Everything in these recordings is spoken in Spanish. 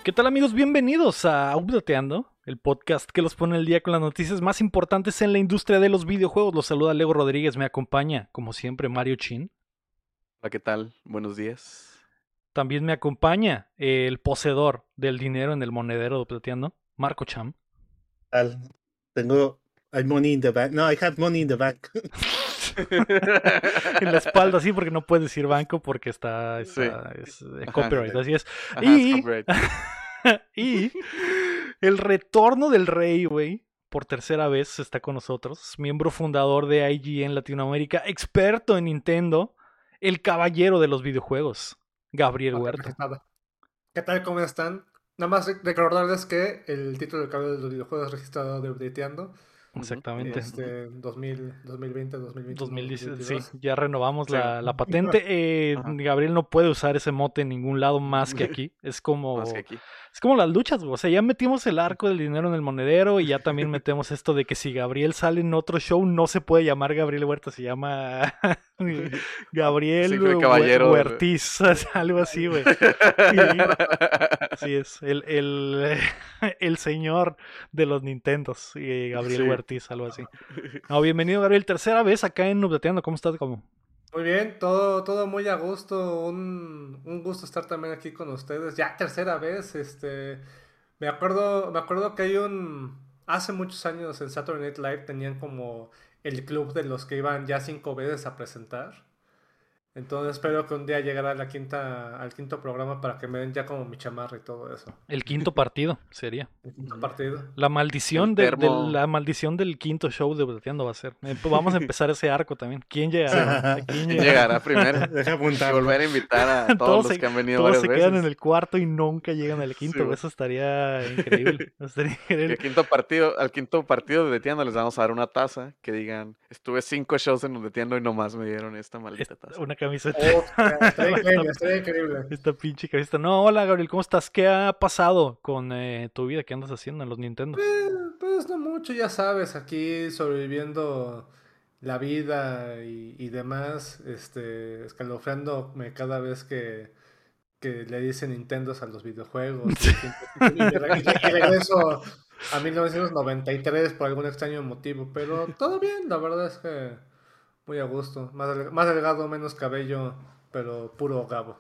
¿Qué tal, amigos? Bienvenidos a Updateando, el podcast que los pone al día con las noticias más importantes en la industria de los videojuegos. Los saluda Lego Rodríguez, me acompaña, como siempre, Mario Chin. Hola, ¿qué tal? Buenos días. También me acompaña el poseedor del dinero en el monedero de Updateando, Marco Cham. Tal. I have money in the bank. No, I have money in the bank. En la espalda, sí, porque no puedes decir banco porque es copyright, Ajá, así es. es Y, copyright. y el retorno del rey, güey, por tercera vez está con nosotros, miembro fundador de IGN Latinoamérica, experto en Nintendo, el caballero de los videojuegos, Gabriel Huerta. ¿Qué tal? ¿Cómo están? Nada más recordarles que el título del cabello de los videojuegos registrado de Updateando. Exactamente. 2020, 2021, 2010, sí, 2022. ya renovamos Sí. la patente. Ajá. Gabriel no puede usar ese mote en ningún lado más que aquí. Es como Más que aquí. es como las luchas, güey. O sea, ya metimos el arco del dinero en el monedero y ya también metemos esto de que si Gabriel sale en otro show no se puede llamar Gabriel Huerta, se llama Gabriel Simple caballero. Huertiz, algo así, güey. Sí, es el señor de los Nintendos, Gabriel Sí. Huertiz, algo así. No, bienvenido, Gabriel, tercera vez acá en Updateando. ¿Cómo estás? ¿Cómo? Muy bien, todo muy a gusto. Un gusto estar también aquí con ustedes. Ya tercera vez. Me acuerdo que hace muchos años en Saturday Night Live tenían como el club de los que iban ya 5 veces a presentar. Entonces espero que un día llegara al quinto programa para que me den ya como mi chamarra y todo eso. El quinto partido sería. El quinto partido. La maldición El de termo. la maldición del quinto show de Updateando va a ser. Pues vamos a empezar ese arco también. ¿Quién llegará? ¿Quién llegará primero? Deja Y apuntar. volver a invitar a todos los que han venido todos varias se veces. quedan en el cuarto y nunca llegan al quinto. Sí, güey. Eso estaría increíble. Estaría Y increíble. al quinto partido de Detiendo les vamos a dar una taza que digan, estuve 5 shows en Detiendo y nomás me dieron esta maldita taza. Una camiseta. Estaría increíble. Esta pinche camiseta. No, hola, Gabriel, ¿cómo estás? ¿Qué ha pasado con tu vida? ¿Qué andas haciendo en los Nintendo? Pues no mucho, ya sabes, aquí sobreviviendo la vida y demás, escalofriándome cada vez que le dicen Nintendos a los videojuegos. Y regreso a 1993 por algún extraño motivo, pero todo bien, la verdad es que muy a gusto. Más delgado, menos cabello, pero puro Gabo.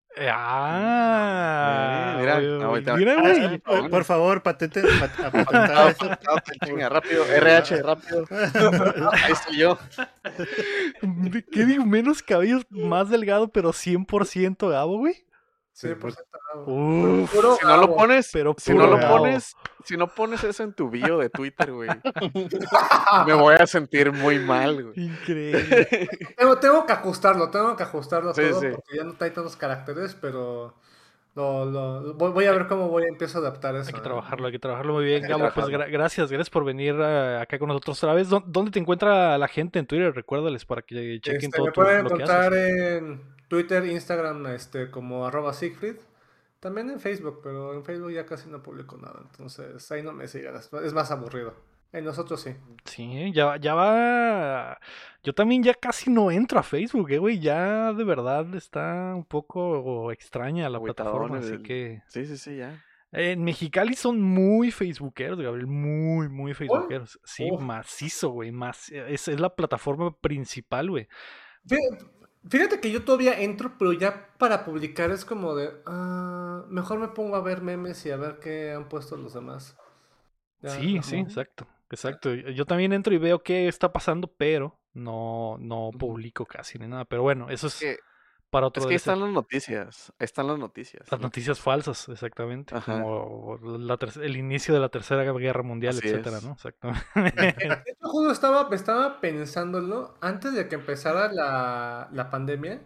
Mira, ahorita- mira, güey. Por favor, patentar eso. Chinga, rápido, RH, rápido. Ahí estoy yo. ¿Qué digo? Menos cabello, más delgado, pero 100% Gabo, güey. 100% Gabo. Uf, Puro Si no lo Gabo. pones, pero si no lo puro Gabo. pones, si no pones eso en tu bio de Twitter, güey, me voy a sentir muy mal, güey. Increíble. Tengo que ajustarlo Sí, todo sí. porque ya no trae tantos caracteres, pero voy a ver cómo empiezo a adaptar eso. Hay que trabajarlo muy bien, Hay que Gabo. Pues trabajarlo. gracias por venir acá con nosotros otra vez. ¿Dónde te encuentra la gente en Twitter? Recuérdales para que chequen todo Me pueden lo que encontrar haces. en Twitter, Instagram, como @Siegfried. También en Facebook, pero en Facebook ya casi no publico nada, entonces ahí no me sigan, es más aburrido. En nosotros sí. Sí, ya va. Yo también ya casi no entro a Facebook, güey. Ya de verdad está un poco extraña la plataforma, así que Sí, ya. en Mexicali son muy facebookeros, Gabriel, muy facebookeros. Sí, Uf. macizo, güey, es la plataforma principal, güey. Fíjate que yo todavía entro, pero ya para publicar es como de, mejor me pongo a ver memes y a ver qué han puesto los demás. Ya, Sí, ajá. exacto. Yo también entro y veo qué está pasando, pero no publico casi ni nada. Pero bueno, eso es Que- para Es otro que ahí de están las noticias. Ahí están las noticias. las ¿no? noticias falsas, exactamente, Ajá. como el inicio de la Tercera Guerra Mundial, Así etcétera, es. ¿no? Exactamente. De hecho, justo estaba pensándolo antes de que empezara la pandemia.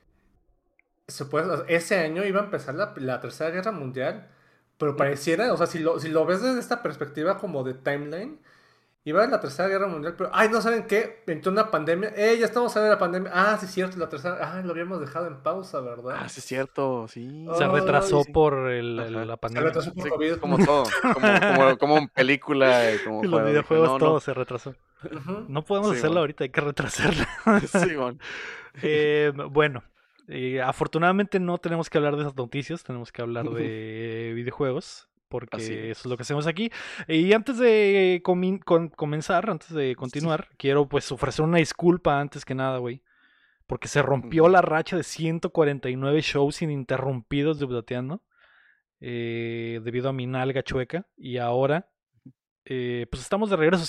Ese año iba a empezar la Tercera Guerra Mundial, pero pareciera, o sea, si lo ves desde esta perspectiva como de timeline, iba a la Tercera Guerra Mundial, pero, ay, no saben qué, entró una pandemia, ya estamos a ver la pandemia, sí, cierto, la tercera, lo habíamos dejado en pausa, ¿verdad? Sí es cierto, sí. Se retrasó Ay, por Ajá. la Se pandemia. retrasó por Sí, COVID. como todo. Como en película y como Y los juego. Dije, videojuegos no. todo se retrasó. Ujú. No podemos Sí, hacerlo man. ahorita, hay que retrasarlo. Sí, man. Bueno, Afortunadamente no tenemos que hablar de esas noticias, tenemos que hablar de videojuegos, porque Así eso es. es lo que hacemos aquí. Y antes de comenzar, antes de continuar, quiero pues ofrecer una disculpa antes que nada, güey. Porque se rompió Ujú. la racha de 149 shows ininterrumpidos de Updateando. Debido a mi nalga chueca. Y ahora, pues estamos de regreso.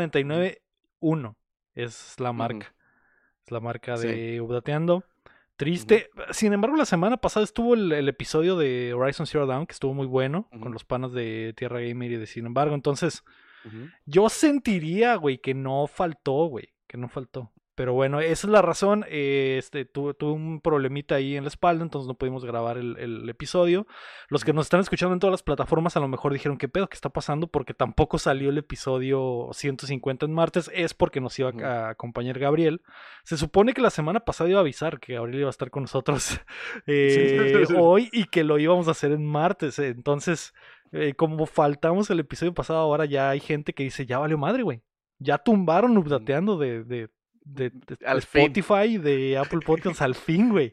149.1 es la Ujú. marca. Es la marca Sí. de Updateando. Ujú. Triste. Sin embargo, la semana pasada estuvo el episodio de Horizon Zero Dawn, que estuvo muy bueno, con Ujú. los panas de Tierra Gamer y de Sin embargo. Entonces, Ujú. yo sentiría, güey, que no faltó, güey. Que no faltó. Pero bueno, esa es la razón. Tuve un problemita ahí en la espalda, entonces no pudimos grabar el episodio. Los que Ujú. nos están escuchando en todas las plataformas a lo mejor dijeron, ¿qué pedo? ¿Qué está pasando? Porque tampoco salió el episodio 150 en martes. Es porque nos iba Ujú. a acompañar Gabriel. Se supone que la semana pasada iba a avisar que Gabriel iba a estar con nosotros hoy y que lo íbamos a hacer en martes. Entonces, como faltamos el episodio pasado, ahora ya hay gente que dice, ya valió madre, güey. Ya tumbaron Ujú. Updateando de Al fin. Spotify y de Apple Podcasts al fin, güey.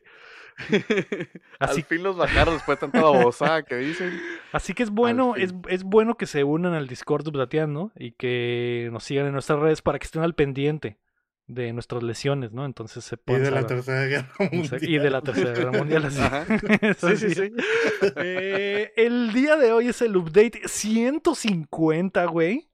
Al Así, fin los bajaron después de tanta babosada que dicen. así que es Al bueno, fin. es bueno que se unan al Discord de Updateando y que nos sigan en nuestras redes para que estén al pendiente de nuestras lesiones, ¿no? Entonces se Y puedan de la saber. Tercera Guerra Y de la Mundial. Tercera Guerra Mundial, así. Ajá. Es Sí, sí, así. sí. El día de hoy es el update 150, güey.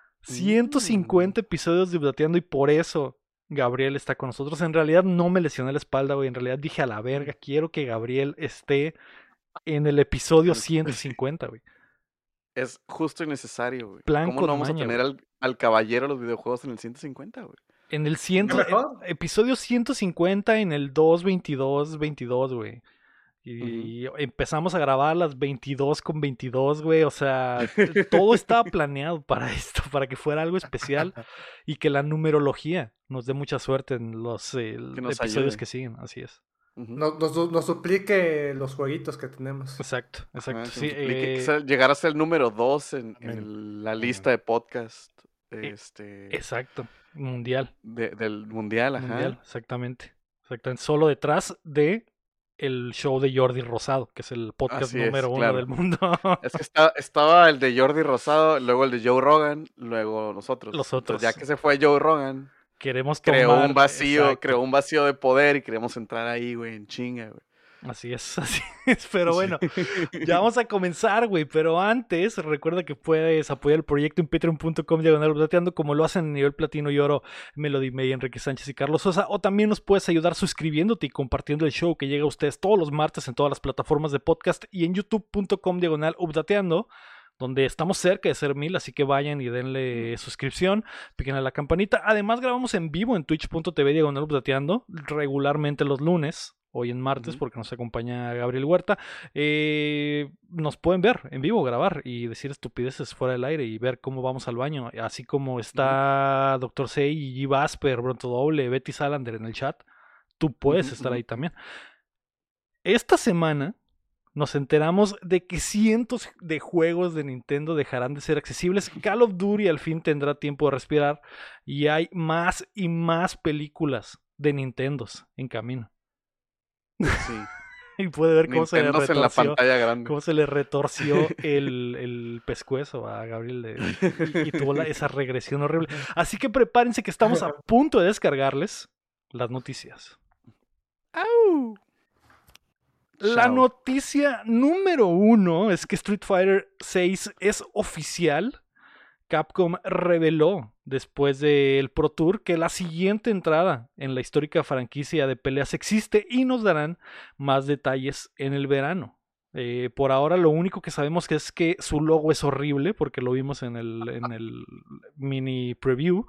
150 episodios de Updateando y por eso Gabriel está con nosotros. En realidad no me lesioné la espalda, güey. En realidad dije a la verga, quiero que Gabriel esté en el episodio 150, güey. Es justo y necesario, güey. Plan ¿Cómo no con vamos a maña, tener güey. al caballero de los videojuegos en el 150, güey? En el ¿Qué mejor? episodio 150 en el 2:22:22, güey. Ujú. Y empezamos a grabar las 22:22, güey. O sea, todo estaba planeado para esto, para que fuera algo especial y que la numerología nos dé mucha suerte en los Que nos episodios ayude. que siguen. Así es. Ujú. Nos suplique los jueguitos que tenemos. Exacto, Ajá, exacto. que Sí, nos suplique que llegar a ser el número 2 en Amén. la Amén. lista de podcast exacto. Mundial. del mundial, Mundial, ajá. exactamente. Exactamente. Solo detrás de el show de Jordi Rosado, que es el podcast Así es, número 1 del claro. mundo. Es que estaba el de Jordi Rosado, luego el de Joe Rogan, luego nosotros. Los Entonces, ya otros. que se fue Joe Rogan, Queremos creó un tomar. vacío, Exacto. creó un vacío de poder y queremos entrar ahí, güey, en chinga, güey. Así es, así es. Pero bueno, ya vamos a comenzar, güey. Pero antes, recuerda que puedes apoyar el proyecto en patreon.com/updateando, como lo hacen en nivel platino y oro Melody May, Enrique Sánchez y Carlos Sosa. O también nos puedes ayudar suscribiéndote y compartiendo el show que llega a ustedes todos los martes en todas las plataformas de podcast y en youtube.com/updateando, donde estamos cerca de ser 1000, así que vayan y denle suscripción, piquen a la campanita. Además, grabamos en vivo en twitch.tv/updateando, regularmente los lunes. Hoy en martes, porque nos acompaña Gabriel Huerta. Nos pueden ver en vivo, grabar y decir estupideces fuera del aire y ver cómo vamos al baño. Así como está Dr. Sey, G. Vasper, Bronto Doble, Betty Salander en el chat. Tú puedes estar ahí también. Esta semana nos enteramos de que cientos de juegos de Nintendo dejarán de ser accesibles. Call of Duty al fin tendrá tiempo de respirar y hay más y más películas de Nintendos en camino. Sí. Y puede ver cómo se le Nintendos en la retorció, pantalla grande. cómo se le retorció el pescuezo a Gabriel y tuvo esa regresión horrible. Así que prepárense que estamos a punto de descargarles las noticias. ¡Au! La Chao. noticia número 1 es que Street Fighter 6 es oficial. Capcom reveló después del Pro Tour que la siguiente entrada en la histórica franquicia de peleas existe y nos darán más detalles en el verano. Por ahora lo único que sabemos es que su logo es horrible porque lo vimos en el mini preview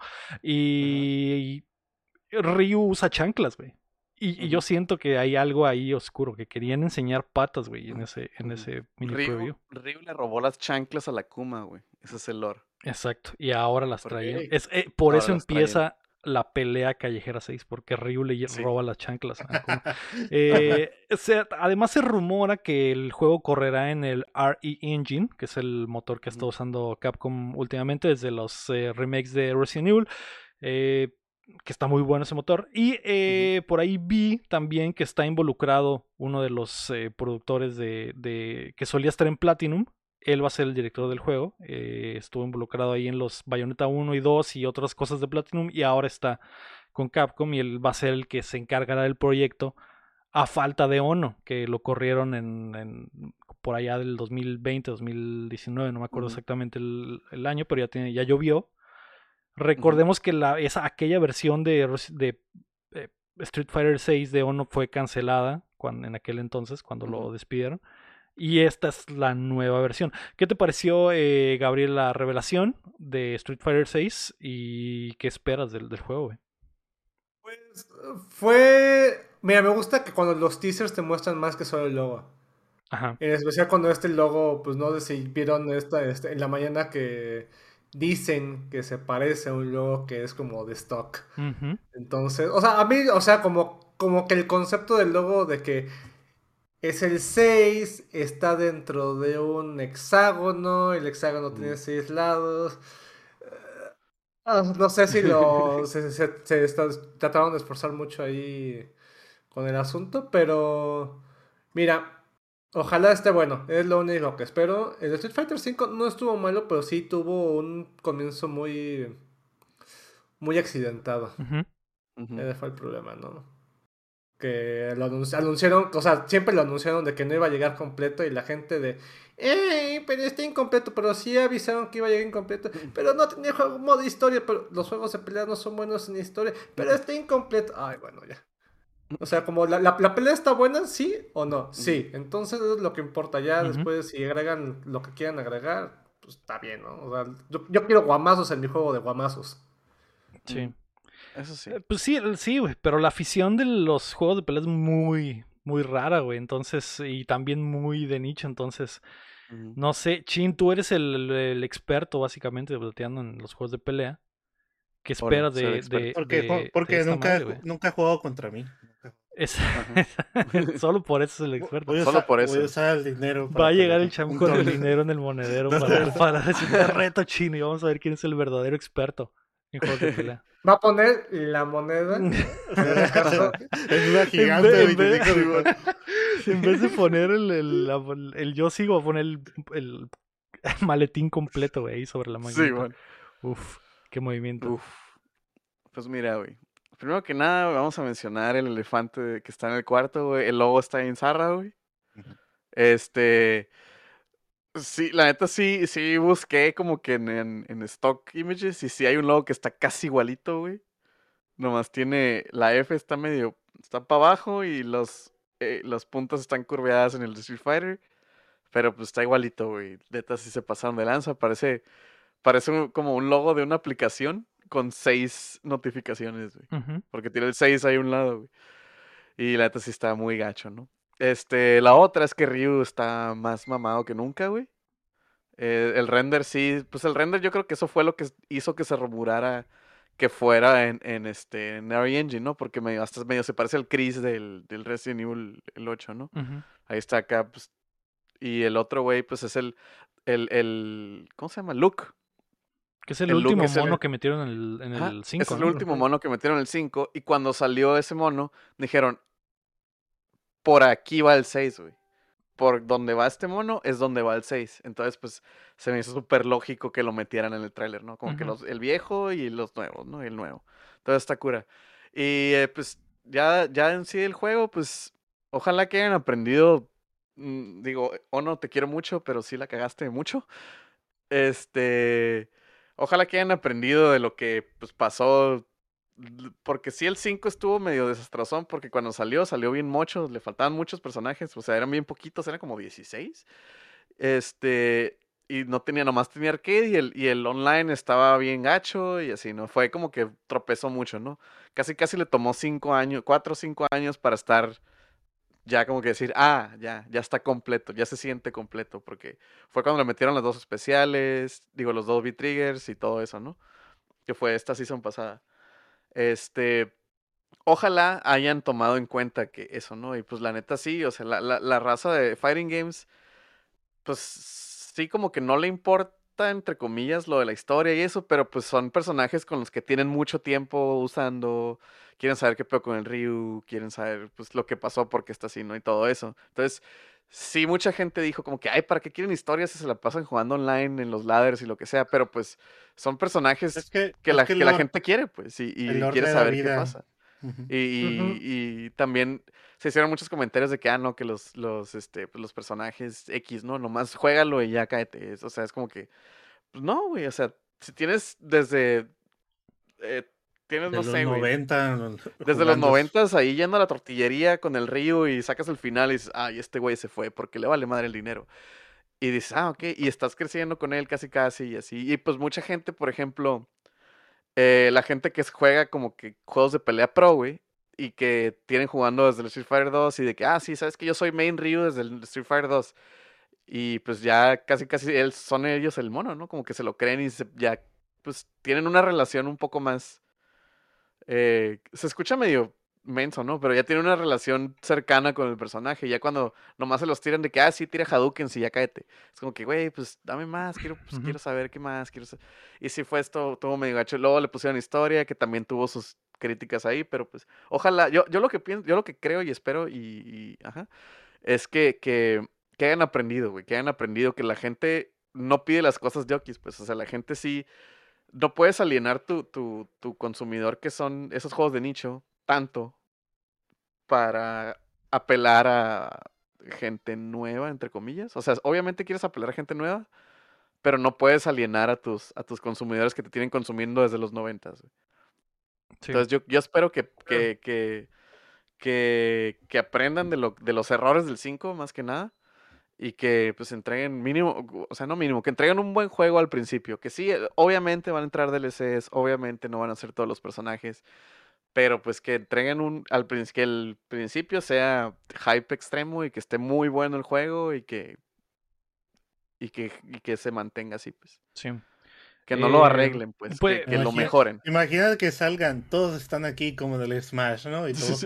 y Ryu usa chanclas, güey. Y yo siento que hay algo ahí oscuro, que querían enseñar patas, güey, en ese mini preview. Ryu le robó las chanclas a la Kuma, güey. Ese es el lore. Exacto, y ahora las ¿Por traían. qué? Por Ahora eso las empieza la pelea Callejera 6, porque Ryu le Sí. roba las chanclas a Akuma. Además se rumora que el juego correrá en el RE Engine, que es el motor que está usando Capcom últimamente desde los remakes de Resident Evil. que está muy bueno ese motor. Y por ahí vi también que está involucrado uno de los productores que solía estar en Platinum. Él va a ser el director del juego. Estuvo involucrado ahí en los Bayonetta 1 y 2 y otras cosas de Platinum. Y ahora está con Capcom y él va a ser el que se encargará del proyecto a falta de Ono, que lo corrieron por allá del 2020, 2019, no me acuerdo exactamente el año, pero ya llovió. Recordemos que aquella versión de Street Fighter 6 de Ono fue cancelada en aquel entonces, cuando lo despidieron. Y esta es la nueva versión. ¿Qué te pareció, Gabriel, la revelación de Street Fighter 6? ¿Y qué esperas del juego, güey? Pues fue... Mira, me gusta que cuando los teasers te muestran más que solo el logo. Ajá. En especial cuando este logo, pues no sé si vieron en la mañana que dicen que se parece a un logo que es como de stock. Uh-huh. Entonces, o sea, a mí, o sea, como que el concepto del logo de que es el 6, está dentro de un hexágono, el hexágono tiene 6 lados. No sé si trataron de esforzar mucho ahí con el asunto, pero mira, ojalá esté bueno, es lo único que espero. El Street Fighter V no estuvo malo, pero sí tuvo un comienzo muy accidentado. Uh-huh. Ese fue el problema, ¿no? Que lo anunciaron, o sea, siempre lo anunciaron de que no iba a llegar completo y la gente pero está incompleto, pero sí avisaron que iba a llegar incompleto, pero no tenía modo historia, pero los juegos de pelea no son buenos en historia, pero está incompleto. Ay, bueno, ya. O sea, como la pelea está buena, ¿sí o no? Sí, entonces es lo que importa ya. Después, si agregan lo que quieran agregar, pues está bien, ¿no? O sea, yo quiero guamazos en mi juego de guamazos. Sí. Eso sí. Pues sí, güey, pero la afición de los juegos de pelea es muy, muy rara, güey. Entonces, y también muy de nicho. Entonces, no sé, Chin, tú eres el experto básicamente plateando en los juegos de pelea. ¿Qué esperas Porque esta nunca, madre, güey? nunca ha jugado contra mí. Solo por eso es el experto. Solo por eso. Voy a usar el dinero Va para a llegar pelear el cham un con el torneo. dinero en el monedero para decir reto Chino y vamos a ver quién es el verdadero experto en juegos de pelea. Va a poner la moneda. En este caso, Es una gigante de 25 minutos. En vez de poner el yo sigo, va a poner el maletín completo, güey, ahí sobre la manguita. Sí, bueno. Uf, qué movimiento. Uf. Pues mira, güey. Primero que nada, vamos a mencionar el elefante que está en el cuarto, güey. El logo está en zarra, güey. Sí, la neta sí busqué como que en stock images y sí hay un logo que está casi igualito, güey. Nomás tiene, la F está para abajo y las puntas están curveadas en el de Street Fighter. Pero pues está igualito, güey. Neta sí se pasaron de lanza. Parece como un logo de una aplicación con 6 notificaciones, güey. Uh-huh. Porque tiene el 6 ahí a un lado, güey. Y la neta sí está muy gacho, ¿no? La otra es que Ryu está más mamado que nunca, güey. El render sí, pues el render yo creo que eso fue lo que hizo que se rumorara que fuera en Unreal Engine, ¿no? Porque hasta medio se parece al Chris del Resident Evil el 8, ¿no? Uh-huh. Ahí está acá, pues. Y el otro güey, pues es el ¿cómo se llama? Luke. Que es el El Luke último es el- mono que metieron en Ajá, el 5, ese es ¿no? el último mono que metieron en el 5. Y cuando salió ese mono, dijeron, por aquí va el 6, güey. Por donde va este mono es donde va el 6. Entonces, pues, se me hizo súper lógico que lo metieran en el tráiler, ¿no? Como que el viejo y los nuevos, ¿no? Y el nuevo. Toda esta cura. Y, pues, ya en sí el juego, pues, ojalá que hayan aprendido. Digo, no, te quiero mucho, pero sí la cagaste mucho. Ojalá que hayan aprendido de lo que, pues, pasó. Porque sí, el 5 estuvo medio desastrosón, porque cuando salió bien mocho, le faltaban muchos personajes, o sea, eran bien poquitos, eran como 16. Y nomás tenía arcade y el online estaba bien gacho y así, ¿no? Fue como que tropezó mucho, ¿no? Casi le tomó 5 años, 4 o 5 años para estar ya como que decir, ya está completo, ya se siente completo, porque fue cuando le metieron las dos especiales, digo, los dos V-Triggers y todo eso, ¿no? Que fue esta season pasada. Ojalá hayan tomado en cuenta que eso, ¿no? Y pues la neta sí, o sea, la raza de Fighting Games, pues sí como que no le importa gusta, entre comillas, lo de la historia y eso, pero pues son personajes con los que tienen mucho tiempo usando, quieren saber qué pedo con el Ryu, quieren saber pues lo que pasó, por qué está así, ¿no? Y todo eso. Entonces, sí, mucha gente dijo como que, ay, ¿para qué quieren historias si se la pasan jugando online en los ladders y lo que sea? Pero pues son personajes que es que la gente quiere, pues, el y Lord quiere le da saber qué vida. pasa. Ujú. Y también se hicieron muchos comentarios de que, no, que pues, los personajes X, ¿no? Nomás juégalo y ya cáete. O sea, es como que, pues no, güey, o sea, si tienes eh, tienes, De no los sé, güey, 90 desde los jugando. 90 ahí yendo a la tortillería con el Ryu y sacas el final y dices, ay, este güey se fue porque le vale madre el dinero. Y dices, ok, y estás creciendo con él casi casi y así. Y pues mucha gente, por ejemplo, la gente que juega como que juegos de pelea pro, güey, y que tienen jugando desde el Street Fighter 2 y de que, sí, sabes que yo soy main Ryu desde el Street Fighter 2. Y pues ya casi casi son ellos el mono, ¿no? Como que se lo creen y ya pues tienen una relación un poco más... se escucha medio menso, ¿no? Pero ya tienen una relación cercana con el personaje. Ya cuando nomás se los tiran de que, sí, tira Hadouken, sí, ya cáete. Es como que, güey, pues dame más, Ujú. quiero saber qué más. Y sí fue esto, tuvo medio gacho. Luego le pusieron historia, que también tuvo sus críticas ahí, pero pues ojalá, yo lo que pienso, yo lo que creo y espero ajá, es que hayan aprendido, güey, que hayan aprendido que la gente no pide las cosas de Okis, pues, o sea, la gente sí, no puedes alienar tu consumidor, que son esos juegos de nicho, tanto para apelar a gente nueva, entre comillas. O sea, obviamente quieres apelar a gente nueva, pero no puedes alienar a tus consumidores que te tienen consumiendo desde los 90. Sí. Entonces yo espero que aprendan de los errores del 5 más que nada. Y que pues entreguen mínimo, o sea, no mínimo, que entreguen un buen juego al principio. Que sí, obviamente van a entrar DLCs, obviamente no van a ser todos los personajes, pero pues que entreguen que el principio sea hype extremo y que esté muy bueno el juego y que se mantenga así, pues. Sí. Que no lo Eh, arreglen, pues, pues, que lo Imagina, mejoren. imagina que salgan, todos están aquí como del Smash, ¿no? Y todos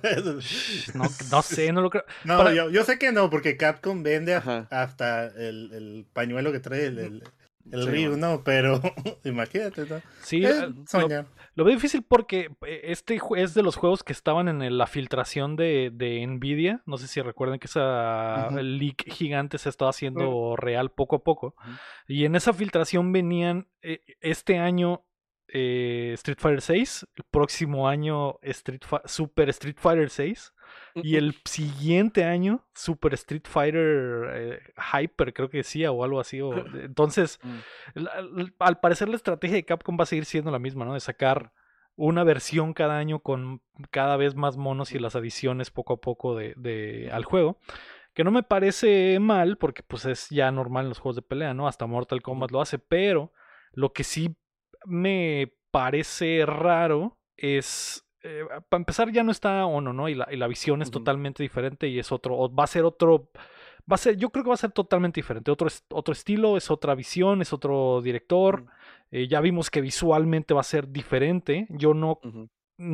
no sé, no lo creo. No, Para, yo sé que no, porque Capcom vende Ajá. hasta el pañuelo que trae el Sí, Ryu, bueno. ¿no? Pero imagínate, ¿no? sí, Soñar. lo veo difícil porque este es de los juegos que estaban en la filtración de Nvidia. No sé si recuerdan que esa Ujú, leak gigante se estaba haciendo real poco a poco. ujú, Y en esa filtración venían este año Street Fighter 6, el próximo año Super Street Fighter 6 y ujú, el siguiente año Super Street Fighter Hyper, creo que decía, o algo así. Entonces, mm, al parecer la estrategia de Capcom va a seguir siendo la misma, ¿no? De sacar una versión cada año con cada vez más monos y las adiciones poco a poco al ujú, juego. Que no me parece mal, porque pues es ya normal en los juegos de pelea, ¿no? Hasta Mortal ujú, Kombat lo hace, pero lo que sí me parece raro es, para empezar ya no está Ono, ¿no? Y la visión es ujú, totalmente diferente y es otro, va a ser otro, yo creo que va a ser totalmente diferente, otro estilo, es otra visión, es otro director, ujú, ya vimos que visualmente va a ser diferente, yo ujú,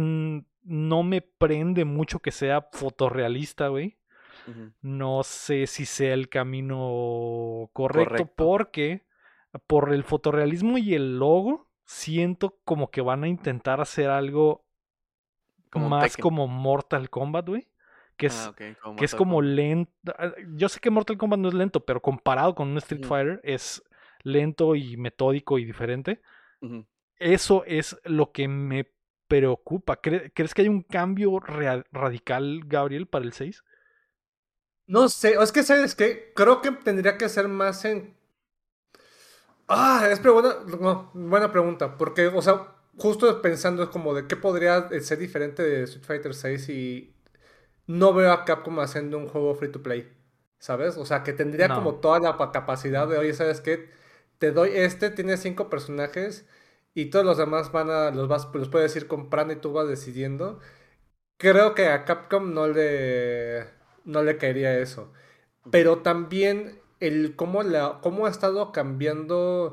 no me prende mucho que sea fotorrealista, güey. ujú. No sé si sea el camino correcto Correcto. porque por el fotorrealismo y el logo siento como que van a intentar hacer algo Como un más Tekken. como Mortal Kombat, güey. Que es, Ok, como que es Mortal como Kombat. lento. Yo sé que Mortal Kombat no es lento, pero comparado con un Street Ujú, Fighter es lento y metódico y diferente. ujú. Eso es lo que me preocupa. ¿Crees que hay un cambio radical, Gabriel, para el 6? No sé, es que sabes que creo que tendría que ser más en... buena pregunta, porque, o sea, justo pensando es como de qué podría ser diferente de Street Fighter 6 y no veo a Capcom haciendo un juego free to play, ¿sabes? O sea, que tendría No. como toda la capacidad de, oye, ¿sabes qué? Te doy tiene 5 personajes y todos los demás los puedes ir comprando y tú vas decidiendo. Creo que a Capcom no le caería eso. Ujú, Pero también cómo ha estado cambiando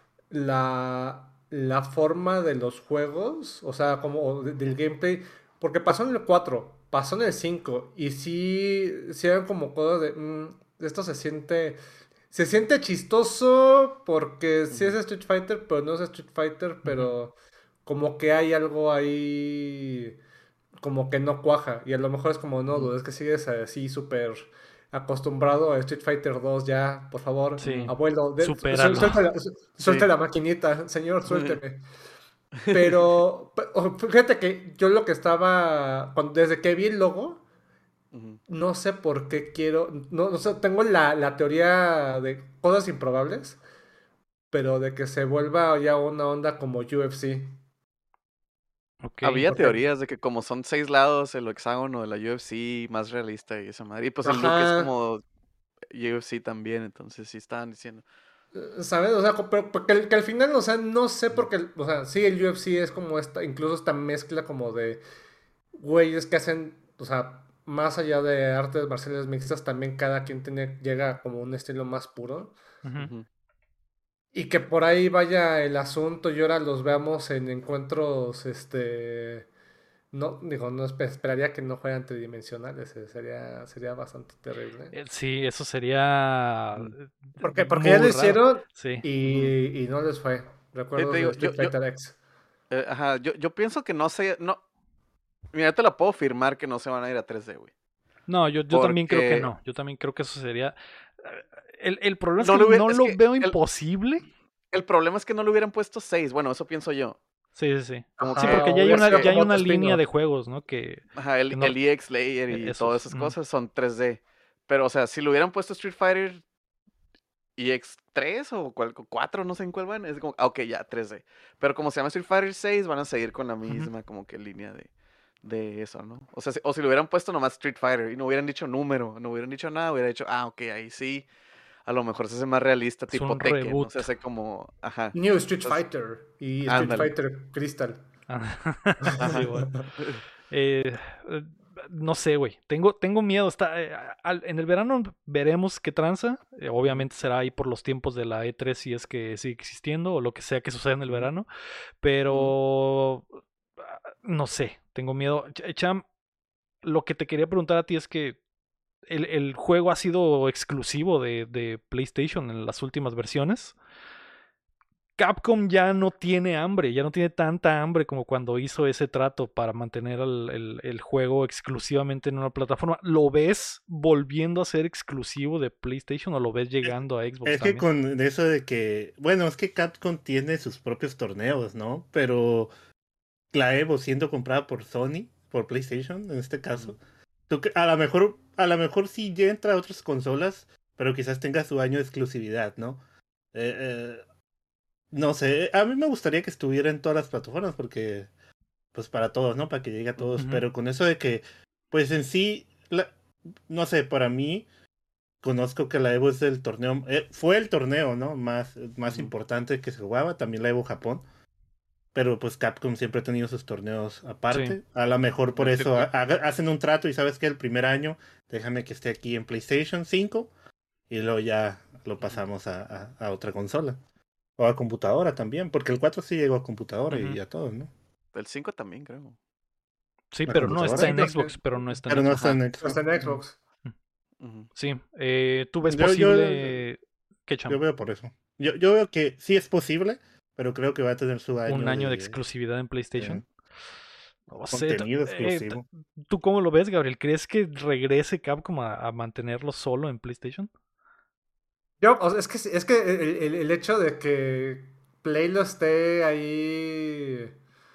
la forma de los juegos, o sea, como del gameplay, porque pasó en el 4, pasó en el 5, y sí eran como cosas de, esto se siente chistoso porque sí es Ujú. Street Fighter, pero no es Street Fighter, pero como que hay algo ahí como que no cuaja. Y a lo mejor es como, no, Ujú. dude, es que sigues así súper acostumbrado a Street Fighter 2 ya, por favor, Sí, Ujú. abuelo, supéralo. suelte Sí. la maquinita, señor, suélteme. Pero fíjate que yo lo que estaba, desde que vi el logo, Ujú. no sé por qué quiero, no sé, tengo la teoría de cosas improbables, pero de que se vuelva ya una onda como UFC. Ok. Había Porque, teorías de que como son 6 lados, el hexágono de la UFC más realista y esa madre. Y pues el look es ajá, como UFC también, entonces sí estaban diciendo. ¿sabes? O sea, pero que al final, o sea, no sé Ujú. por qué, o sea, sí, el UFC es como esta, incluso esta mezcla como de güeyes que hacen, o sea, más allá de artes marciales mixtas, también cada quien llega como un estilo más puro. Ujú. Ujú. Y que por ahí vaya el asunto y ahora los veamos en encuentros, no, digo, no esperaría que no fueran tridimensionales, sería bastante terrible. Sí, eso sería Ujú. Porque ya lo muy raro. hicieron Sí. Ujú. y no les fue. Te Recuerdos de digo, Street Fighter X. ajá, yo pienso que no sé, no, mira, te la puedo firmar que no se van a ir a 3D, güey. No, yo también creo que Porque no. Yo también creo que eso sería. El problema es no que le hubiera, no es lo que veo imposible. el problema es que no le hubieran puesto 6. Bueno, eso pienso yo. Sí, sí, sí. Como Sí, que, porque Ajá, hubiera sido ya hay porque, como tu una línea spin-off. de juegos, ¿no? ajá, Que no. el EX Layer y todas Esos. esas Ujú. cosas son 3D. Pero, o sea, si le hubieran puesto Street Fighter EX3 o 4, no sé en cuál van, es como, ok, ya, 3D. Pero como se llama Street Fighter 6, van a seguir con la Ujú. misma como que línea de eso, ¿no? O sea, o si le hubieran puesto nomás Street Fighter y no hubieran dicho número, no hubieran dicho nada, hubiera dicho, ok, ahí sí, a lo mejor se hace más realista, Es tipo un Tekken, no se reboot. hace como, ajá. New Street Entonces, Fighter y Street ándale, Fighter Crystal. Sí, ajá. bueno. Eh, eh, no sé, güey. Tengo miedo. En el verano veremos qué tranza. Ujú, Obviamente será ahí por los tiempos de la E3 si es que sigue existiendo o lo que sea que suceda en el ujú, verano. ujú. Pero no sé, tengo miedo. Cham, lo que te quería preguntar a ti es que el juego ha sido exclusivo de PlayStation en las últimas versiones. Capcom ya no tiene hambre, ya no tiene tanta hambre como cuando hizo ese trato para mantener el juego exclusivamente en una plataforma. ¿Lo ves volviendo a ser exclusivo de PlayStation o lo ves Es llegando a Xbox es que también? con eso de que, bueno, es que Capcom tiene sus propios torneos, ¿no? Pero la Evo siendo comprada por Sony, por PlayStation en este Ujú. caso, a lo mejor sí ya entra a otras consolas, pero quizás tenga su año de exclusividad, ¿no? Eh, eh, no sé, a mí me gustaría que estuviera en todas las plataformas porque, pues para todos, ¿no? Para que llegue a todos, Ujú. pero con eso de que, pues en sí, no sé, para mí, conozco que la Evo es el torneo, fue el torneo, ¿no? Más Ujú, importante que se jugaba, también la Evo Japón. Pero pues Capcom siempre ha tenido sus torneos Sí. aparte. A lo mejor por ujú, eso hacen un trato y sabes que el primer año déjame que esté aquí en PlayStation 5 y luego ya lo ujú, pasamos a otra consola. O a computadora también, porque el 4 sí llegó a computadora Ujú. y a todos, ¿no? El 5 también, creo. Sí, ¿A pero no está computadora? Sí, en creo Xbox, pero no está en Pero no está Xbox. Ajá. en que está Xbox. en Xbox. Mm. Ujú, Sí. ¿Tú ves Yo, yo, posible que yo Cham? veo por eso. Yo veo que sí es posible, pero creo que va a tener su Un año año de de exclusividad en PlayStation. No sé. contenido exclusivo. ¿Tú cómo lo ves, Gabriel? ¿Crees que regrese Capcom a mantenerlo solo en PlayStation? O sea, es que el hecho de que Play lo esté ahí,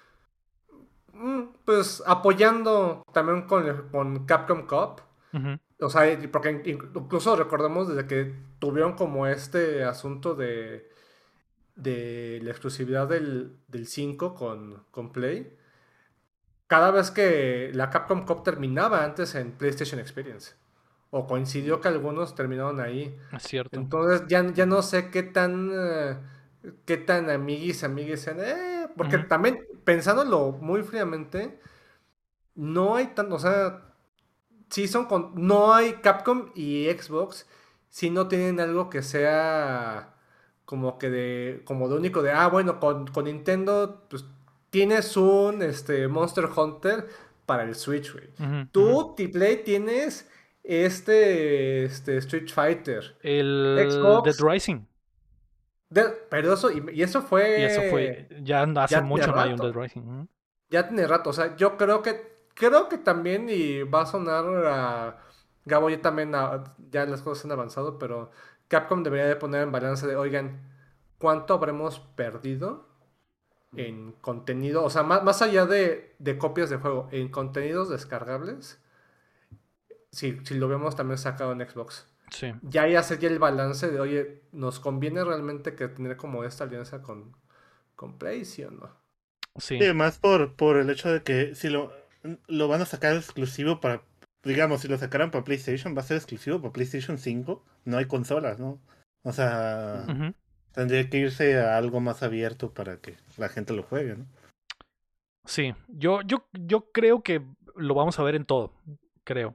pues apoyando también con Capcom Cup. Ujú. O sea, porque incluso recordamos desde que tuvieron como este asunto de la exclusividad del 5 con Play. Cada vez que la Capcom Cup terminaba antes en PlayStation Experience. O coincidió ujú, que algunos terminaron ahí. Es cierto. Entonces ya ujú, no sé qué tan amiguis sean. Porque Ujú. también, pensándolo muy fríamente, no hay tanto, o sea, sí no hay Capcom y Xbox si no tienen algo que sea como de único de, bueno, con Nintendo, pues tienes un Monster Hunter para el Switch, güey. Ujú, ujú. Tú, T-Play, tienes Street Fighter. El Dead Xbox, Rising. pero eso, y eso Y eso fue. Ya hace ya tiene mucho no hay un Dead rato. Rising. Ujú. Ya tiene rato. O sea, yo creo que también, y va a sonar a Gabo, ya también ya las cosas han avanzado, pero Capcom debería de poner en balance de, oigan, ¿cuánto habremos perdido en contenido? O sea, más allá de copias de juego, en contenidos descargables, si lo vemos también sacado en Xbox. Sí, Ya ahí hacer ya el balance de, oye, ¿nos conviene realmente que tener como esta alianza con Play, sí o no? sí. Y además por el hecho de que si lo van a sacar exclusivo para, digamos, si lo sacaran para PlayStation, va a ser exclusivo para PlayStation 5. No hay consolas, ¿no? O sea, Ujú. tendría que irse a algo más abierto para que la gente lo juegue, ¿no? Sí. Yo creo que lo vamos a ver en todo. Creo.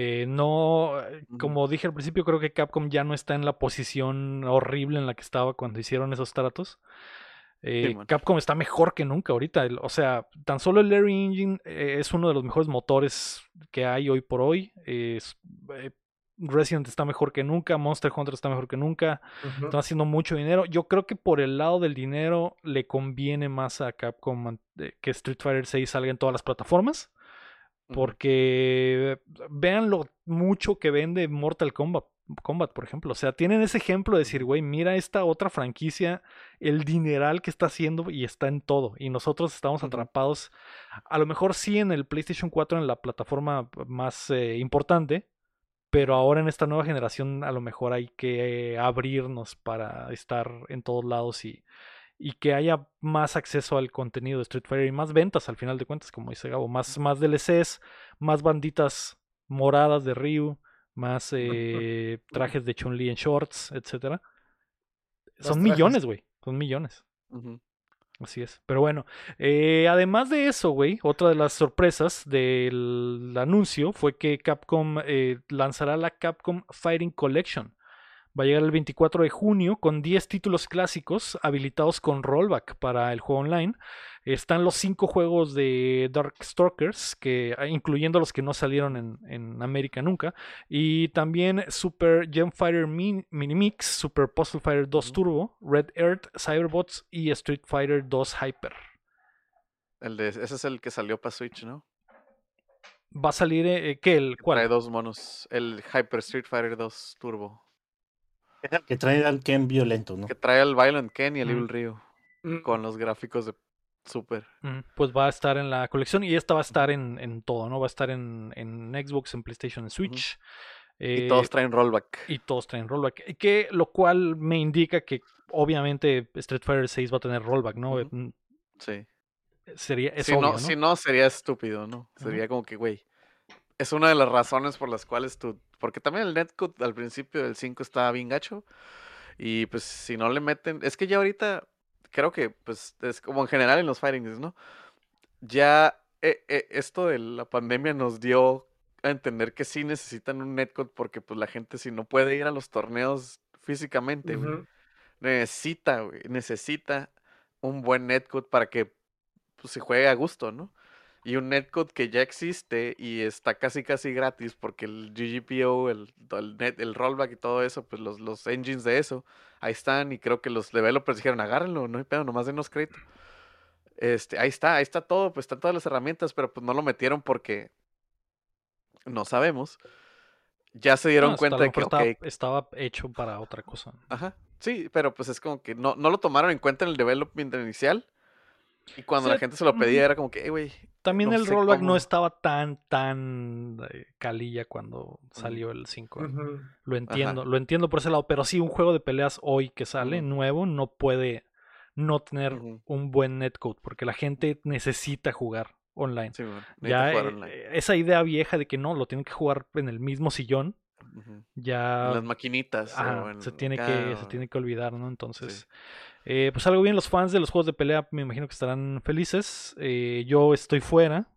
No, Ujú. como dije al principio, creo que Capcom ya no está en la posición horrible en la que estaba cuando hicieron esos tratos. Sí, man. Capcom está mejor que nunca ahorita. O sea, tan solo el Unreal Engine es uno de los mejores motores que hay hoy por hoy. Eh, Resident está mejor que nunca, Monster Hunter está mejor que nunca. Ujú. Están haciendo mucho dinero. Yo creo que por el lado del dinero le conviene más a Capcom que Street Fighter 6 salga en todas las plataformas. Ujú. Porque vean lo mucho que vende Mortal Kombat, por ejemplo. O sea, tienen ese ejemplo de decir, güey, mira esta otra franquicia, el dineral que está haciendo y está en todo. Y nosotros estamos Ujú. atrapados, a lo mejor sí en el PlayStation 4, en la plataforma más importante, pero ahora en esta nueva generación a lo mejor hay que abrirnos para estar en todos lados y que haya más acceso al contenido de Street Fighter y más ventas al final de cuentas, como dice Gabo, más DLCs, más banditas moradas de Ryu, más trajes de Chun-Li en shorts, etcétera. Más Son trajes. millones, güey, son millones. Ujú. Así es. Pero bueno, además de eso, güey, otra de las sorpresas del anuncio fue que Capcom lanzará la Capcom Fighting Collection. Va a llegar el 24 de junio con 10 títulos clásicos habilitados con rollback para el juego online. Están los 5 juegos de Darkstalkers, incluyendo los que no salieron en América nunca. Y también Super Gem Fighter Mini Mix, Super Puzzle Fighter 2 Ujú. Turbo, Red Earth, Cyberbots y Street Fighter 2 Hyper. Ese es el que salió para Switch, ¿no? Va a salir, ¿qué? ¿El Que cuál? trae dos monos. El Hyper Street Fighter 2 Turbo. Es el que trae al Ken violento, Que ¿no? trae al Violent Ken y el Mm, Evil Ryu. Mm. Con los gráficos de Super. Pues va a estar en la colección y esta va a estar Ujú. en todo, ¿no? Va a estar en Xbox, en PlayStation, en Ujú. Switch. Y todos eh, traen rollback. y todos traen rollback. Lo cual me indica que obviamente Street Fighter 6 va a tener rollback, ¿no? Ujú. Sí. Es obvio, Si ¿no? no, sería estúpido, ¿no? Ujú. Sería como que, güey. Es una de las razones por las cuales tú. Porque también el netcode al principio del 5 estaba bien gacho. Y pues si no le meten. Es que ya ahorita. Creo que, pues, es como en general en los fighting games, ¿no? Ya esto de la pandemia nos dio a entender que sí necesitan un netcode porque pues la gente si no puede ir a los torneos físicamente, güey, Ujú. necesita un buen netcode para que pues, se juegue a gusto, ¿no? Y un netcode que ya existe y está casi casi gratis porque el GGPO, el rollback y todo eso, pues los engines de eso, ahí están y creo que los developers dijeron, agárrenlo, no hay pedo, nomás denos crédito. Ahí está todo, pues están todas las herramientas, pero pues no lo metieron porque no sabemos. Ya se No, dieron hasta a cuenta lo de mejor que, ok, estaba hecho para otra cosa. ajá, sí, pero pues es como que no lo tomaron en cuenta en el development inicial. Y cuando Sí, la gente se lo pedía era como que, güey, también no el sé rollback no cómo. estaba tan calilla cuando Ujú. salió el 5. Ujú. Ajá. Lo entiendo por ese lado, pero sí, un juego de peleas hoy que sale Ujú. nuevo no puede no tener Ujú. un buen netcode, porque la gente necesita jugar online. Sí, bueno, necesita Ya jugar online. esa idea vieja de que no, lo tienen que jugar en el mismo sillón, Ujú. En ya las maquinitas o se en tiene acá. se tiene que olvidar, ¿no? Sí. Entonces, pues algo bien, los fans de los juegos de pelea me imagino que estarán felices. Yo estoy fuera.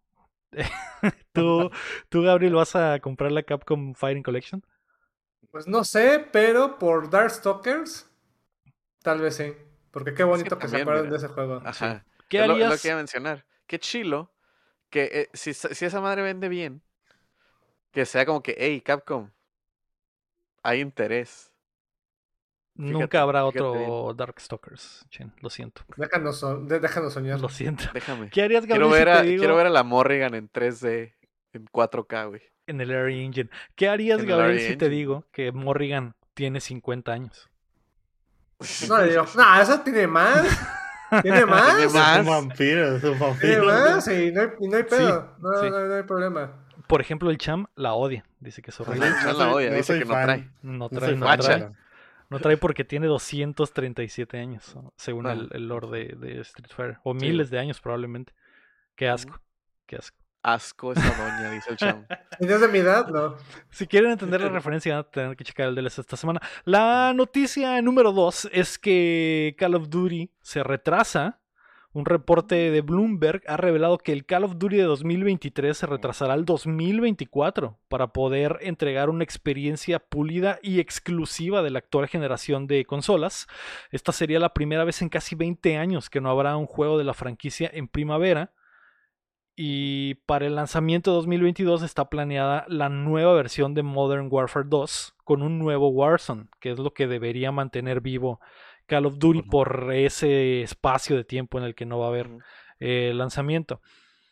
¿Tú, tú, Gabriel, vas a comprar la Capcom Fighting Collection? Pues no sé, pero por Darkstalkers, tal vez sí. Porque qué Es que bonito que se también, acuerden de mira. ese juego. Sí. Ajá. ¿Qué Es lo que harías? iba a mencionar. Qué chilo que si esa madre vende bien, Que sea como que, hey, Capcom, hay interés. Nunca habrá fíjate bien. otro Darkstalkers, Chin, lo siento. Déjanos soñar. Lo siento. Déjame. ¿Qué harías, Quiero Gabriel, si te quiero digo ver a la Morrigan en 3D, en 4K, güey. en el Airy Engine? ¿Qué harías, En el Gabriel, Unreal si te Engine. digo que Morrigan tiene 50 años? No le digo, no, eso tiene más. Tiene más. Tiene Es más. un vampiro, es un Tiene vampiro. más y no hay pedo. Sí, No, sí. no hay problema. Por ejemplo, el Cham la odia. Dice que es horrible. Ajá. Chan la odia, dice que no trae. No No trae, soy no fan, trae. pero- No trae porque tiene 237 años, ¿no? Según Ajá. el lore de Street Fighter. O Sí, miles de años probablemente. Qué asco. Qué asco. Asco esa doña, dice el chamo. ¿Y no es de mi edad? No. Si quieren entender la referencia, van a tener que checar el DLC esta semana. La noticia número 2 es que Call of Duty se retrasa. Un reporte de Bloomberg ha revelado que el Call of Duty de 2023 se retrasará al 2024 para poder entregar una experiencia pulida y exclusiva de la actual generación de consolas. Esta sería la primera vez en casi 20 años que no habrá un juego de la franquicia en primavera. Y para el lanzamiento de 2022 está planeada la nueva versión de Modern Warfare 2 con un nuevo Warzone, que es lo que debería mantener vivo Call of Duty por ese espacio de tiempo en el que no va a haber lanzamiento.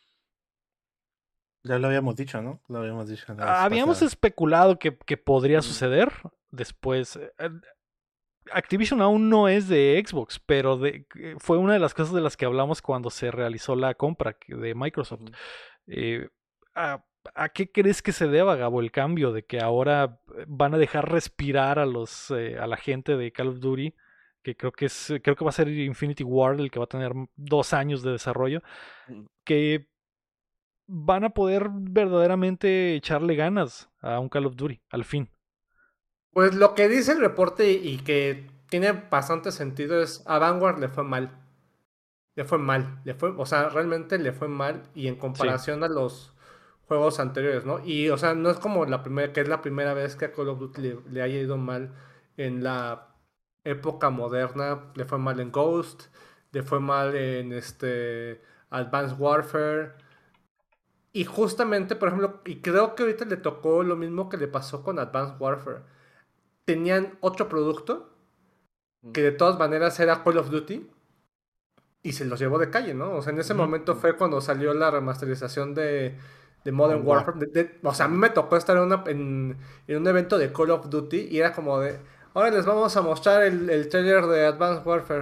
Ya lo habíamos dicho, ¿no? Lo habíamos dicho la vez Habíamos pasada. especulado que podría suceder después. Activision aún no es de Xbox, pero fue una de las cosas de las que hablamos cuando se realizó la compra de Microsoft. ¿A qué crees que se deba, Gabo, el cambio de que ahora van a dejar respirar a la gente de Call of Duty? Que creo que va a ser Infinity Ward el que va a tener 2 años de desarrollo, que van a poder verdaderamente echarle ganas a un Call of Duty, al fin. Pues lo que dice el reporte y que tiene bastante sentido es a Vanguard le fue mal. Le fue mal. O sea, realmente le fue mal y en comparación a los juegos anteriores, ¿no? Y, o sea, no es como que es la primera vez que a Call of Duty le haya ido mal en la época moderna. Le fue mal en Ghost, le fue mal en Advanced Warfare. Y justamente, por ejemplo, y creo que ahorita le tocó lo mismo que le pasó con Advanced Warfare. Tenían otro producto que de todas maneras era Call of Duty y se los llevó de calle, ¿no? O sea, en ese momento fue cuando salió la remasterización de Modern Warfare. O sea, a mí me tocó estar en un evento de Call of Duty y era como de, ahora les vamos a mostrar el trailer de Advanced Warfare.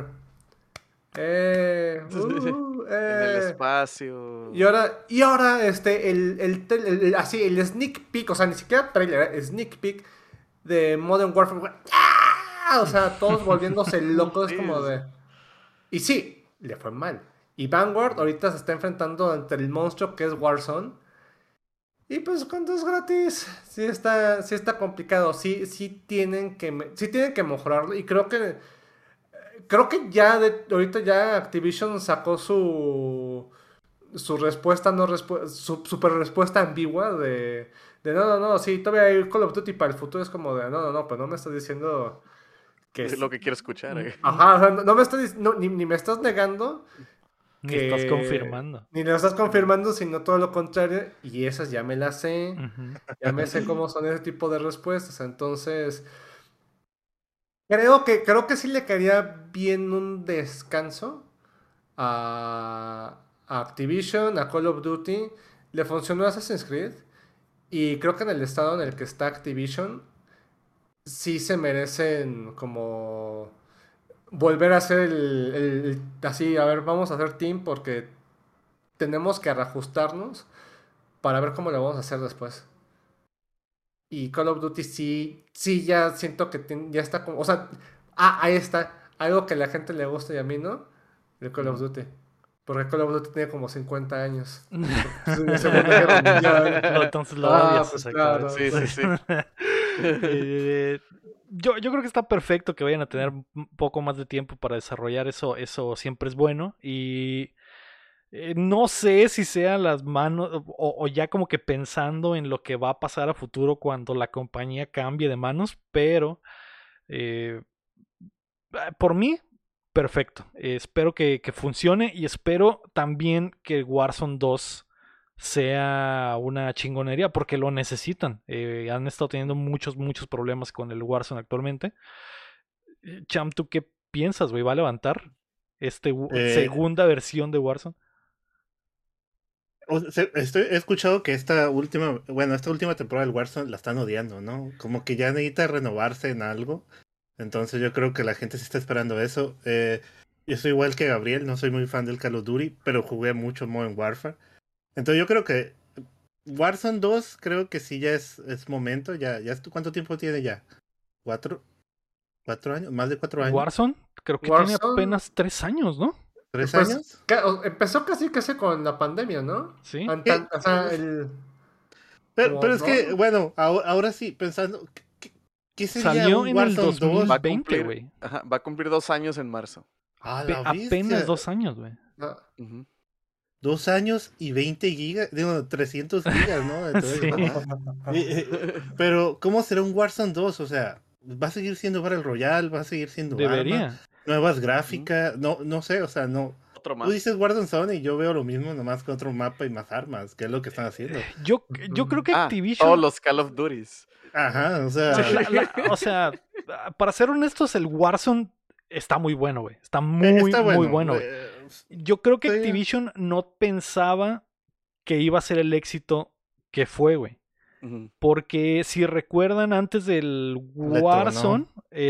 En el espacio. Y ahora así, el sneak peek, o sea, ni siquiera trailer, sneak peek de Modern Warfare. ¡Ah! O sea, todos volviéndose locos como de... Y sí, le fue mal. Y Vanguard ahorita se está enfrentando ante el monstruo que es Warzone. Y pues cuando es gratis, sí está complicado. Sí tienen que mejorarlo. Y creo que ya ahorita ya Activision sacó su respuesta, su super respuesta ambigua de no, sí, todavía hay Call of Duty para el futuro. Es como de no, pero no me estás diciendo que Es lo que quiero escuchar. Ajá, o sea, no me estás ni me estás negando Ni estás confirmando. Ni lo estás confirmando, sino todo lo contrario. Y esas ya me las sé. Ya me sé cómo son ese tipo de respuestas. Entonces, creo que sí le caería bien un descanso a Activision, a Call of Duty. Le funcionó Assassin's Creed. Y creo que en el estado en el que está Activision, sí se merecen como volver a hacer así, a ver, vamos a hacer team porque tenemos que reajustarnos para ver cómo lo vamos a hacer después. Y Call of Duty sí ya siento que ya está como, o sea, ahí está, algo que a la gente le gusta y a mí no, el Call of Duty. Porque Call of Duty tiene como 50 años. Entonces lo odias. pues claro. Sí. Yo creo que está perfecto que vayan a tener un poco más de tiempo para desarrollar eso siempre es bueno. Y no sé si sean las manos o ya como que pensando en lo que va a pasar a futuro cuando la compañía cambie de manos, pero por mí, perfecto. Espero que funcione y espero también que Warzone 2 sea una chingonería, porque lo necesitan. Han estado teniendo muchos problemas con el Warzone actualmente. Cham, ¿tú qué piensas, güey? ¿Va a levantar Eh, segunda versión de Warzone? he escuchado que esta última temporada del Warzone la están odiando, ¿no? Como que ya necesita renovarse en algo. Entonces yo creo que la gente se está esperando eso. Yo soy igual que Gabriel, no soy muy fan del Call of Duty, pero jugué mucho Modern Warfare. Entonces yo creo que Warzone 2 creo que sí ya es momento. ¿Cuánto tiempo tiene ya? ¿4? ¿4 años? ¿Más de 4 años? Warzone, creo que tiene Warzone, apenas 3 años, ¿no? ¿Tres pues, años? empezó casi con la pandemia, ¿no? Sí. O sea, Pero como es que, dos. bueno, ahora sí, pensando, ¿qué sería Salió un en el Warzone 2? Va a 2020, cumplir, güey. va a cumplir 2 años en marzo. A la Apenas bestia. 2 años, güey. No, Ujú. 2 años y 20 gigas, digo, 300 gigas, ¿no? Entonces, Sí. no más. Pero, ¿cómo será un Warzone 2? O sea, ¿va a seguir siendo Battle Royale? ¿Va a seguir siendo armas? Debería. ¿Nuevas Ujú. gráficas? No sé, o sea, no. Otro Tú mapa. dices Warzone Zone y yo veo lo mismo, nomás con otro mapa y más armas, que es lo que están haciendo. Yo creo que Todos Activision, los Call of Duties. Ajá, o no, sea, o sea, para ser honestos, el Warzone está muy bueno, güey. Está está muy bueno. bueno, güey. Yo creo que Sí, Activision no pensaba que iba a ser el éxito que fue, güey. Ujú. Porque si recuerdan, antes del le tronó. Warzone,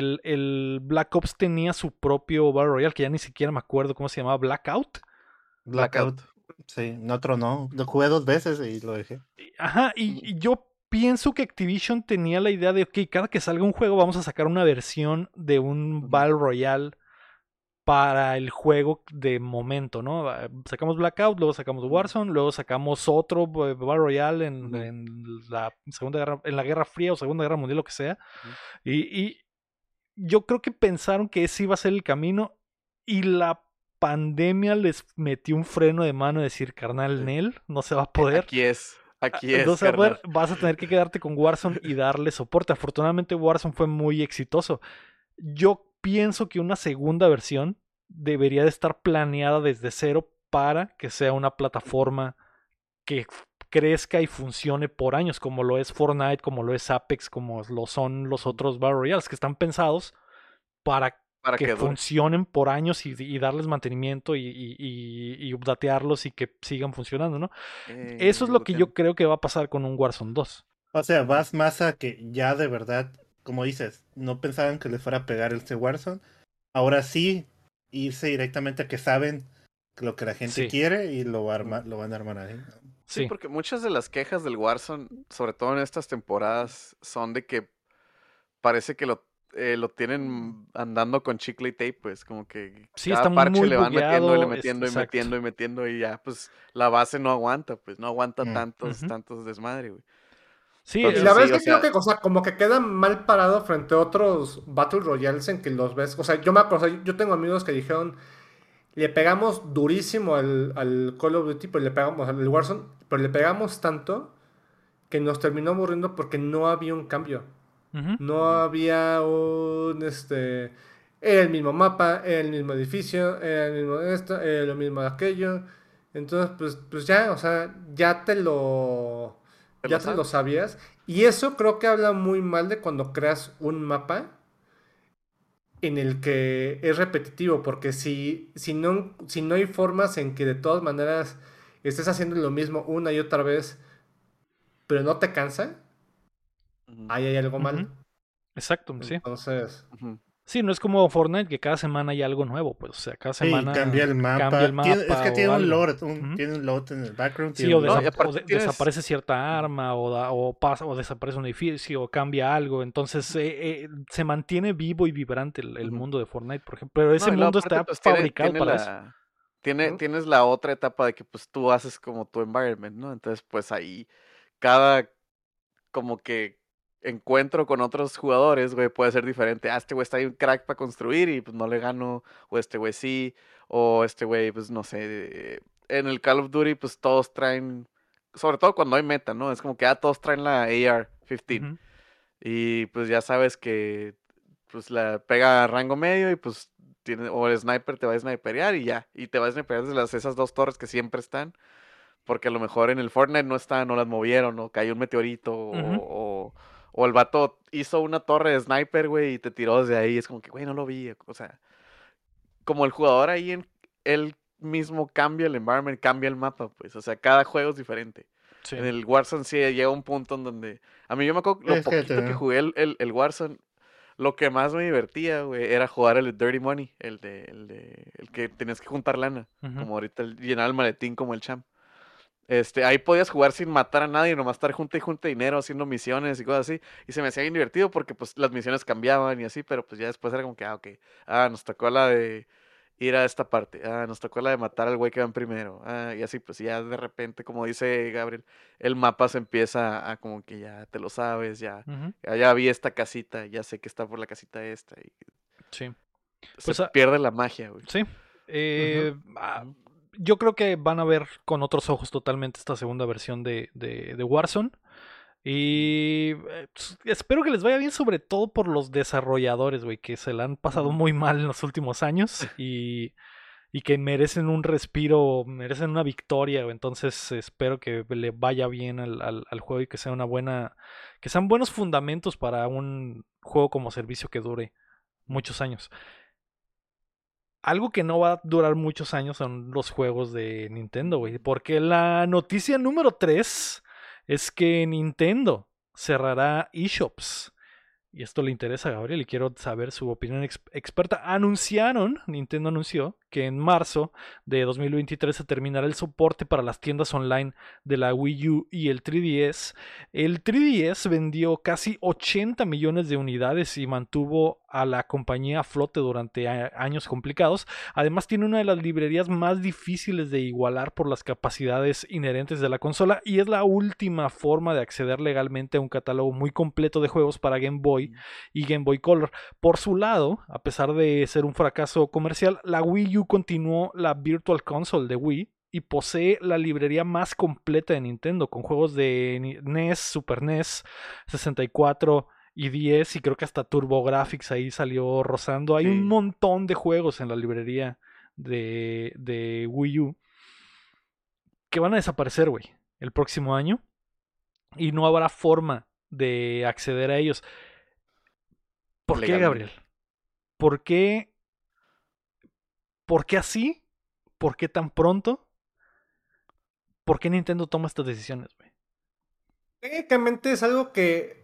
el Black Ops tenía su propio Battle Royale, que ya ni siquiera me acuerdo cómo se llamaba, Blackout. Blackout. Sí, no tronó. Lo jugué 2 veces y lo dejé. Ajá, Ujú. y yo pienso que Activision tenía la idea de, ok, cada que salga un juego vamos a sacar una versión de un Ujú. Battle Royale para el juego de momento, ¿no? Sacamos Blackout, luego sacamos Ujú. Warzone, luego sacamos otro Battle Royale Ujú. en la Segunda Guerra, en la Guerra Fría o Segunda Guerra Mundial, lo que sea. Ujú. Y yo creo que pensaron que ese iba a ser el camino y la pandemia les metió un freno de mano de decir, carnal, Sí. Nel, no se va a poder. Aquí No es, se va a poder, carnal. vas a tener que quedarte con Warzone y darle soporte. Afortunadamente Warzone fue muy exitoso. Yo pienso que una segunda versión debería de estar planeada desde cero para que sea una Ujú. plataforma que crezca y funcione por años, como lo es Fortnite, como lo es Apex, como lo son los Ujú. otros Battle Royales, que están pensados para Para que que dure. funcionen por años y darles mantenimiento y updatearlos y que sigan funcionando, ¿no? Eso es lo que Boteando. yo creo que va a pasar con un Warzone 2. O sea, Ujú. vas más a que ya de verdad, como dices, no pensaban que les fuera a pegar este Warzone. Ahora sí, irse directamente a que saben lo que la gente Sí, quiere y Ujú. lo van a armar ahí. Sí, sí. porque muchas de las quejas del Warzone, sobre todo en estas temporadas, son de que parece que lo tienen andando con chicle y tape, pues como que Sí, está cada parche muy le van metiendo y le bugueado. metiendo y Exacto. metiendo y metiendo y ya, pues la base no aguanta, pues no aguanta Mm. Ujú. tantos desmadre, güey. Sí, Y la Entonces verdad sí, es o que creo sea, que, o sea, como que queda mal parado frente a otros Battle Royales en que los ves. O sea, yo me acuerdo, o sea, yo tengo amigos que dijeron, le pegamos durísimo al Call of Duty, pero le pegamos al Warzone, pero le pegamos tanto que nos terminó aburriendo porque no había un cambio. ujú. No ujú, había era el mismo mapa, era el mismo edificio, era el mismo esto, era lo mismo aquello. Entonces, pues ya, o sea, te lo ya te lo sabes. sabías. Y eso creo que habla muy mal de cuando creas un mapa en el que es repetitivo, porque si no hay formas en que de todas maneras estés haciendo lo mismo una y otra vez, pero no te cansa, Ujú, ahí hay algo Ujú. mal. Exacto, sí. Entonces, ujú. Sí, no es como Fortnite que cada semana hay algo nuevo, pues, o sea, cada Sí, cambia semana el cambia el mapa. Es mapa que o tiene un algo. load, Ujú. tiene un load en el background, Sí, tiene un No, y load. aparte tienes, desaparece cierta arma o desaparece un edificio o cambia algo. Entonces se mantiene vivo y vibrante el ujú. mundo de Fortnite, por ejemplo. Pero ese No, y luego mundo aparte está pues fabricado para eso. ¿Mm? tienes la otra etapa de que pues tú haces como tu environment, ¿no? Entonces pues ahí cada como que encuentro con otros jugadores, güey, puede ser diferente. Ah, este güey está ahí un crack para construir y pues no le gano, o este güey sí, o este güey, pues no sé, en el Call of Duty pues todos traen, sobre todo cuando hay meta, ¿no? Es como que todos traen la AR-15 Ujú. y pues ya sabes que pues la pega a rango medio y pues tiene, o el sniper te va a sniperear y ya, y te va a sniperear desde esas dos torres que siempre están. Porque a lo mejor en el Fortnite no está, no las movieron, o cayó un meteorito, o el vato hizo una torre de sniper, güey, y te tiró desde ahí. Es como que, güey, no lo vi. O sea, como el jugador ahí, él mismo cambia el environment, cambia el mapa, pues. O sea, cada juego es diferente. Sí. En el Warzone sí llega un punto en donde... A mí yo me acuerdo, lo Es que poquito que jugué el Warzone, lo que más me divertía, güey, era jugar el Dirty Money, el que tenías que juntar lana, Ujú. como ahorita llenar el maletín como el champ. Ahí podías jugar sin matar a nadie, nomás estar junta y junta dinero, haciendo misiones y cosas así. Y se me hacía bien divertido porque pues las misiones cambiaban y así, pero pues ya después era como que, ok, nos tocó la de ir a esta parte, nos tocó la de matar al güey que va en primero, y así, pues ya de repente, como dice Gabriel, el mapa se empieza a como que ya te lo sabes, Ujú. ya vi esta casita, ya sé que está por la casita esta, y Sí. se Pues, pierde la magia, güey. sí. Ujú. Yo creo que van a ver con otros ojos totalmente esta segunda versión de Warzone. Y espero que les vaya bien, sobre todo por los desarrolladores, güey, que se la han pasado Ujú. muy mal en los últimos años y que merecen un respiro, merecen una victoria, güey. Entonces espero que le vaya bien al juego y que sea que sean buenos fundamentos para un juego como servicio que dure muchos años. Algo que no va a durar muchos años son los juegos de Nintendo, güey. Porque la noticia número 3 es que Nintendo cerrará eShops. Y esto le interesa a Gabriel y quiero saber su opinión experta. Nintendo anunció que en marzo de 2023 se terminará el soporte para las tiendas online de la Wii U y el 3DS. El 3DS vendió casi 80 millones de unidades y mantuvo a la compañía a flote durante años complicados. Además tiene una de las librerías más difíciles de igualar por las capacidades inherentes de la consola y es la última forma de acceder legalmente a un catálogo muy completo de juegos para Game Boy y Game Boy Color. Por su lado, a pesar de ser un fracaso comercial, la Wii U continuó la Virtual Console de Wii y posee la librería más completa de Nintendo, con juegos de NES, Super NES, 64 y 10, y creo que hasta TurboGrafx ahí salió rozando. Hay un Sí. montón de juegos en la librería de Wii U que van a desaparecer, güey, el próximo año y no habrá forma de acceder a ellos. ¿Por qué, Legalmente. Gabriel? ¿Por qué? ¿Por qué así? ¿Por qué tan pronto? ¿Por qué Nintendo toma estas decisiones, güey? Técnicamente es algo que,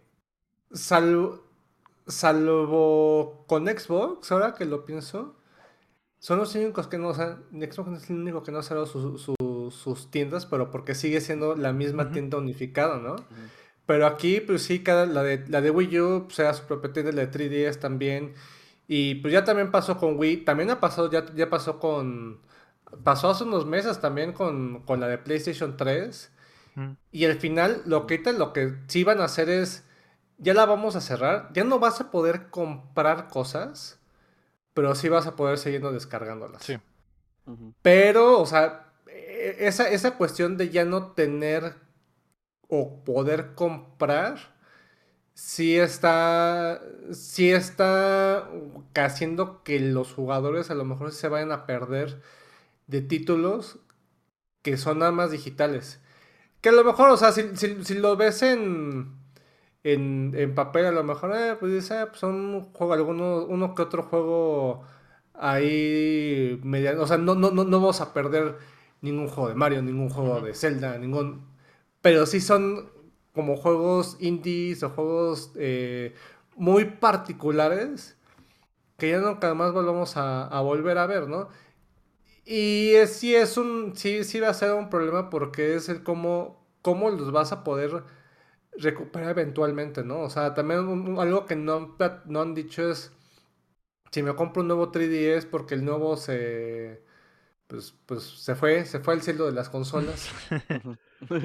salvo con Xbox, ahora que lo pienso, son los únicos que no, o sea, Xbox no es el único que no ha cerrado sus tiendas, pero porque sigue siendo la misma Ujú. tienda unificada, ¿no? Ujú. Pero aquí, pues sí, la de Wii U, pues era su propia tienda, la de 3DS también. Y pues ya también pasó con Wii, también ha pasado, ya pasó pasó hace unos meses también con la de PlayStation 3. Mm. Y al final, lo que sí van a hacer es, ya la vamos a cerrar, ya no vas a poder comprar cosas, pero sí vas a poder seguir Sí. descargándolas. Ujú. Pero, o sea, esa cuestión de ya no tener o poder comprar, sí está haciendo que los jugadores a lo mejor se vayan a perder de títulos que son nada más digitales. Que a lo mejor, o sea, si lo ves en papel, a lo mejor, pues dice, pues son un juego, uno que otro juego ahí mediano. O sea, no vamos a perder ningún juego de Mario, ningún juego Ujú. de Zelda, ningún. Pero sí son como juegos indies o juegos muy particulares que ya nunca más volvamos a volver a ver, ¿no? Y sí va a ser un problema porque es el cómo los vas a poder recuperar eventualmente, ¿no? O sea, también algo que no han dicho es, si me compro un nuevo 3DS porque el nuevo pues se fue al cielo de las consolas, Ujú.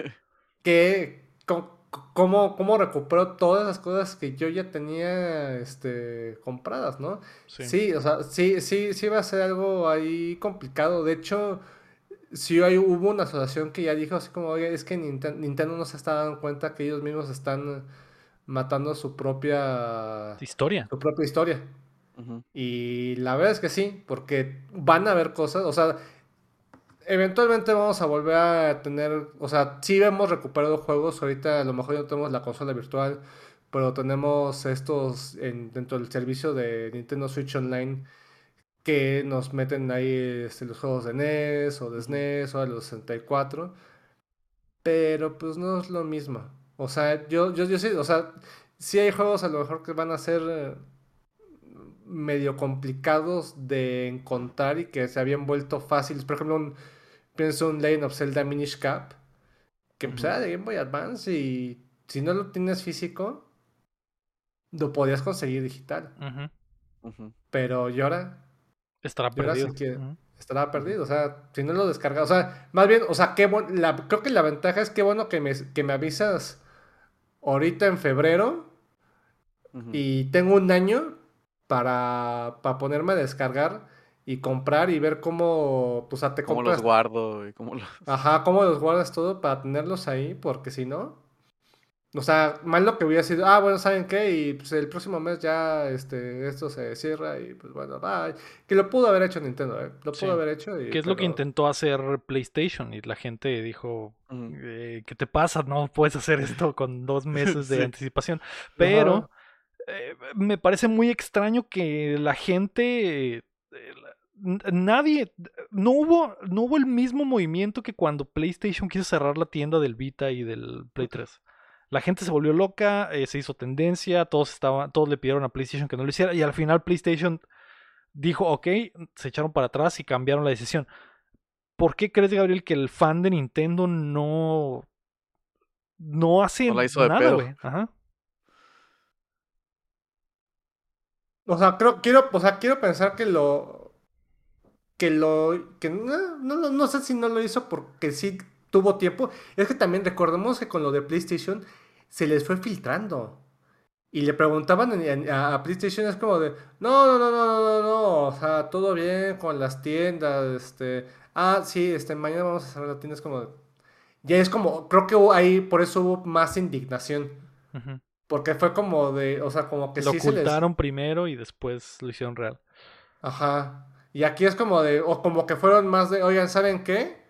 ¿cómo recupero todas las cosas que yo ya tenía compradas, ¿no? Sí. Sí, o sea, sí va a ser algo ahí complicado. De hecho, sí hubo una asociación que ya dijo así como, oye, es que Nintendo no se está dando cuenta que ellos mismos están matando Historia. su propia historia. Ujú. Y la verdad es que sí, porque van a haber cosas, o sea, eventualmente vamos a volver a tener, o sea, sí hemos recuperado juegos, ahorita a lo mejor ya no tenemos la consola virtual, pero tenemos estos dentro del servicio de Nintendo Switch Online que nos meten ahí los juegos de NES o de SNES o de los 64, pero pues no es lo mismo. O sea, yo sí, o sea, sí hay juegos a lo mejor que van a ser medio complicados de encontrar y que se habían vuelto fáciles. Por ejemplo, pienso un Legend of Zelda Minish Cap, que pues era de Game Boy Advance y si no lo tienes físico, lo podías conseguir digital. Pero ¿y ahora? Estará Y ahora sí perdido. que estará perdido. O sea, si no lo descargas. O sea, más bien, o sea, qué bueno. Creo que la ventaja es que bueno que me avisas ahorita en febrero y tengo un año para ponerme a descargar y comprar y ver cómo, pues, te Cómo los compras. guardo y cómo los... Ajá, cómo los guardas todo para tenerlos ahí, porque si no. O sea, mal lo que hubiera sido, bueno, ¿saben qué? Y pues el próximo mes ya esto se cierra y pues bueno, bye. Que lo pudo haber hecho Nintendo, ¿eh? Lo Sí. pudo haber hecho y Que es lo que pero... intentó hacer PlayStation y la gente dijo, ¿qué te pasa? No puedes hacer esto con 2 meses de Sí. anticipación. Pero Ajá. me parece muy extraño que la gente, nadie, no hubo el mismo movimiento que cuando PlayStation quiso cerrar la tienda del Vita y del Play 3. La gente se volvió loca, se hizo tendencia, todos le pidieron a PlayStation que no lo hiciera y al final PlayStation dijo, ok, se echaron para atrás y cambiaron la decisión. ¿Por qué crees, Gabriel, que el fan de Nintendo no hace No la hizo de nada, pedo. güey? Ajá. O sea, quiero pensar que no sé si no lo hizo porque sí tuvo tiempo. Es que también recordemos que con lo de PlayStation se les fue filtrando. Y le preguntaban a PlayStation, es como de, no, o sea, todo bien con las tiendas, sí, mañana vamos a cerrar la tienda, es como, ya es como, creo que ahí por eso hubo más indignación, Ujú. porque fue como de, o sea, como que Lo sí se les, ocultaron primero y después lo hicieron real. ajá, y aquí es como de, o como que fueron más de, oigan, ¿saben qué?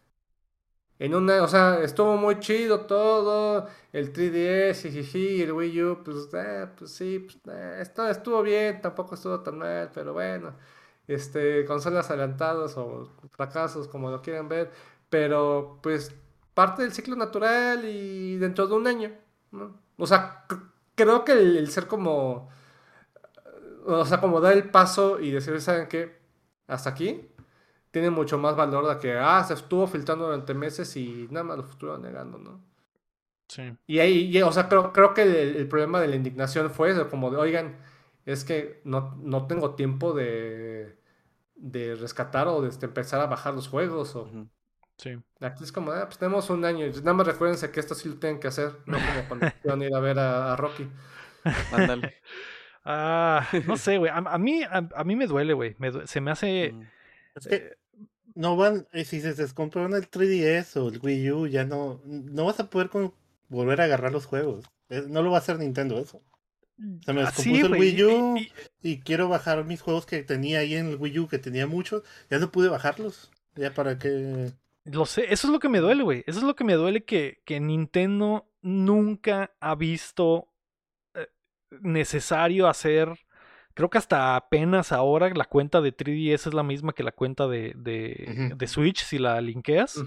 O sea, estuvo muy chido todo, el 3DS, jijiji, el Wii U, pues sí, esto estuvo bien, tampoco estuvo tan mal, pero bueno, consolas adelantadas o fracasos, como lo quieran ver, pero pues parte del ciclo natural y dentro de un año, ¿no? O sea, creo que el ser como, o sea, como dar el paso y decir, ¿saben qué? Hasta aquí tiene mucho más valor de que, se estuvo filtrando durante meses y nada más lo estuvieron negando, ¿no? Sí. Y ahí, o sea, creo que el problema de la indignación fue eso, como de, oigan, es que no tengo tiempo de rescatar o de empezar a bajar los juegos. O Sí. aquí es como, pues tenemos un año. Y nada más recuérdense que esto sí lo tienen que hacer, no como cuando quieran ir a ver a Rocky. Ándale. No sé, güey. A mí me duele, güey. Se me hace. Es que no van, si se descompraron el 3DS o el Wii U, ya no vas a poder volver a agarrar los juegos. No lo va a hacer Nintendo eso. Se me Así, descompuso el güey. Wii U y quiero bajar mis juegos que tenía ahí en el Wii U, que tenía muchos. Ya no pude bajarlos. Ya para qué. Lo sé, eso es lo que me duele, güey. Eso es lo que me duele que Nintendo nunca ha visto necesario hacer. Creo que hasta apenas ahora la cuenta de 3DS es la misma que la cuenta de Switch si la linkeas.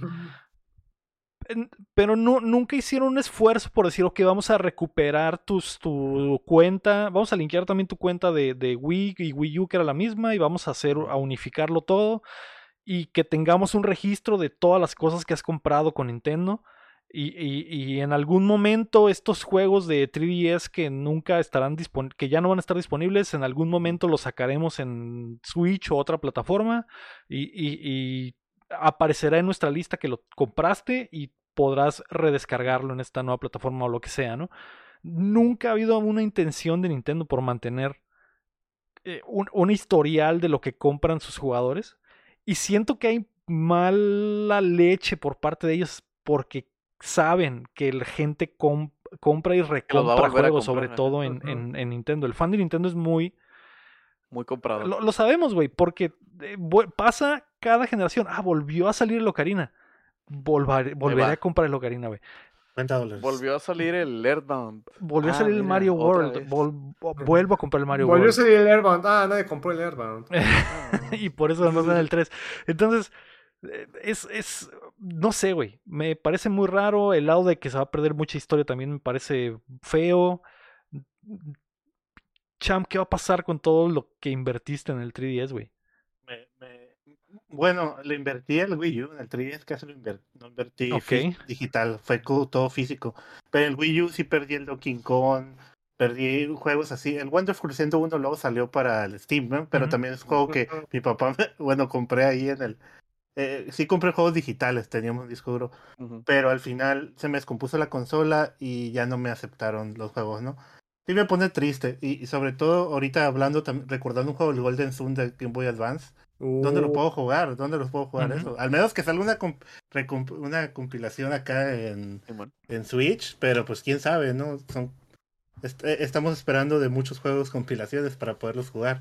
Pero nunca hicieron un esfuerzo por decir, ok, vamos a recuperar tu cuenta, vamos a linkear también tu cuenta de Wii y Wii U que era la misma y vamos a unificarlo todo y que tengamos un registro de todas las cosas que has comprado con Nintendo y en algún momento estos juegos de 3DS que nunca estarán que ya no van a estar disponibles, en algún momento los sacaremos en Switch o otra plataforma y aparecerá en nuestra lista que lo compraste y podrás redescargarlo en esta nueva plataforma o lo que sea, ¿no? Nunca ha habido una intención de Nintendo por mantener un historial de lo que compran sus jugadores y siento que hay mala leche por parte de ellos porque saben que la gente compra y Los va a recompra volver a juegos, comprar, sobre todo en Nintendo. El fan de Nintendo es muy comprador. lo sabemos, güey, porque pasa cada generación. Volvió a salir el Ocarina. Volveré va. a comprar el Ocarina, güey. $50. Volvió a salir el Earthbound. Volvió a salir el mira, Mario otra World. vez. Vuelvo a comprar el Mario Volvió a World. salir el Airbound. Nadie compró el Airbound. Y por eso no está en el 3. Entonces, no sé, güey. Me parece muy raro. El lado de que se va a perder mucha historia también me parece feo. Champ, ¿qué va a pasar con todo lo que invertiste en el 3DS, güey? Bueno, le invertí el Wii U, en el 3DS casi no invertí Ok. digital, fue todo físico. Pero el Wii U sí perdí el Donkey Kong, perdí juegos así. El Wonderful 101 luego salió para el Steam, ¿no? Pero Ujú. también es un juego que mi papá, bueno, compré ahí en el... sí compré juegos digitales, teníamos un disco duro. Ujú. Pero al final se me descompuso la consola y ya no me aceptaron los juegos, ¿no? Sí me pone triste. Y sobre todo ahorita hablando, recordando un juego, el Golden Sun de Game Boy Advance. ¿Dónde lo puedo jugar? ¿Dónde los puedo jugar Ujú. eso? Al menos que salga una compilación acá Simón. en Switch, pero pues quién sabe, ¿no? Estamos esperando de muchos juegos compilaciones para poderlos jugar.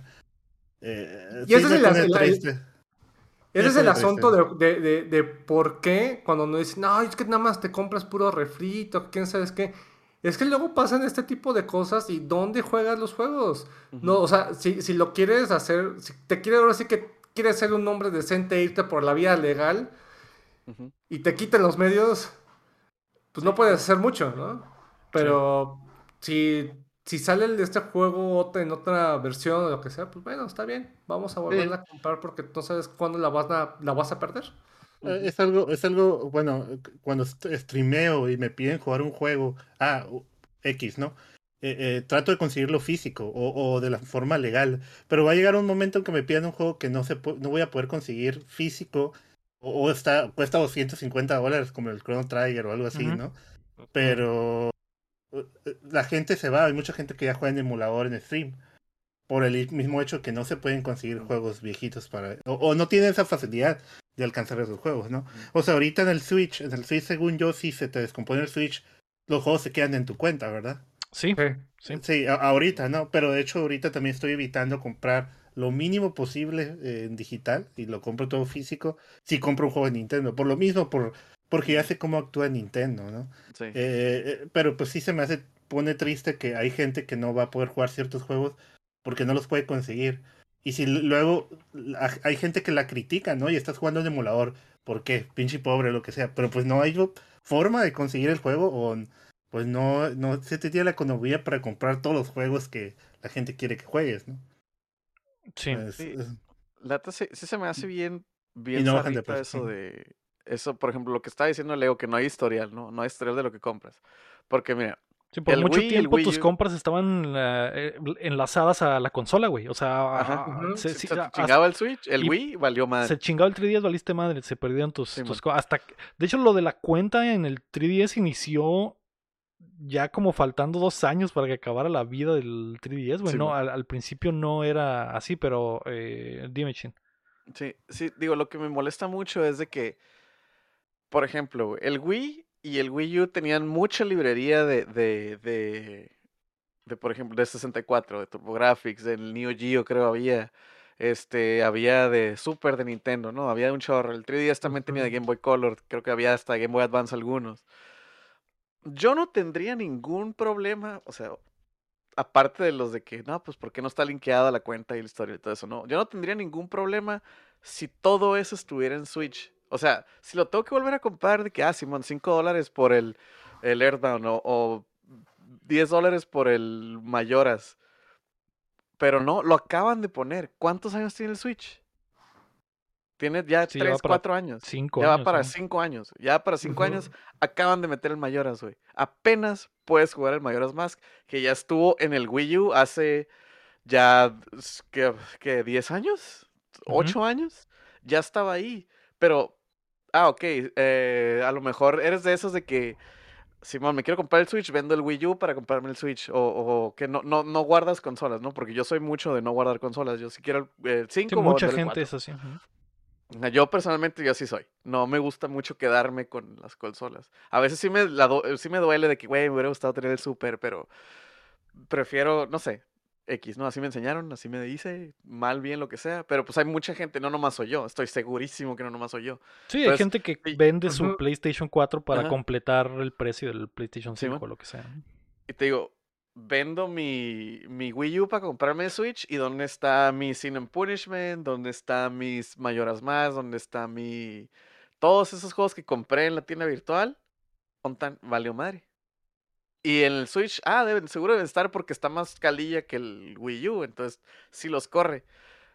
Y Sí ese es me pone triste. ese Me es el pone asunto triste. de por qué cuando nos dicen, no, es que nada más te compras puro refrito, quién sabe qué. Es que luego pasan este tipo de cosas y ¿dónde juegas los juegos? Ujú. No, o sea, si lo quieres hacer, si te quieres ahora sí que quieres ser un hombre decente e irte por la vía legal Ujú. y te quiten los medios, pues no Sí, puedes hacer mucho, ¿no? Sí. Pero si sale el de este juego en otra versión o lo que sea, pues bueno, está bien. Vamos a volverla Sí, a comprar porque no sabes cuándo la vas a perder. Ujú. es algo, bueno, cuando streameo y me piden jugar un juego, X, ¿no? Trato de conseguirlo físico o de la forma legal, pero va a llegar un momento en que me pidan un juego que no voy a poder conseguir físico cuesta $250 como el Chrono Trigger o algo así, Ujú. ¿no? Pero la gente se va, hay mucha gente que ya juega en emulador en stream por el mismo hecho que no se pueden conseguir Ujú. juegos viejitos o no tienen esa facilidad de alcanzar esos juegos, ¿no? Ujú. O sea, ahorita en el Switch según yo, si se te descompone el Switch, los juegos se quedan en tu cuenta, ¿verdad? Sí, Sí. sí. Sí, ahorita, ¿no? Pero de hecho ahorita también estoy evitando comprar lo mínimo posible en digital y lo compro todo físico si compro un juego de Nintendo. Por lo mismo, porque ya Ujú. sé cómo actúa Nintendo, ¿no? Sí. Pero pues sí pone triste que hay gente que no va a poder jugar ciertos juegos porque no los puede conseguir. Y si luego hay gente que la critica, ¿no? Y estás jugando en emulador, ¿por qué? Pinche pobre, lo que sea. Pero pues no hay forma de conseguir el juego o pues no se te tiene la economía para comprar todos los juegos que la gente quiere que juegues, ¿no? Sí. Sí, la neta sí se me hace bien, Y bien no bajan de zarrita precio. eso de... Eso, por ejemplo, lo que estaba diciendo Leo, que no hay historial, ¿no? No hay historial de lo que compras. Porque mira, Sí, por el mucho Wii y el tiempo tus Wii U... compras estaban enlazadas a la consola, güey. O sea, Ajá. Ujú. Si se te chingaba el Switch, el y Wii valió se madre. chingaba el 3DS, valiste madre, se perdieron Simón. de hecho, lo de la cuenta en el 3DS inició ya como faltando 2 años para que acabara la vida del 3DS, güey. No, Simón. al principio no era así, pero dime, Chin. Sí, digo, lo que me molesta mucho es de que, por ejemplo, güey, el Wii y el Wii U tenían mucha librería por ejemplo, de 64, de TurboGrafx, del Neo Geo creo había, había de Super de Nintendo, ¿no? Había un chorro. El 3DS también tenía de Game Boy Color, creo que había hasta Game Boy Advance algunos. Yo no tendría ningún problema, o sea, aparte de los de que, no, pues, ¿por qué no está linkeada la cuenta y la historia y todo eso? No, yo no tendría ningún problema si todo eso estuviera en Switch. O sea, si lo tengo que volver a comprar de que, Simón, $5 por el Earthbound o $10 por el Mayoras. Pero no, lo acaban de poner. ¿Cuántos años tiene el Switch? Tiene ya Sí, ya va 3, para 4 años. 5 años, Ya va para ¿no? 5 años. Ya para 5 años Ujú. acaban de meter el Mayoras, güey. Apenas puedes jugar el Mayoras Mask, que ya estuvo en el Wii U hace ya, ¿qué? ¿10 años? Ujú. ¿8 años? Ya estaba ahí. Pero, ok, a lo mejor eres de esos de que Simón, me quiero comprar el Switch, vendo el Wii U para comprarme el Switch. O que no guardas consolas, ¿no? Porque yo soy mucho de no guardar consolas. Yo si quiero el Sí, 5, voy a mucha vender el gente 4. es así. Ujú. Yo personalmente, yo sí soy. No me gusta mucho quedarme con las consolas. A veces sí me duele de que, güey, me hubiera gustado tener el Super, pero prefiero, no sé. X, ¿no? Así me enseñaron, así me dice, mal, bien, lo que sea. Pero pues hay mucha gente, no nomás soy yo. Estoy segurísimo que no nomás soy yo. Sí, hay Entonces, gente que sí, vende su Ujú. PlayStation 4 para ajá, completar el precio del PlayStation sí, 5 o lo que sea. y te digo, vendo mi Wii U para comprarme Switch. ¿Y dónde está mi Sin and Punishment? ¿Dónde está mis Mayoras Más? ¿Dónde está mi... Todos esos juegos que compré en la tienda virtual? Tan valió madre. Y en el Switch, seguro deben estar porque está más calilla que el Wii U. Entonces, sí los corre.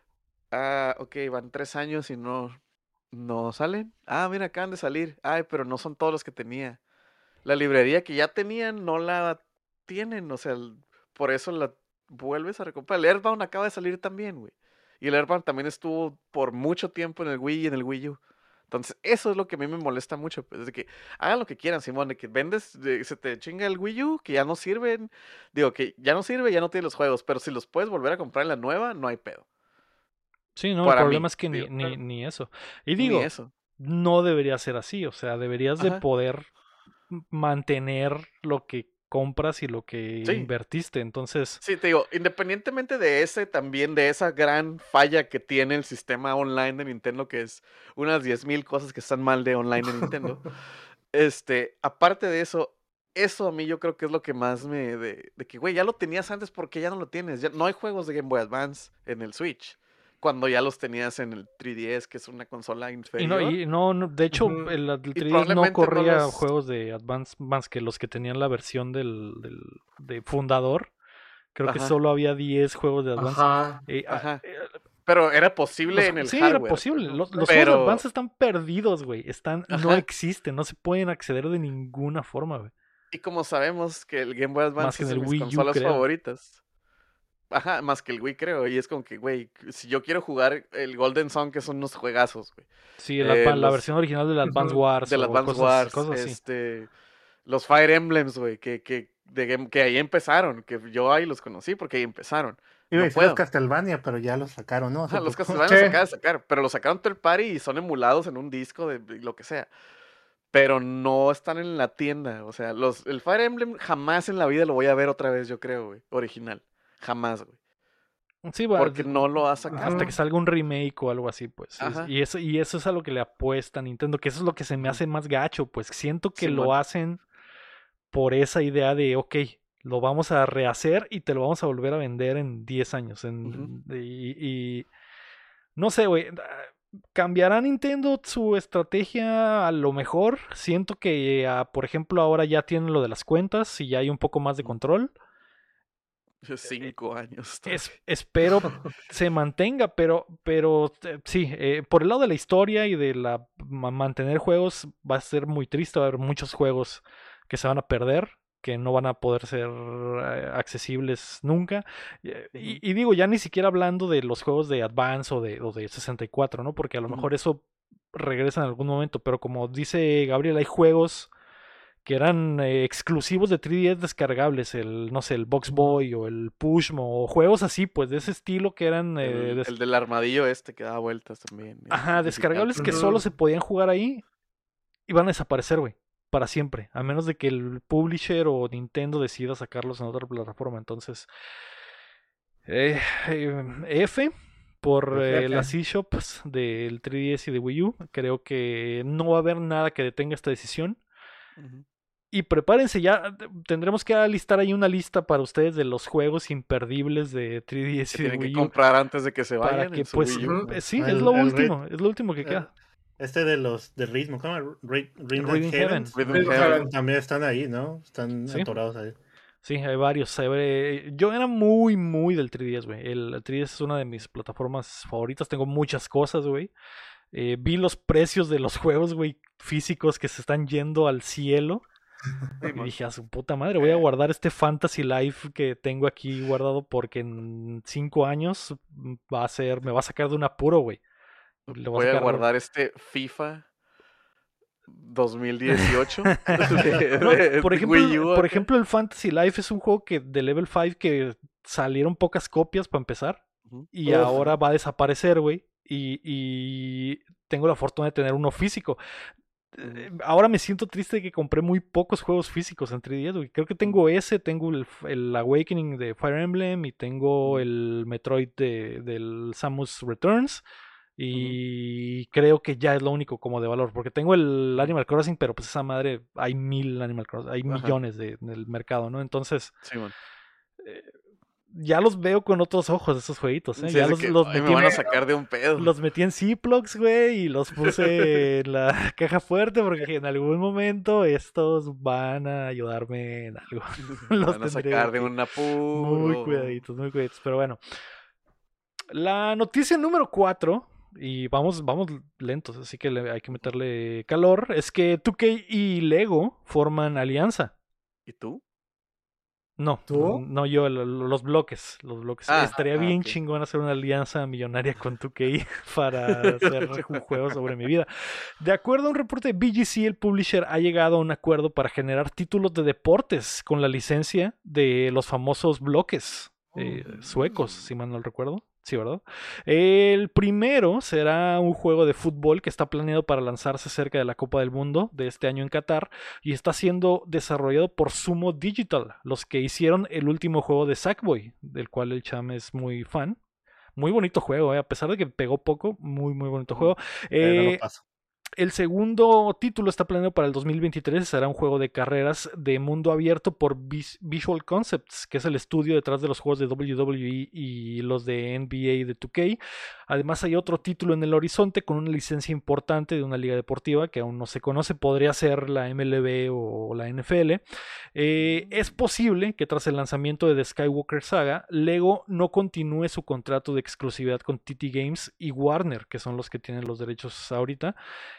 Ok, van 3 años y no salen. Mira, acaban de salir. Ay, pero no son todos los que tenía. La librería que ya tenían no la tienen, o sea, por eso la vuelves a recomprar. El Earthbound acaba de salir también, güey. Y el Earthbound también estuvo por mucho tiempo en el Wii y en el Wii U. Entonces, eso es lo que a mí me molesta mucho, pues, de que hagan lo que quieran, Simón, de que vendes, se te chinga el Wii U, que ya no sirven, digo, que ya no sirve, ya no tiene los juegos, pero si los puedes volver a comprar en la nueva, no hay pedo. Sí, no, el Para problema mí, es que digo, ni eso. Y ni digo, eso. no debería ser así, o sea, deberías de Ajá, poder mantener lo que compras y lo que sí. invertiste. Entonces, Sí, te digo, independientemente de también de esa gran falla que tiene el sistema online de Nintendo, que es unas 10,000 cosas que están mal de online de Nintendo, aparte de eso a mí yo creo que es lo que más de que, güey, ya lo tenías antes, porque ya no lo tienes? Ya no hay juegos de Game Boy Advance en el Switch, cuando ya los tenías en el 3DS, que es una consola inferior, de hecho, Ujú. el y 3DS no probablemente no corría los... juegos de Advance más que los que tenían la versión de fundador. Creo que Ajá, solo había 10 juegos de Advance. Ajá. ajá. Pero era posible en el Sí, era hardware, pues, posible. ¿no? Los juegos de Pero, Advance están perdidos, güey. No ajá. existen, no se pueden acceder de ninguna forma, güey. Y como sabemos que el Game Boy Más Advance que es en de el mis Wii U, consolas creo. favoritas. Ajá, más que el Wii, creo. Y es como que, güey, si yo quiero jugar el Golden Sun, que son unos juegazos, güey. Sí, la Los versión original del Advance Ujú. Wars del o Advance Wars, cosas así. los Fire Emblems, güey, que ahí empezaron, que yo ahí los conocí porque ahí empezaron. Iba a No decir los puedo. Castlevania, pero ya los sacaron, ¿no? Hace Ajá, los poco. Castlevania Sí. los acaba de sacar, pero los sacaron third party y son emulados en un disco de lo que sea. Pero no están en la tienda. O sea, el Fire Emblem jamás en la vida lo voy a ver otra vez, yo creo, güey. Original. Jamás, güey. Sí, Porque no lo ha hasta que sacado. Ujú. salga un remake o algo así, pues. Ajá. Y eso es a lo que le apuesta Nintendo, que eso es lo que se me Ujú. hace más gacho, pues siento que lo Simón. hacen por esa idea de, ok, lo vamos a rehacer y te lo vamos a volver a vender en 10 años. Ujú. Y no sé, güey. ¿Cambiará Nintendo su estrategia a lo mejor? Siento que, por ejemplo, ahora ya tienen lo de las cuentas y ya hay un poco más de Ujú. control. 5 años todavía. Espero se mantenga, pero sí, por el lado de la historia y de mantener juegos va a ser muy triste, va a haber muchos juegos que se van a perder, que no van a poder ser accesibles nunca. Ujú. Y digo, ya ni siquiera hablando de los juegos de Advance o de 64, ¿no? Porque a lo Ujú. mejor eso regresa en algún momento, pero como dice Gabriel, hay juegos que eran exclusivos de 3DS descargables, no sé, el Box Ujú. Boy o el Pushmo, o juegos así, pues de ese estilo que eran El del armadillo que daba vueltas también. Digital. descargables que solo Ujú. se podían jugar ahí y van a desaparecer, güey, para siempre, a menos de que el publisher o Nintendo decida sacarlos en otra plataforma. Entonces, eh, F por las F. eShops del 3DS y de Wii U, creo que no va a haber nada que detenga esta decisión. Ujú. Y prepárense, ya tendremos que alistar ahí una lista para ustedes de los juegos imperdibles de Que 3DS y de tienen que Wii U comprar antes de que se para vayan que en su pues Wii U. Ujú. sí, es lo último que El- queda. este de los de ritmo, ¿cómo se llama? Rhythm Reading Heaven, Heavens, Rhythm Rhythm Heaven. Heaven. también están ahí, ¿no? Están sí, atorados ahí. sí, hay varios. Yo era muy, muy del 3DS, güey. El 3DS es una de mis plataformas favoritas, tengo muchas cosas, güey. Vi los precios de los juegos, güey, físicos que se están yendo al cielo. Y Simón. dije, a su puta madre, voy a guardar este Fantasy Life que tengo aquí guardado porque en 5 años me va a sacar de un apuro, güey. Le va a Voy a sacar. guardar FIFA 2018 No, de Wii U por acá. ejemplo, el Fantasy Life es un juego de Level 5 que salieron pocas copias para empezar. Ujú. Y Uf. ahora va a desaparecer, güey. Y tengo la fortuna de tener uno físico. Ahora me siento triste de que compré muy pocos juegos físicos en 3DS, güey. Creo que tengo tengo el Awakening de Fire Emblem y tengo el Metroid del Samus Returns. Y creo que ya es lo único como de valor, porque tengo el Animal Crossing, pero pues esa madre, hay 1000 Animal Crossing, hay millones en el mercado, ¿no? Entonces, ya los veo con otros ojos esos jueguitos, ¿eh? Sí, Ya es de los que, "Ay, metí me van a sacar de un pedo". los metí en Ziplocs, güey, y los puse en la caja fuerte porque en algún momento estos van a ayudarme en algo. Los Van a tendré sacar de que- un Muy apuro. cuidaditos, muy cuidaditos. Pero bueno. La noticia número 4, y vamos lentos, así que hay que meterle calor, es que 2K y Lego forman alianza. ¿Y tú? No, ¿Tú? no yo, los bloques. Estaría bien ok. chingón hacer una alianza millonaria con 2K para hacer un juego sobre mi vida. De acuerdo a un reporte de BGC, el publisher ha llegado a un acuerdo para generar títulos de deportes con la licencia de los famosos bloques suecos, si mal no recuerdo. Sí, ¿verdad? El primero será un juego de fútbol que está planeado para lanzarse cerca de la Copa del Mundo de este año en Qatar y está siendo desarrollado por Sumo Digital, los que hicieron el último juego de Sackboy, del cual el Cham es muy fan. Muy bonito juego, a pesar de que pegó poco, muy bonito juego. No lo paso. El segundo título está planeado para el 2023. Será un juego de carreras de mundo abierto por Visual Concepts, que es el estudio detrás de los juegos de WWE y los de NBA de 2K. Además hay otro título en el horizonte con una licencia importante de una liga deportiva que aún no se conoce. Podría ser la MLB o la NFL. Es posible que tras el lanzamiento de The Skywalker Saga, Lego no continúe su contrato de exclusividad con TT Games y Warner, que son los que tienen los derechos ahorita.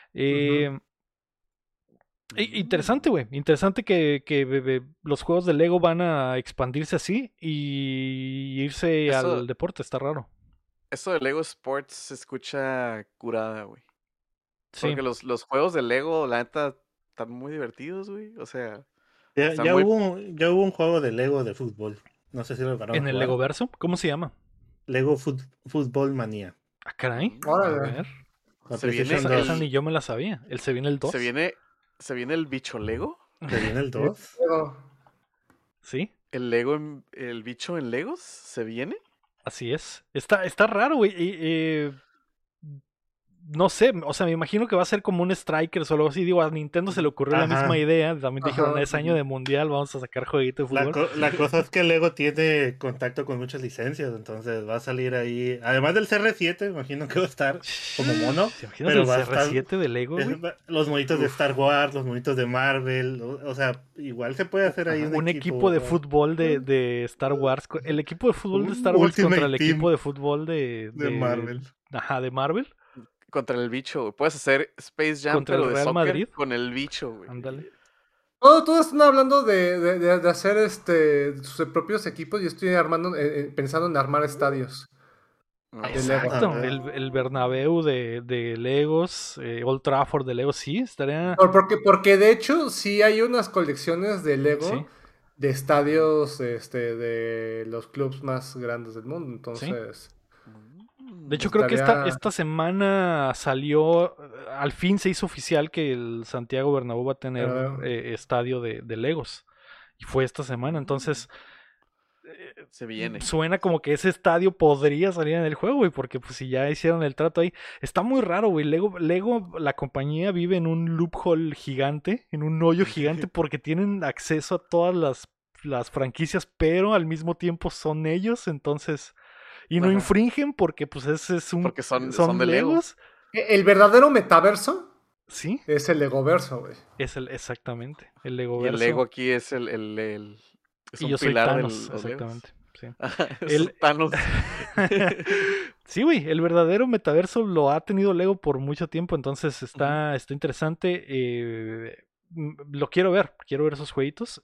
Interesante, güey. Interesante que los juegos de Lego van a expandirse así y irse al deporte. Está raro. Eso de Lego Sports se escucha curada, güey. Sí. Porque los juegos de Lego, la neta, están muy divertidos, güey. O sea, Ya hubo un juego de Lego de fútbol. No sé si lo van a ¿En el jugar. Legoverso? ¿Cómo se llama? Lego Fútbol Manía. Ah, caray. Órale. A ver. Se viene Esa ni yo me la sabía. Se viene el 2. ¿Se viene el bicho Lego? ¿Se viene el 2? Pero, Sí, ¿El Lego el bicho en Legos? ¿Se viene? así es. Está raro, güey. No sé, o sea, me imagino que va a ser como un Strikers o algo así. Digo, a Nintendo se le ocurrió la misma idea. También dijeron, es año de mundial, vamos a sacar jueguito de fútbol. La cosa es que Lego tiene contacto con muchas licencias, entonces va a salir ahí. Además del CR7, imagino que va a estar como mono. ¿Se imaginan pero el va a estar CR7 de Lego, güey? los monitos de Star Wars, los monitos de Marvel. O sea, igual se puede hacer ahí un equipo de fútbol de Star Wars. El equipo de fútbol de Star Wars Ultimate contra el Team equipo de fútbol de Marvel. Ajá, de Marvel. Contra el bicho, güey. Puedes hacer Space Jam, Contra el pero de Real soccer Madrid. con el bicho, güey. Ándale. todos están hablando de hacer sus propios equipos y estoy pensando en armar estadios. No, de Exacto. Lego. El Bernabéu de Legos, Old Trafford de Legos, sí, estaría. Porque de hecho sí hay unas colecciones de Lego Sí. de estadios de los clubes más grandes del mundo. Entonces, De hecho, creo que estaría- esta semana salió, al fin se hizo oficial que el Santiago Bernabéu va a tener estadio de Legos. Y fue esta semana, entonces se viene. suena como que ese estadio podría salir en el juego, güey, porque pues si ya hicieron el trato ahí. Está muy raro, güey. Lego, la compañía vive en un loophole gigante, en un hoyo gigante, porque tienen acceso a todas las franquicias, pero al mismo tiempo son ellos, entonces... Y no infringen porque pues ese es un... Porque son de Legos. El verdadero metaverso Sí. es el Legoverso, güey. Exactamente. El Y Legoverso. el Lego aquí es es y un yo soy pilar Thanos, de los exactamente. Sí. El Thanos. Sí, güey, el verdadero metaverso lo ha tenido Lego por mucho tiempo, entonces está interesante. Lo quiero ver esos jueguitos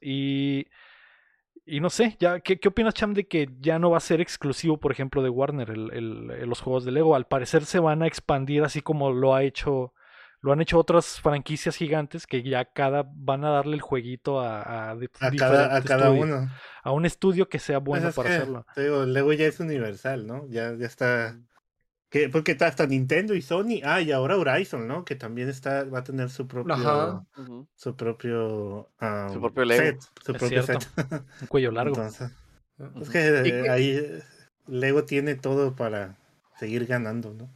y no sé, ya, ¿qué opinas, Cham, de que ya no va a ser exclusivo, por ejemplo, de Warner los juegos de Lego? Al parecer se van a expandir así como lo han hecho otras franquicias gigantes que ya van a darle el jueguito a cada uno. A un estudio que sea bueno Pues para hacerlo. Te digo, el Lego ya es universal, ¿no? Ya está Porque hasta Nintendo y Sony, y ahora Horizon, ¿no? Que también va a tener su Ajá. propio, su propio Su propio Lego. su Es propio cierto. set. Un cuello largo. Entonces, es Ujú. que ¿Y qué? ahí Lego tiene todo para seguir ganando, ¿no?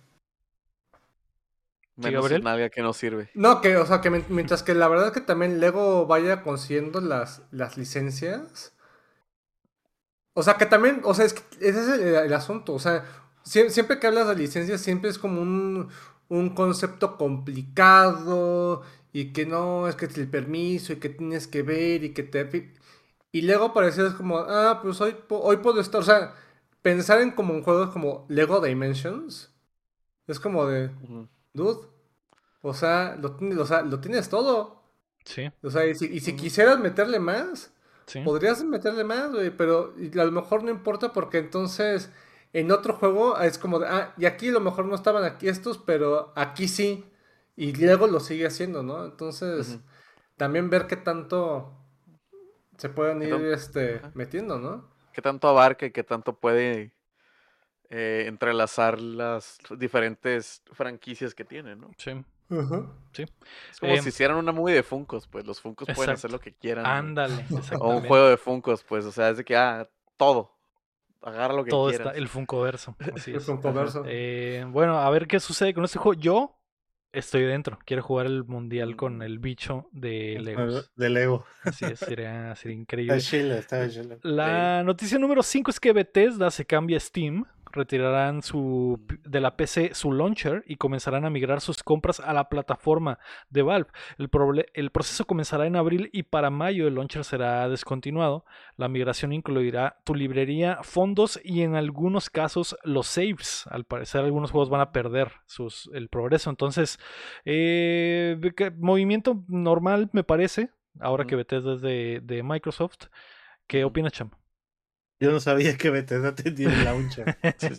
Sí, Menos su Gabriel. nalga que no sirve. No, que, o sea, que mientras que la verdad es que también Lego vaya consiguiendo las licencias. O sea, que también, o sea, es que ese es el asunto. O sea, siempre que hablas de licencias, siempre es como un concepto complicado y que no, es que el permiso y que tienes que ver y que te... Y luego parece es como, pues hoy puedo estar, o sea, pensar en como en juegos como Lego Dimensions, es como de, Ujú. dude, o sea, lo tienes todo. Sí, O sea, y si Ujú. quisieras meterle más, sí. podrías meterle más, güey, pero a lo mejor no importa porque entonces en otro juego es como de, y aquí a lo mejor no estaban aquí estos, pero aquí sí. Y luego lo sigue haciendo, ¿no? Entonces, Ujú. también ver qué tanto se pueden ¿Qué ir ajá. metiendo, ¿no? ¿Qué tanto abarca y qué tanto puede entrelazar las diferentes franquicias que tiene, ¿no? Sí, Ajá. sí. Es como Em, si hicieran una movie de Funkos, pues los Funkos pueden hacer exacto. lo que quieran, güey. Ándale, O un juego exactamente. de Funkos, pues, o sea, es de que, todo, agarra lo que Todo está, quieras. el Funkoverso, así El es. Ajá. Concoverso. Bueno, a ver qué sucede con este juego. Yo estoy dentro. Quiero jugar el mundial con Mm. el bicho de El juego Legos. de Lego. Así es, sería Está increíble. chila, está chila. Ey. La noticia número 5 es que Bethesda se cambia a Steam, retirarán Mm. de la PC su launcher y comenzarán a migrar sus compras a la plataforma de Valve. El proceso comenzará en abril y para mayo el launcher será descontinuado. La migración incluirá tu librería, fondos y en algunos casos los saves. Al parecer algunos juegos van a perder el progreso. Entonces, movimiento normal me parece, ahora que Ujú. Bethesda es de Microsoft. ¿Qué Ujú. opinas, Cham? Yo no sabía que Bethesda tenía un launcher.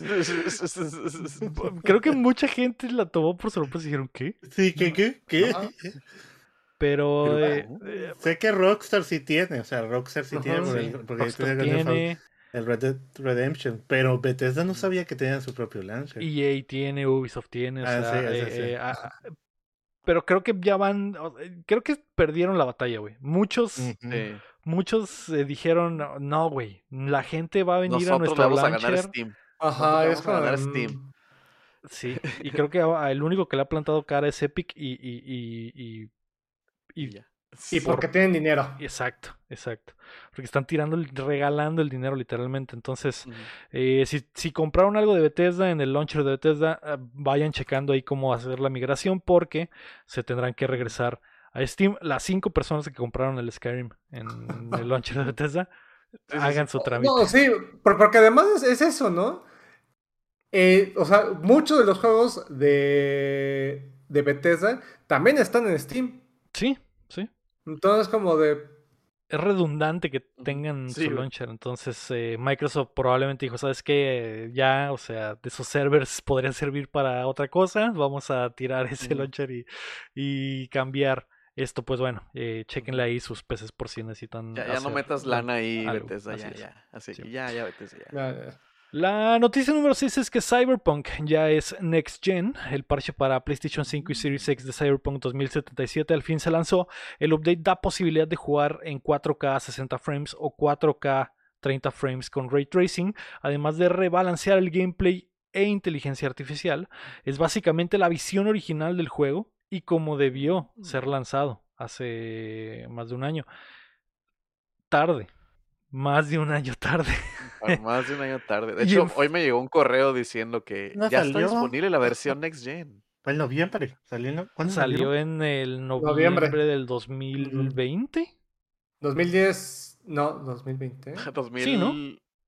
Creo que mucha gente la tomó por sorpresa y dijeron, ¿qué? Sí, ¿qué? Ajá. Pero Pero sé que Rockstar sí tiene, o sea, Rockstar sí tiene Ajá. sí, porque Rockstar tiene tiene, el Red Dead Redemption, pero Bethesda no Ujú. sabía que tenían su propio launcher. EA tiene, Ubisoft tiene, o Sí, sea, ese sí. pero creo que ya creo que perdieron la batalla, güey. Ujú. Sí. Muchos dijeron, no, güey, la gente va a venir a Nosotros le nuestro vamos a ganar a launcher. Steam. Nosotros Ajá, le es vamos a como ganar de, a Steam. Sí, y creo que el único que le ha plantado cara es Epic Y y ya. y por porque tienen dinero. exacto, exacto. Porque están regalando el dinero literalmente. Entonces, Ujú. si compraron algo de Bethesda en el launcher de Bethesda, vayan checando ahí cómo hacer la migración porque se tendrán que regresar a Steam. Las 5 personas que compraron el Skyrim en el launcher de Ujú. Bethesda, Sí, sí, sí. hagan su trámite. No, sí, porque además es eso, ¿no? O sea, muchos de los juegos de Bethesda también están en Steam. Sí, sí. Entonces, como de. Es redundante que Ujú. tengan Sí, su güey. launcher. Entonces, Microsoft probablemente dijo, ¿sabes qué? Ya, o sea, de esos servers podría servir para otra cosa. Vamos a tirar ese Ujú. launcher y cambiar esto. Pues bueno, chequenle Ujú. ahí sus peces por si necesitan Ya no hacer metas lana ahí, algo. Bethesda, Así ya, es. ya. Así Sí. que ya, Bethesda, ya. Ya. La noticia número 6 es que Cyberpunk ya es Next Gen. El parche para PlayStation 5 y Series X de Cyberpunk 2077 al fin se lanzó. El update da posibilidad de jugar en 4K a 60 frames o 4K 30 frames con ray tracing, además de rebalancear el gameplay e inteligencia artificial. Es básicamente la visión original del juego y como debió ser lanzado hace más de un año. Tarde, más de un año tarde. Más de un año tarde. De Y hecho, hoy me llegó un correo diciendo que ¿No ya está salió? disponible la versión Next Gen. Fue en noviembre. ¿Cuándo Salió salió? en el Noviembre. noviembre del Ujú. 2020. 2010. No, 2020. 2000. Sí, ¿no?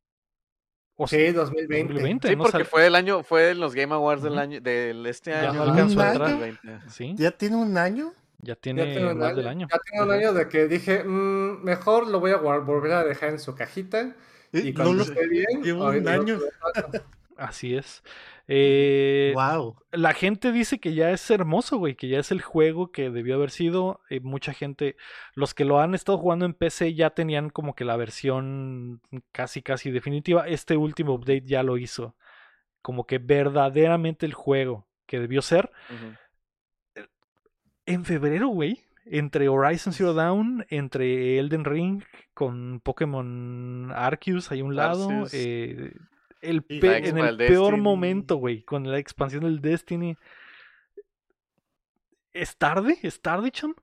O Sí, 2020. 2020, Sí, no porque sale. fue fue en los Game Awards del Ujú. año, del este Ya no año, y ¿Un alcanzó a fue en entrar. año? 2020. Ajá. Sí, ¿Ya tiene un año? ya Ya tengo tiene un más año, del año. ya tengo un Ajá. año de que dije, mejor lo voy a volver a dejar en su cajita y No cuando lo Sí. esté bien, llevo un ahorita año. lo paso. Así es. Ujú. Wow. La gente dice que ya es hermoso, güey, que ya es el juego que debió haber sido. Mucha gente, los que lo han estado jugando en PC ya tenían como que la versión casi, casi definitiva. Este último update ya lo hizo como que verdaderamente el juego que debió ser. Ujú. En febrero, güey, entre Horizon Zero Dawn, entre Elden Ring, con Pokémon Arceus ahí a un lado, Arceus, Y la en expa el del peor Destiny. momento, güey, con la expansión del Destiny. ¿Es tarde? ¿Es tarde, cham?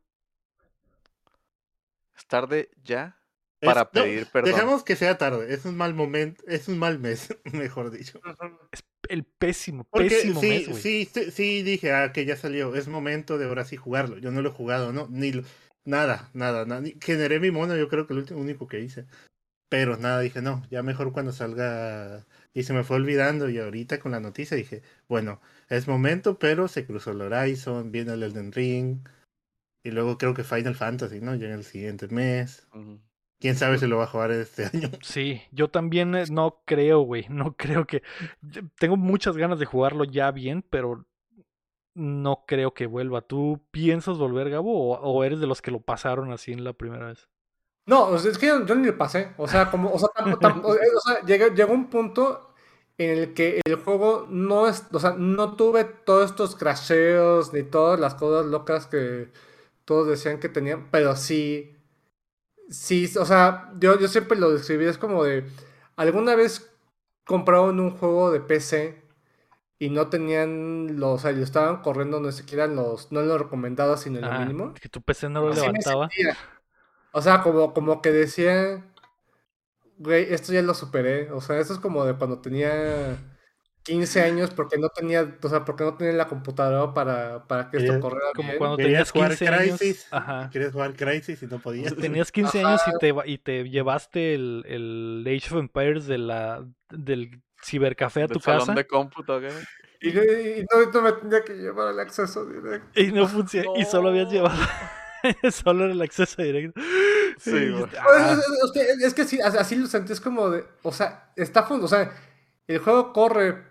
Es tarde ya para No, pedir perdón. dejemos que sea tarde. Es un mal momento, es un mal mes, mejor dicho. Es el pésimo, Porque pésimo mes, güey. sí dije, que ya salió. Es momento de ahora sí jugarlo. Yo no lo he jugado, ¿no? Nada. Generé mi mono, yo creo que el único que hice. Pero nada, dije, no, ya mejor cuando salga. Y se me fue olvidando. Y ahorita con la noticia dije, bueno, es momento, pero se cruzó el Horizon, viene el Elden Ring. Y luego creo que Final Fantasy, ¿no? Llega el siguiente mes. Ujú. Quién sabe si lo va a jugar este año. Sí, yo también no creo, güey. No creo que. Tengo muchas ganas de jugarlo ya bien, pero no creo que vuelva. ¿Tú piensas volver, Gabo? ¿O eres de los que lo pasaron así en la primera vez? No, o sea, es que yo ni le pasé. O sea, llegó un punto en el que el juego no es, o sea, no tuve todos estos crasheos ni todas las cosas locas que todos decían que tenían, pero sí, o sea, yo siempre lo describí, es como de, alguna vez compraron un juego de PC y no tenían los, o sea, lo estaban corriendo, no siquiera no lo recomendado, sino en lo Ah, mínimo. que tu PC no lo Así me levantaba. sentía. O sea, como que decía, güey, esto ya lo superé. O sea, esto es como de cuando tenía 15 años porque no tenía, o sea, porque no tenía la computadora para que esto Querías, corriera Como bien. cuando querías tenías jugar 15 años. Crysis. Ajá. Querías jugar Crysis y no podías. Tenías 15 Ajá. años y te llevaste el Age of Empires del cibercafé a tu Del salón casa de cómputo, ¿qué? Y no me tenía que llevar el acceso directo. y no funciona. Y solo habías llevado No. solo el acceso directo. Y Sí, güey. dijiste, Es que sí, así lo sentí, es como de, o sea, o sea, el juego corre,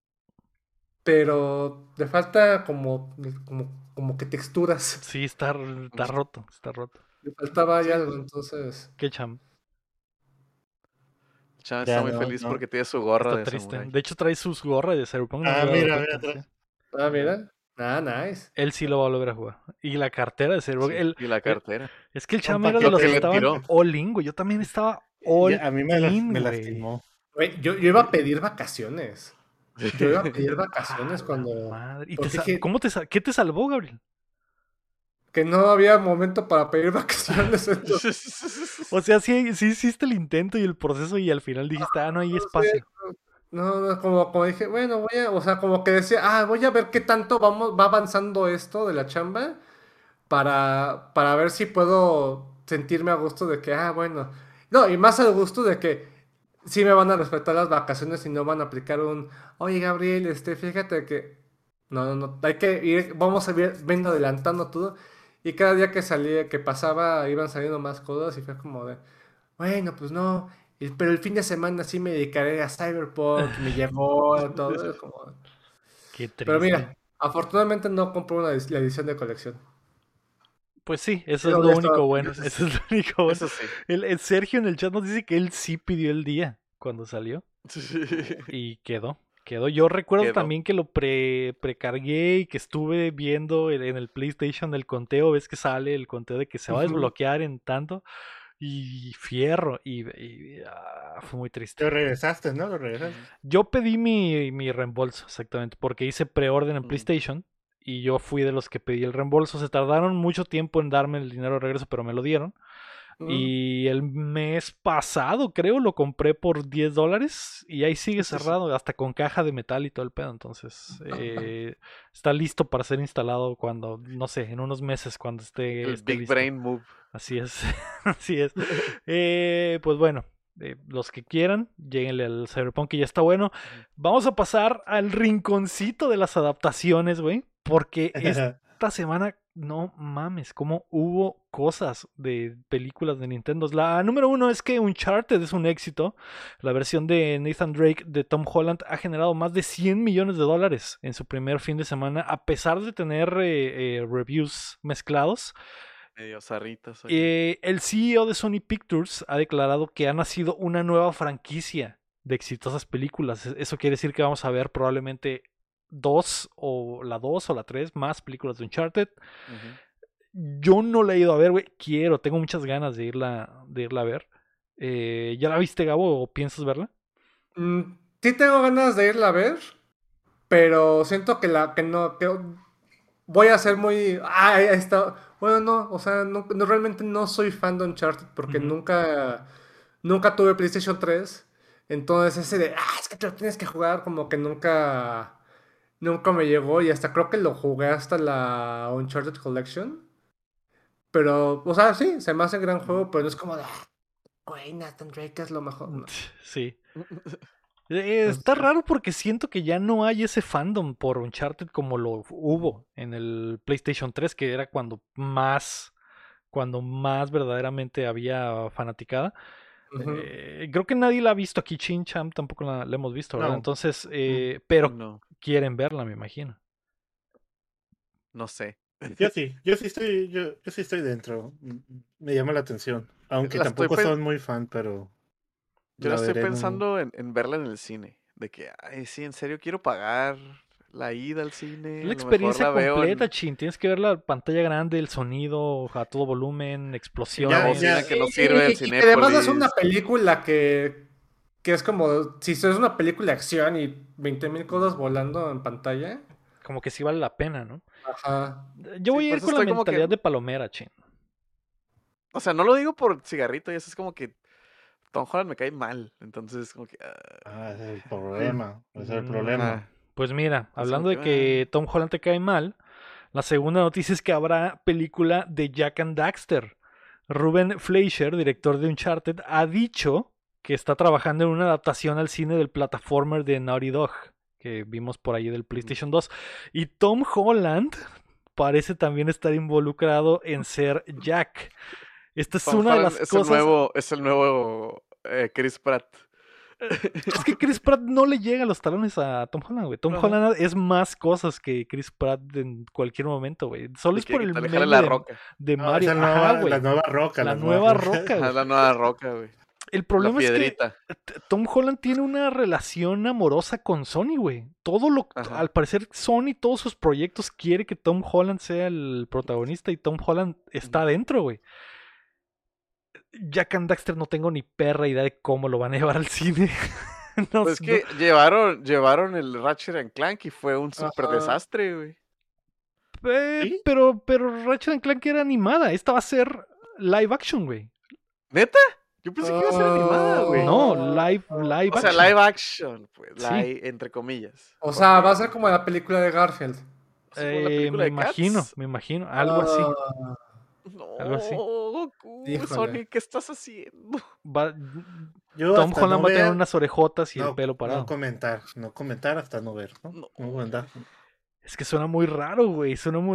pero le falta como que texturas. sí, está roto, está roto. Le faltaba ahí Sí, algo, pues, entonces. Qué cham. Chan está Ya muy no, feliz no. porque tiene su gorra Está de triste. samurái. De hecho, trae sus gorras de Cyberpunk, no me había dado Mira cuenta. Sí. atrás. Ah, mira. Ah, nice. Él sí lo va a volver a jugar. Y la cartera de Cyberpunk. Sí, y la cartera. Es que el Un cham era de Lo los que que le paquete. estaban tiró. all in, güey. Yo también estaba all A mí in, me güey. lastimó. Güey, yo iba a pedir vacaciones. Yo iba a pedir vacaciones Ah, la cuando. madre. ¿Y Porque dije qué te salvó, Gabriel? que no había momento para pedir vacaciones. O sea, sí hiciste el intento y el proceso y al final dijiste, no hay espacio. No, como dije, bueno, o sea, como que decía, voy a ver qué tanto va avanzando esto de la chamba para ver si puedo sentirme a gusto de que, bueno. No, y más al gusto de que sí me van a respetar las vacaciones y no van a aplicar oye, Gabriel, fíjate que, no, hay que ir, vamos a ir viendo adelantando todo. Y cada día que salía, que pasaba, iban saliendo más cosas y fue como de, bueno, pues no, pero el fin de semana sí me dedicaré a Cyberpunk, me llegó todo, es como... Qué Pero triste. mira, afortunadamente no compré la edición de colección. Pues sí, eso es Pero lo hubiera estado único bueno. feliz. Eso es lo único bueno. Eso sí. El Sergio en el chat nos dice que él sí pidió el día cuando salió. Sí. Y quedó. Yo recuerdo Quedó. también que lo precargué y que estuve viendo en el PlayStation el conteo. Ves que sale el conteo de que se va a Ujú. desbloquear en tanto. Y fierro. Fue muy triste. Lo regresaste, ¿no? Lo regresaste. Yo pedí mi reembolso, exactamente, porque hice preorden en Mm. PlayStation y yo fui de los que pedí el reembolso. Se tardaron mucho tiempo en darme el dinero de regreso, pero me lo dieron. Y el mes pasado, creo, lo compré por $10 y ahí sigue cerrado, hasta con caja de metal y todo el pedo. Entonces, está listo para ser instalado cuando, no sé, en unos meses, cuando El esté Big listo. Brain Move. Así es, así es. Pues bueno, los que quieran, lléguenle al Cyberpunk que ya está bueno. Vamos a pasar al rinconcito de las adaptaciones, güey, porque esta semana, no mames, cómo hubo cosas de películas de Nintendo. La número uno es que Uncharted es un éxito. La versión de Nathan Drake de Tom Holland ha generado más de $100 millones en su primer fin de semana, a pesar de tener reviews mezclados. Medio zarritas. Oye. El CEO de Sony Pictures ha declarado que ha nacido una nueva franquicia de exitosas películas. Eso quiere decir que vamos a ver probablemente dos o la 3 más películas de Uncharted. Yo no la he ido a ver, güey. Tengo muchas ganas de irla a ver. ¿Ya la viste, Gabo, o piensas verla? Sí tengo ganas de irla a ver, pero siento que voy a ser muy... ahí está. Bueno, no, o sea, realmente no soy fan de Uncharted porque Ujú. nunca tuve PlayStation 3. Entonces ese de, es que te lo tienes que jugar, como que nunca me llegó y hasta creo que lo jugué hasta la Uncharted Collection. Pero, o sea, sí, se me hace gran juego, pero no es como de, güey, Nathan Drake es lo mejor. No. Sí. Pues, Está raro porque siento que ya no hay ese fandom por Uncharted como lo hubo en el PlayStation 3, que era cuando más verdaderamente había fanaticada. Ujú. Creo que nadie la ha visto aquí, Chin Champ tampoco la hemos visto, ¿verdad? no. Entonces, pero No, quieren verla, me imagino. no sé. Yo sí estoy dentro. Me llama la atención. Aunque La estoy tampoco pen- soy muy fan, pero Yo la la estoy veré en un... pensando en verla en el cine. De que, ay, sí, en serio quiero pagar la ida al cine. Es la A lo mejor experiencia la veo completa, en Chin. Tienes que ver la pantalla grande, el sonido a todo volumen, sin la Ya, bocina ya, explosiones. que no sirve del Y que además es una Cinépolis. película que es como, si es una película de acción y 20.000 cosas volando en pantalla. Como que sí vale la pena, ¿no? Ajá. Yo Sí, voy a por ir eso con la estoy como que. mentalidad de palomera, Chin. O sea, no lo digo por cigarrito, y eso es como que Tom Holland me cae mal. Entonces, como que. ese es el problema. Ese es el problema. Ajá. Pues mira, Entonces, como hablando que. de que Tom Holland te cae mal, la segunda noticia es que habrá película de Jack and Daxter. Ruben Fleischer, director de Uncharted, ha dicho que está trabajando en una adaptación al cine del plataformer de Naughty Dog, que vimos por ahí del PlayStation 2. Y Tom Holland parece también estar involucrado en ser Jack. Esta es Tom una de Holland las cosas. es el nuevo Chris Pratt. Es que Chris Pratt no le llega a los talones a Tom Holland, güey. Tom Ajá. Holland es más cosas que Chris Pratt en cualquier momento, güey. Solo Le es por quiere el quitar, dejarle meme la de, roca. de No, es Mario. Ajá, la güey. nueva roca, La la nueva nueva roca. roca, Ajá, güey. la nueva roca, güey. El La problema es que piedrita. Tom Holland tiene una relación amorosa con Sony, güey. Ajá. Al parecer, Sony, todos sus proyectos quiere que Tom Holland sea el protagonista y Tom Holland está adentro, güey. Jack and Daxter no tengo ni perra idea de cómo lo van a llevar al cine. No, Pues no. que llevaron el Ratchet and Clank y fue un súper Ajá. desastre, güey. ¿Sí? Pero Ratchet and Clank era animada. Esta va a ser live action, güey. ¿Neta? Yo pensé que iba a ser animada, güey. No, Ah, live O sea, action. live action, pues, Sí. live entre comillas. o sea, va a ser Porque, como la película de Garfield. así como la película Me de imagino, Cats. algo así, Ah, No, algo así. Goku, híjole. Sony, ¿qué estás haciendo? Va- Yo Tom hasta Holland no va a tener ver, unas orejotas y el no, pelo no parado. comentar. No comentar hasta no ver, ¿no? No. No comentar. Es que suena muy raro, güey. Suena muy,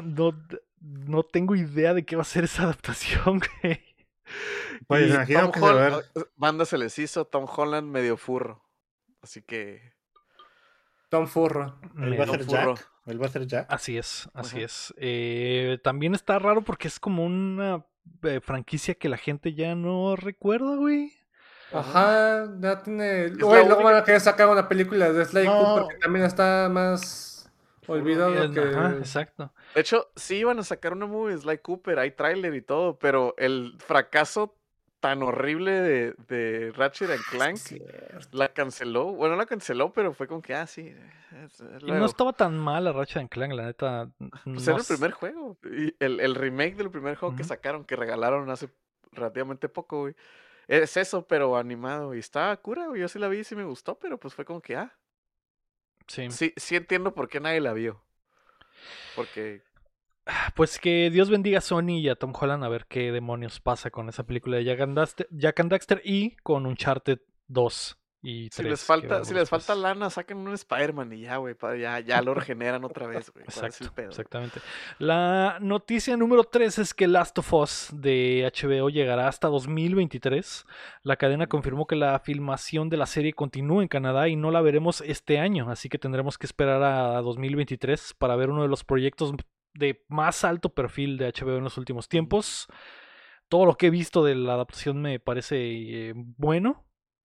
no tengo idea de qué va a ser esa adaptación, güey. Pues Y imagino Tom que se va a Holland, ver. banda se les hizo, Tom Holland medio furro. Así que, Tom Furro. Él va a medio. Tom ser Furro. Jack. Él va a ser Jack. Así es, así Ajá. es. También está raro porque es como una franquicia que la gente ya no recuerda, güey. Ajá, ya tiene. Es la Güey, luego van única a querer sacar una película de Sly Cooper que No, también está más furro. olvidado Ajá, que. exacto. De hecho, sí iban a sacar una movie de Sly Cooper, hay tráiler y todo, pero el fracaso tan horrible de Ratchet and Clank Sí, cierto. la canceló. Bueno, la canceló, pero fue como que, sí, Y no luego. estaba tan mal la Ratchet and Clank, la neta. Pues No, era el primer juego. Y el remake del primer juego que ujú, sacaron, que regalaron hace relativamente poco, güey. Es eso, pero animado. Y estaba cura, güey. Yo sí la vi y sí me gustó, pero pues fue como que, sí. sí entiendo por qué nadie la vio. Porque, Pues que Dios bendiga a Sony y a Tom Holland a ver qué demonios pasa con esa película de Jack and Daxter y con Uncharted 2 y 3 que veremos si les falta después. lana, saquen un Spider-Man y ya, güey. Ya lo regeneran otra vez, güey. ¿Cuál es el Exacto, pedo? exactamente. La noticia número 3 es que Last of Us de HBO llegará hasta 2023. La cadena confirmó que la filmación de la serie continúa en Canadá y no la veremos este año, así que tendremos que esperar a 2023 para ver uno de los proyectos de más alto perfil de HBO en los últimos tiempos. Todo lo que he visto de la adaptación me parece bueno.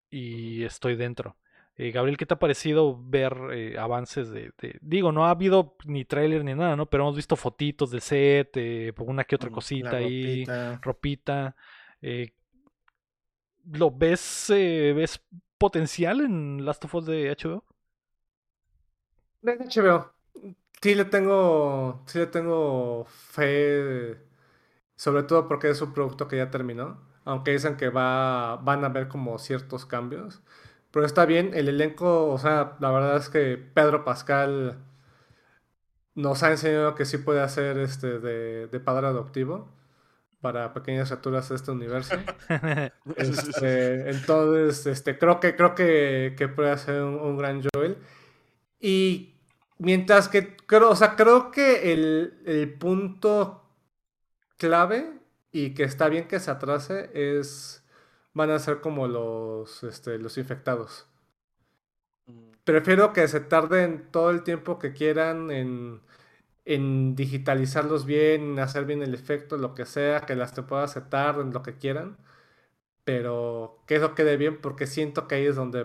y estoy dentro. Gabriel, ¿qué te ha parecido ver avances Digo, no ha habido ni tráiler ni nada, ¿no? Pero hemos visto fotitos del set, una que otra Ujú. La cosita ahí, ropita. ropita. eh, ¿Lo ves potencial en Last of Us de HBO? De HBO. Sí le tengo fe, sobre todo porque es un producto que ya terminó, aunque dicen que van a haber como ciertos cambios. Pero está bien, el elenco, o sea, la verdad es que Pedro Pascal nos ha enseñado que sí puede hacer de padre adoptivo para pequeñas criaturas de este universo. Entonces, creo que puede hacer un gran Joel. Y mientras que creo que el punto clave y que está bien que se atrase van a ser como los infectados. Mm. Prefiero que se tarden todo el tiempo que quieran en digitalizarlos bien, en hacer bien el efecto, lo que sea, que las temporadas se tarden, lo que quieran, pero que eso quede bien porque siento que ahí es donde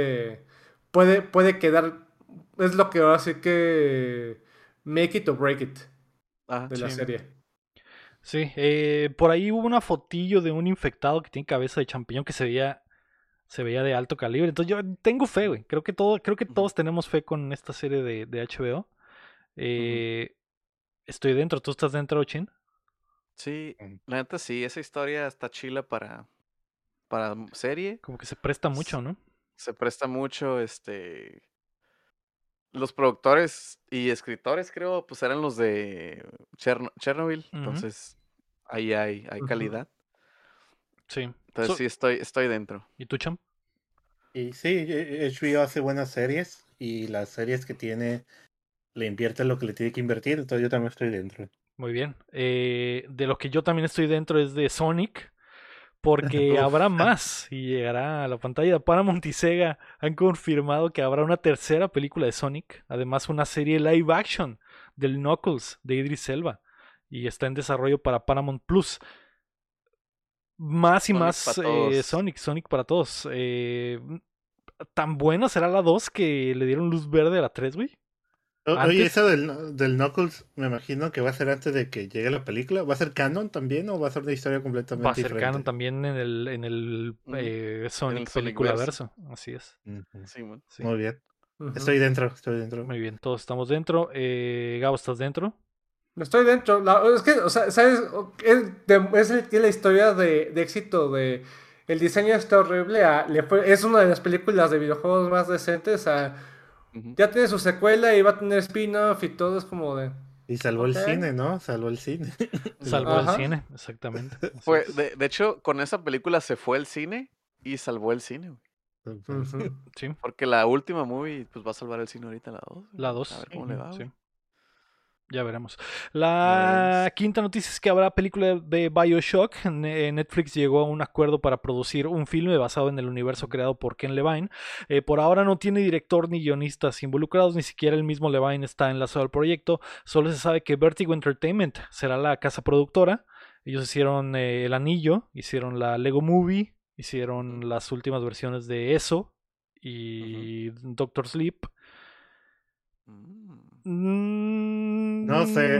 puede quedar, es lo que ahora sí que make it or break it Ajá. de la Sí. serie. Sí, por ahí hubo una fotillo de un infectado que tiene cabeza de champiñón que se veía de alto calibre. Entonces yo tengo fe, güey. Creo que Ujú, todos tenemos fe con esta serie de HBO. ujú. Eh, Estoy dentro. ¿Tú estás dentro, Chin? Sí, la neta sí, esa historia está chila para serie. Como que se presta S- mucho, ¿no? Se presta mucho, los productores y escritores, creo, pues eran los de Chernobyl, Ujú, entonces ahí hay Ujú. calidad. sí. Entonces sí estoy dentro. ¿Y tú, Cham? Y sí, HBO hace buenas series y las series que tiene le invierte lo que le tiene que invertir, entonces yo también estoy dentro. Muy bien. De lo que yo también estoy dentro es de Sonic. Porque habrá Uf, más y llegará a la pantalla. Paramount y Sega han confirmado que habrá una tercera película de Sonic, además una serie live action del Knuckles de Idris Elba y está en desarrollo para Paramount Plus. Más y Sonic más para todos. Sonic para todos. ¿Tan buena será la 2 que le dieron luz verde a la 3, güey? Oye, Antes eso del Knuckles, me imagino que va a ser antes de que llegue la película. ¿Va a ser canon también o va a ser una historia va a completamente ser canon diferente? también en el Ujú. En el Sonic Sonic película verso. verso. Así es. Ujú. Sí, man. Sí. Muy bien. Ujú. Estoy dentro, estoy dentro. Muy bien, todos estamos dentro. Gabo, ¿estás dentro? Estoy dentro. Es que, o sea, ¿sabes? Es la historia de éxito de... El diseño está horrible. Es una de las películas de videojuegos más decentes. Ujú. Ya tiene su secuela y va a tener spin-off y todo. Es como de... Y salvó el Ok. cine, ¿no? Salvó el cine. La Salvó el verdad. Ajá. cine, exactamente. Así Fue, es. de hecho, con esa película se fue el cine y salvó el cine, güey. Ujú. Sí, Porque la última movie, pues va a salvar el cine ahorita la 2. la A 2. ver cómo le va, Sí, güey. ya veremos. Ya veremos. La quinta noticia es que habrá película de BioShock. Netflix llegó a un acuerdo para producir un filme basado en el universo creado por Ken Levine. Por ahora no tiene director ni guionistas involucrados, ni siquiera el mismo Levine está enlazado al proyecto. Solo se sabe que Vertigo Entertainment será la casa productora. Ellos hicieron El Anillo, hicieron la Lego Movie, Ujú, hicieron las últimas versiones de eso ujú. y Doctor Sleep. Mm. No Mm, sé.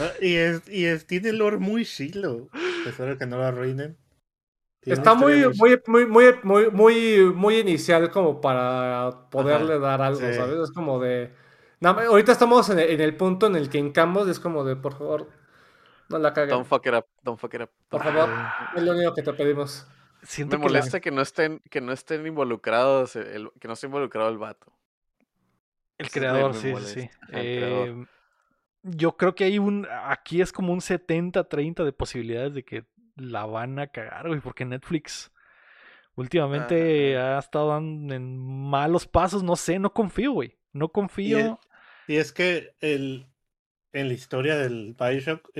Tiene lore muy chilo. Espero que no lo arruinen. Tiene una Está historia muy, muy muy, muy, muy, muy, muy, muy inicial como para Ajá. poderle dar Sí. algo, ¿sabes? Es como de... ahorita estamos en el punto en el que hincamos, es como de, por favor, no la Don't caguen. fuck it up. Don't fuck it up. Por Don't fuck it up. favor, Sí. es lo único que te pedimos. Me Siento que la molesta que no estén involucrados, que no esté involucrado el vato. El Eso me, creador, me sí, sí, sí. molesta. Ajá, el creador. Yo creo que aquí es como un 70-30 de posibilidades de que la van a cagar, güey, porque Netflix últimamente Ajá. ha estado en malos pasos, no sé, no confío, güey, no Y es, confío, y es que en la historia del Bioshock,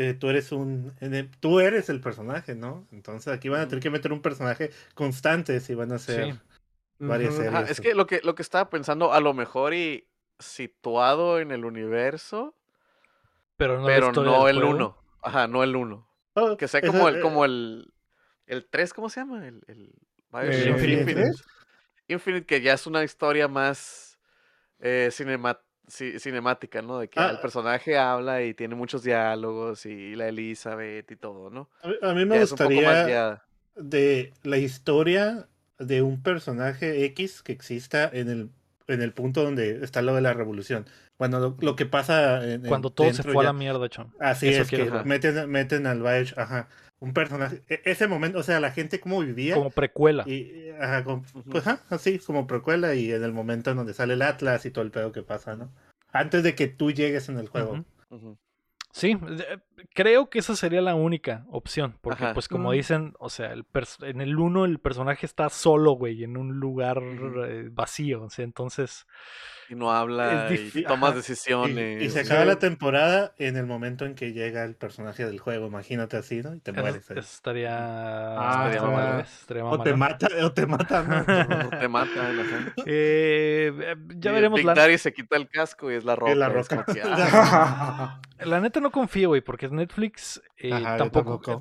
tú eres el personaje, ¿no? Entonces aquí van a tener Ujú. que meter un personaje constante si van a hacer sí, varias Ujú. Ajá, series. es que lo que estaba pensando, a lo mejor y situado en el universo, pero no la pero historia del no el juego. uno. Ajá, no el uno. Oh, Que sea eso, como el 3, ¿cómo se llama? El El Bioshock el Infinite. Infinite. Infinite. Infinite, que ya es una historia más cinemática, ¿no? De que el personaje habla y tiene muchos diálogos y la Elizabeth y todo, ¿no? A mí me Ya es un poco más gustaría guiada. de la historia de un personaje X que exista en el punto donde está lo de la revolución. Cuando lo que pasa Cuando todo se dentro fue a ya. la mierda, Chon. Así Eso es, quiero que ver. meten al Bioshock, ajá. Un personaje, ese momento, o sea, la gente cómo vivía. Como precuela. Y, ajá, pues así, como precuela y en el momento en donde sale el Atlas y todo el pedo que pasa, ¿no? Antes de que tú llegues en el juego. Sí, creo que esa sería la única opción, porque pues como Mm. dicen, o sea, en el 1 el personaje está solo, güey, en un lugar vacío, o sea, entonces Y no habla y difí- tomas ajá, decisiones. Y se Sí. acaba la temporada en el momento en que llega el personaje del juego, imagínate así, ¿no? Y te mueres ahí. estaría Estaría mal, mamalón. ¿ves? Estaría O te mamalón. matan, ¿no? O te matan, ajá. Ya Y veremos. Big Daddy se quita el casco y es la Que la Roca. Es como Roca. que, La neta no confío, güey, porque Netflix Ajá, yo tampoco. tampoco.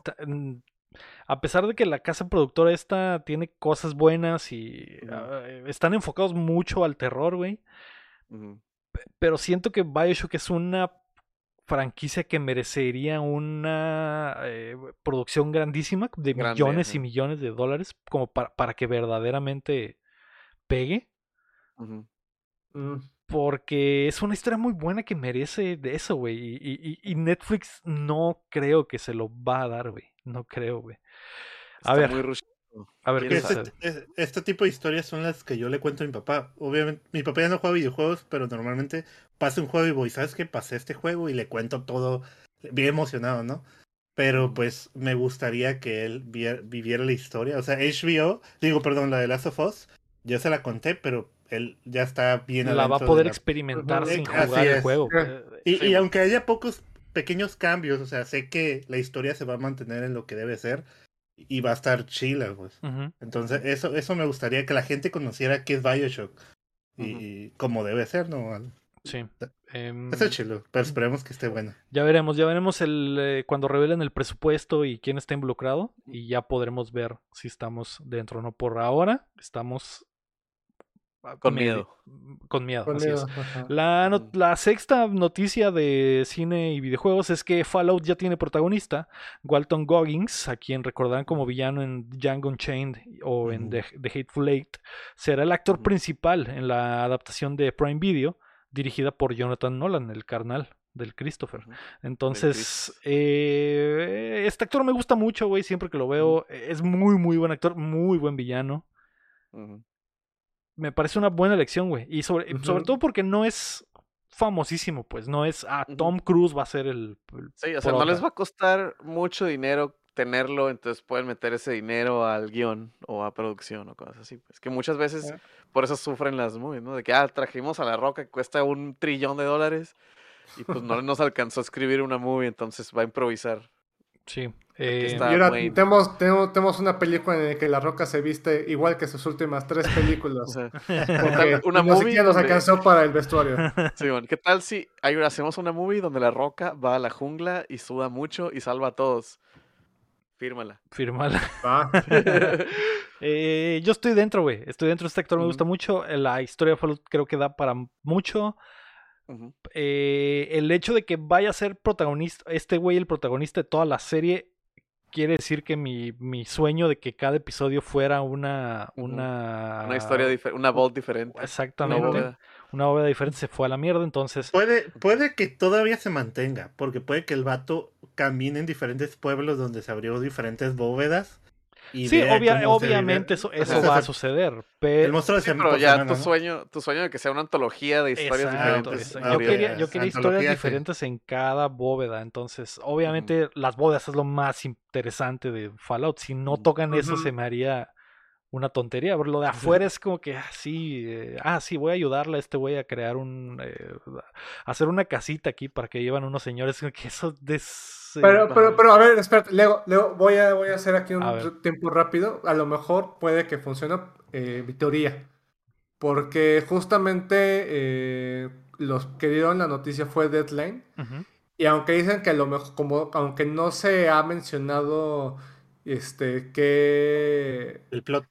A pesar de que la casa productora esta tiene cosas buenas y están enfocados mucho al terror, güey. Ujú. Pero siento que BioShock es una franquicia que merecería una producción grandísima de Grande, millones y ajá. millones de dólares como para que verdaderamente pegue. Ujú. Mm. Porque es una historia muy buena que merece de eso, güey. Y Netflix no creo que se lo va a dar, güey. No creo, güey. A Está ver, muy rushado. a ver qué ¿Quién sucede. sabe? Este tipo de historias son las que yo le cuento a mi papá. Obviamente, mi papá ya no juega videojuegos, pero normalmente pasa un juego y voy, ¿sabes qué? Pasé este juego y le cuento todo bien emocionado, ¿no? Pero pues me gustaría que él viviera la historia. O sea, HBO, digo, perdón, la de Last of Us, yo se la conté, pero él ya está bien La va a adentro de poder la... experimentar Ujú. sin Así jugar el es. juego. Sí, Y man. aunque haya pocos pequeños cambios, o sea, sé que la historia se va a mantener en lo que debe ser y va a estar chila, pues. Ujú, Entonces, eso me gustaría que la gente conociera qué es Bioshock Ujú. y como debe ser, ¿no? sí. Eso es chilo, pero esperemos que esté bueno. Ya veremos cuando revelen el presupuesto y quién está involucrado y ya podremos ver si estamos dentro o no. Por ahora estamos Con miedo. con miedo, Con así miedo, es. ajá. Ujú. La sexta noticia de cine y videojuegos es que Fallout ya tiene protagonista, Walton Goggins, a quien recordarán como villano en Django Unchained o en The Hateful Eight, será el actor Ujú. principal en la adaptación de Prime Video, dirigida por Jonathan Nolan, el carnal del Christopher. Ujú. Del Entonces, Chris. este actor me gusta mucho, güey, siempre que lo veo. Es muy, muy buen actor, muy buen villano. Ujú. Me parece una buena elección, güey. Y sobre Ujú. todo porque no es famosísimo, pues. No es, Ujú. Tom Cruise va a ser el Sí, o sea, no prota. les va a costar mucho dinero tenerlo, entonces pueden meter ese dinero al guión o a producción o cosas así. Pues que muchas veces por eso sufren las movies, ¿no? De que, trajimos a La Roca que cuesta $1 trillón y pues no nos alcanzó a escribir una movie, entonces va a improvisar. Sí. Aquí Y está ahora Dwayne. tenemos una película en la que La Roca se viste igual que sus últimas 3 películas. Ajá. Porque Una ni movie siquiera nos donde... alcanzó para el vestuario. Sí, bueno, ¿qué tal si hacemos una movie donde La Roca va a la jungla y suda mucho y salva a todos? Fírmala. Firmala. Va. Yo estoy dentro, güey. Estoy dentro. Este actor me gusta Ujú, mucho. La historia de Fallout creo que da para mucho. ujú, El hecho de que vaya a ser protagonista, este güey, el protagonista de toda la serie, quiere decir que mi sueño de que cada episodio fuera una ujú. Una historia diferente, una Vault diferente. Una exactamente, bóveda. una bóveda diferente, se fue a la mierda, entonces Puede que todavía se mantenga, porque puede que el vato camine en diferentes pueblos donde se abrió diferentes bóvedas y sí, vea cómo se vive. obviamente eso Ajá. va a suceder, El monstruo de Sí, pero por ya semana, ¿no? tu sueño de que sea una antología de historias exacto, diferentes Ah, yo ok, murió. quería historias antología, sí. diferentes en cada bóveda, entonces Ujú, obviamente las bóvedas es lo más interesante de Fallout, si no ujú. tocan eso se Ujú. me haría una tontería, pero lo de afuera es como que, sí, voy a ayudarle a este güey a crear a hacer una casita aquí para que llevan unos señores, que eso Pero, a ver, espérate, Leo, voy a hacer aquí a ver, un tiempo rápido. A lo mejor puede que funcione mi teoría. Porque justamente los que dieron la noticia fue Deadline. ujú, Y aunque dicen que a lo mejor, aunque no se ha mencionado que El plot.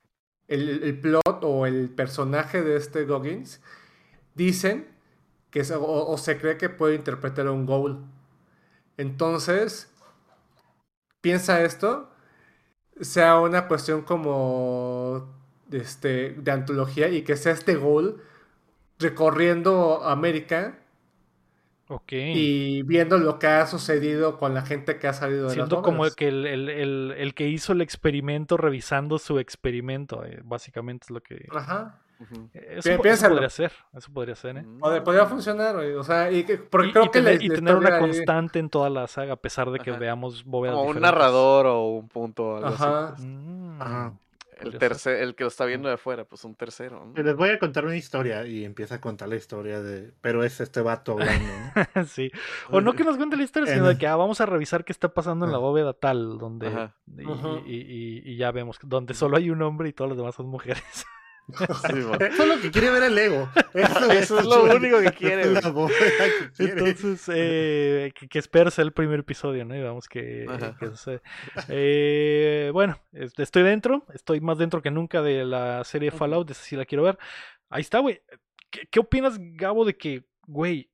el plot o el personaje de este Goggins, dicen que o se cree que puede interpretar un Ghoul. Entonces, piensa esto, sea una cuestión como de antología y que sea este Ghoul recorriendo América Ok. y viendo lo que ha sucedido con la gente que ha salido de las Siendo como bóvedas. que el que hizo el experimento revisando su experimento, básicamente es lo que... Ajá. Ujú. Eso podría Piénsalo. ser, eso podría ser, ¿eh? Podría funcionar, güey. O sea, porque Y, creo y que tener, y la tener una historia ahí. constante en toda la saga, a pesar de que Ajá. veamos bóvedas Como un diferentes. narrador o un punto o algo así. Ajá. Pues. Ajá. El Podría ser. el que lo está viendo de afuera, pues un tercero. Les voy a contar una historia y empieza a contar la historia de... Pero es este vato hablando, ¿no? Sí. O no que nos cuente la historia, sino de que vamos a revisar qué está pasando en la Ah, bóveda tal, donde... Ajá. Ajá. Y ya vemos, donde solo hay un hombre y todos los demás son mujeres. Sí, man. Eso es lo que quiere ver el ego. Eso es lo único que quiere, Es güey. la bóveda que quiere. Entonces, que espero sea el primer episodio, ¿no? Y vamos que Ajá. sucede. Bueno, estoy dentro, estoy más dentro que nunca de la serie Fallout, esa sí la quiero ver. Ahí está, güey. ¿Qué opinas, Gabo, de que, güey,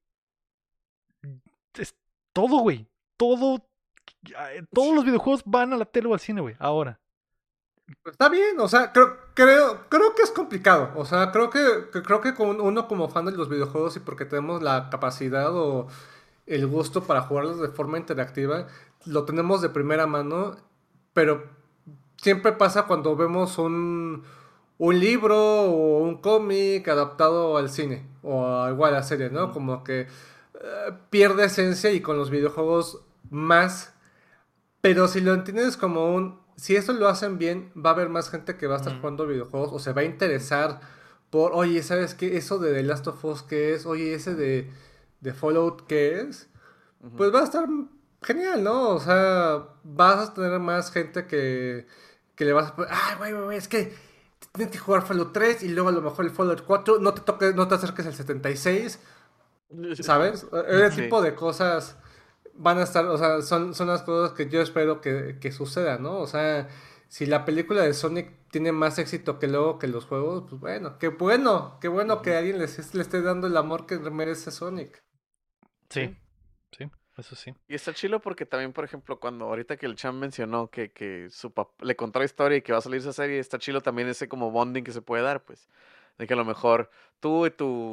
es todo, güey? Todos los videojuegos van a la tele o al cine, güey, ahora. Está bien, o sea, creo que es complicado. O sea, creo que con uno como fan de los videojuegos y porque tenemos la capacidad o el gusto para jugarlos de forma interactiva, lo tenemos de primera mano, pero siempre pasa cuando vemos un libro o un cómic adaptado al cine o igual a la serie, ¿no? Como que pierde esencia y con los videojuegos más. Pero si lo entiendes como si esto lo hacen bien, va a haber más gente que va a estar jugando videojuegos o se va a interesar por, oye, ¿sabes qué? Eso de The Last of Us, ¿qué es? Oye, ese de Fallout, ¿qué es? Ujú. Pues va a estar genial, ¿no? O sea, vas a tener más gente que le vas a poner, ay, güey, es que tienes que jugar Fallout 3 y luego a lo mejor el Fallout 4, no te acerques al 76, ¿sabes? Ese Sí. tipo de cosas van a estar, o sea, son las cosas que yo espero que sucedan, ¿no? O sea, si la película de Sonic tiene más éxito que luego que los juegos, pues bueno, qué bueno que Ujú. alguien le esté dando el amor que merece Sonic. Sí, Sí. sí, eso sí. Y está chilo porque también, por ejemplo, cuando ahorita que el Cham mencionó que su papá le contó la historia y que va a salir esa serie, está chilo también ese como bonding que se puede dar, pues. De que a lo mejor tú y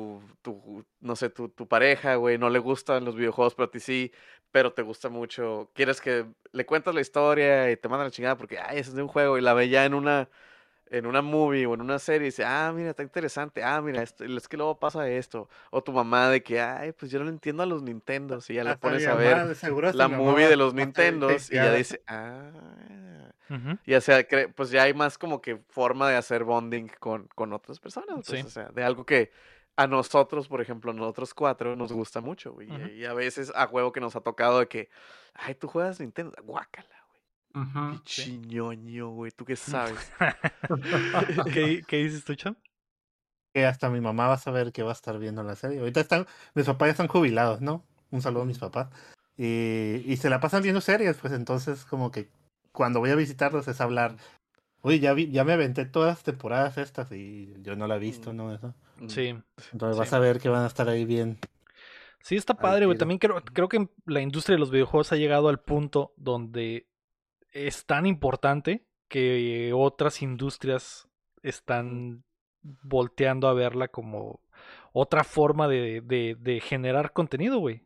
no sé, tu pareja, güey, no le gustan los videojuegos, pero a ti sí, pero te gusta mucho. Quieres que le cuentas la historia y te manda la chingada porque, ay, eso es de un juego y la ve ya en una movie o en una serie y dice, ah, mira, está interesante, ah, mira, es que luego pasa esto. O tu mamá de que, ay, pues yo no le entiendo a los Nintendos y ya le Hasta mi pones a ver mamá, de seguro hasta la mi mamá movie de los va a estar bien Nintendos y ya hypeada. dice, ah. Ujú, Y o sea, pues ya hay más como que forma de hacer bonding con otras personas, pues, sí. o sea, de algo que a nosotros, por ejemplo, nosotros cuatro nos gusta mucho, güey. Ujú. Y a veces a huevo que nos ha tocado de que, ay, tú juegas Nintendo, guácala, güey. Ujú. Sí. Pichiñoño, güey, ¿tú qué sabes? ¿Qué dices tú, Cham? Que hasta mi mamá va a saber que va a estar viendo la serie. Ahorita mis papás ya están jubilados, ¿no? Un saludo a mis papás. Y se la pasan viendo series, pues entonces como que cuando voy a visitarlos es hablar, oye, ya me aventé todas las temporadas estas y yo no la he visto, ¿no? Eso. Sí, Entonces sí. vas a ver que van a estar ahí bien Sí, está al padre, güey. tiro. También creo que la industria de los videojuegos ha llegado al punto donde es tan importante que otras industrias están volteando a verla como otra forma de generar contenido, güey.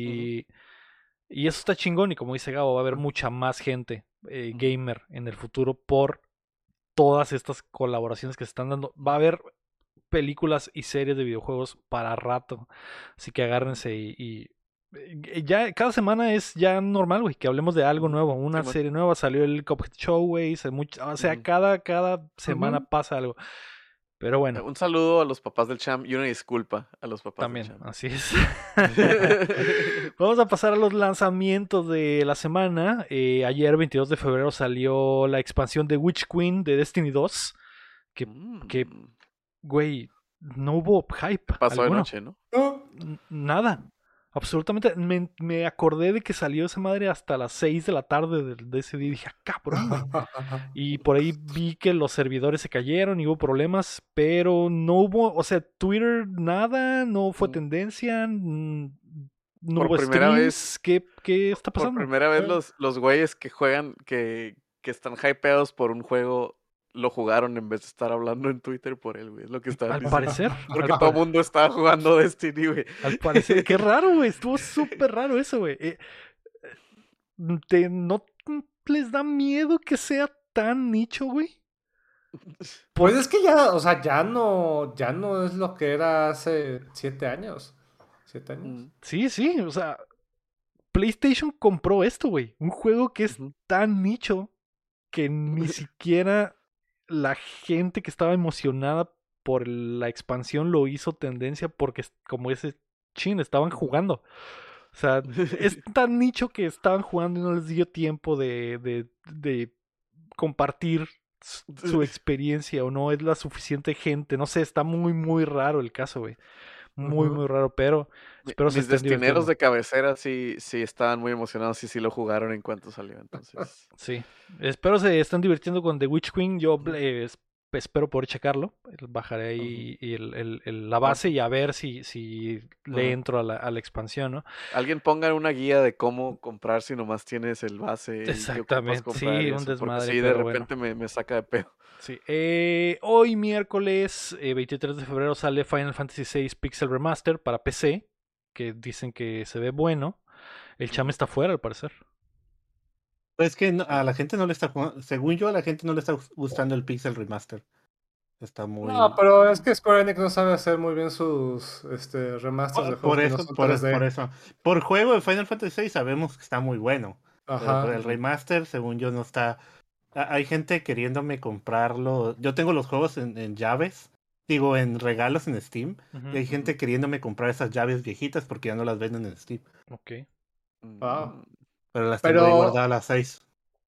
Y eso está chingón. Y como dice Gabo, va a haber mucha más gente gamer en el futuro por todas estas colaboraciones que se están dando. Va a haber películas y series de videojuegos para rato. Así que agárrense ya cada semana es ya normal, güey, que hablemos de algo nuevo, una Simón. serie nueva, salió el Cuphead Show, güey, o sea, Ujú. cada semana Ujú. pasa algo. Pero bueno, Un saludo a los papás del Cham y una disculpa a los papás del también, Cham. así es. Vamos a pasar a los lanzamientos de la semana. Ayer, 22 de febrero, salió la expansión de Witch Queen de Destiny 2, que güey, no hubo hype Pasó de alguno. noche, ¿no? No, Nada. Absolutamente. Me acordé de que salió esa madre hasta las 6 de la tarde de ese día y dije, cabrón, güey. Y por ahí vi que los servidores se cayeron y hubo problemas, pero no hubo, o sea, Twitter nada, no fue tendencia, no Por hubo primera vez, streams. ¿Qué está por pasando? primera vez los güeyes que juegan, que están hypeados por un juego, lo jugaron en vez de estar hablando en Twitter por él, güey. Es lo que estaban Al diciendo. parecer, Porque todo el mundo estaba jugando Destiny, güey. al parecer, qué raro, güey, estuvo súper raro eso, güey. ¿No les da miedo que sea tan nicho, güey? Pues es que ya, o sea, ya no es lo que era hace 7 años. 7 años. Mm, Sí, o sea, PlayStation compró esto, güey. Un juego que es ujú. tan nicho que ni siquiera la gente que estaba emocionada por la expansión lo hizo tendencia porque como ese estaban jugando. O sea, es tan nicho que estaban jugando y no les dio tiempo de compartir su experiencia o no es la suficiente gente. No sé, está muy raro el caso, güey. Muy raro, pero espero se Mis estén destineros divirtiendo. de cabecera sí estaban muy emocionados y sí lo jugaron en cuanto salió. Entonces, Sí, espero se estén divirtiendo con The Witch Queen. Yo espero poder checarlo. Bajaré ahí la base y a ver si le Ajá. entro a la expansión, ¿no? Alguien ponga una guía de cómo comprar si nomás tienes el base y qué ocupas Exactamente, comprar sí, y un eso, porque desmadre, sí, de pero bueno. repente me saca de pedo. Sí. Hoy miércoles 23 de febrero sale Final Fantasy VI Pixel Remaster para PC, que dicen que se ve bueno. El chame está fuera, al parecer. Pues que a la gente no le está según yo, a la gente no le está gustando el Pixel Remaster. Está No, muy. pero es que Square Enix no sabe hacer muy bien sus remasters de juegos Por que no eso, son por 3D. eso. Por juego de Final Fantasy VI sabemos que está muy bueno. Pero por Ajá. el remaster, según yo, no está. Hay gente queriéndome comprarlo. Yo tengo los juegos en llaves. Digo, en regalos en Steam. Y hay gente queriéndome comprar esas llaves viejitas porque ya no las venden en Steam. Ok. Wow. Mm, Pero las tengo ahí Pero, guardadas las 6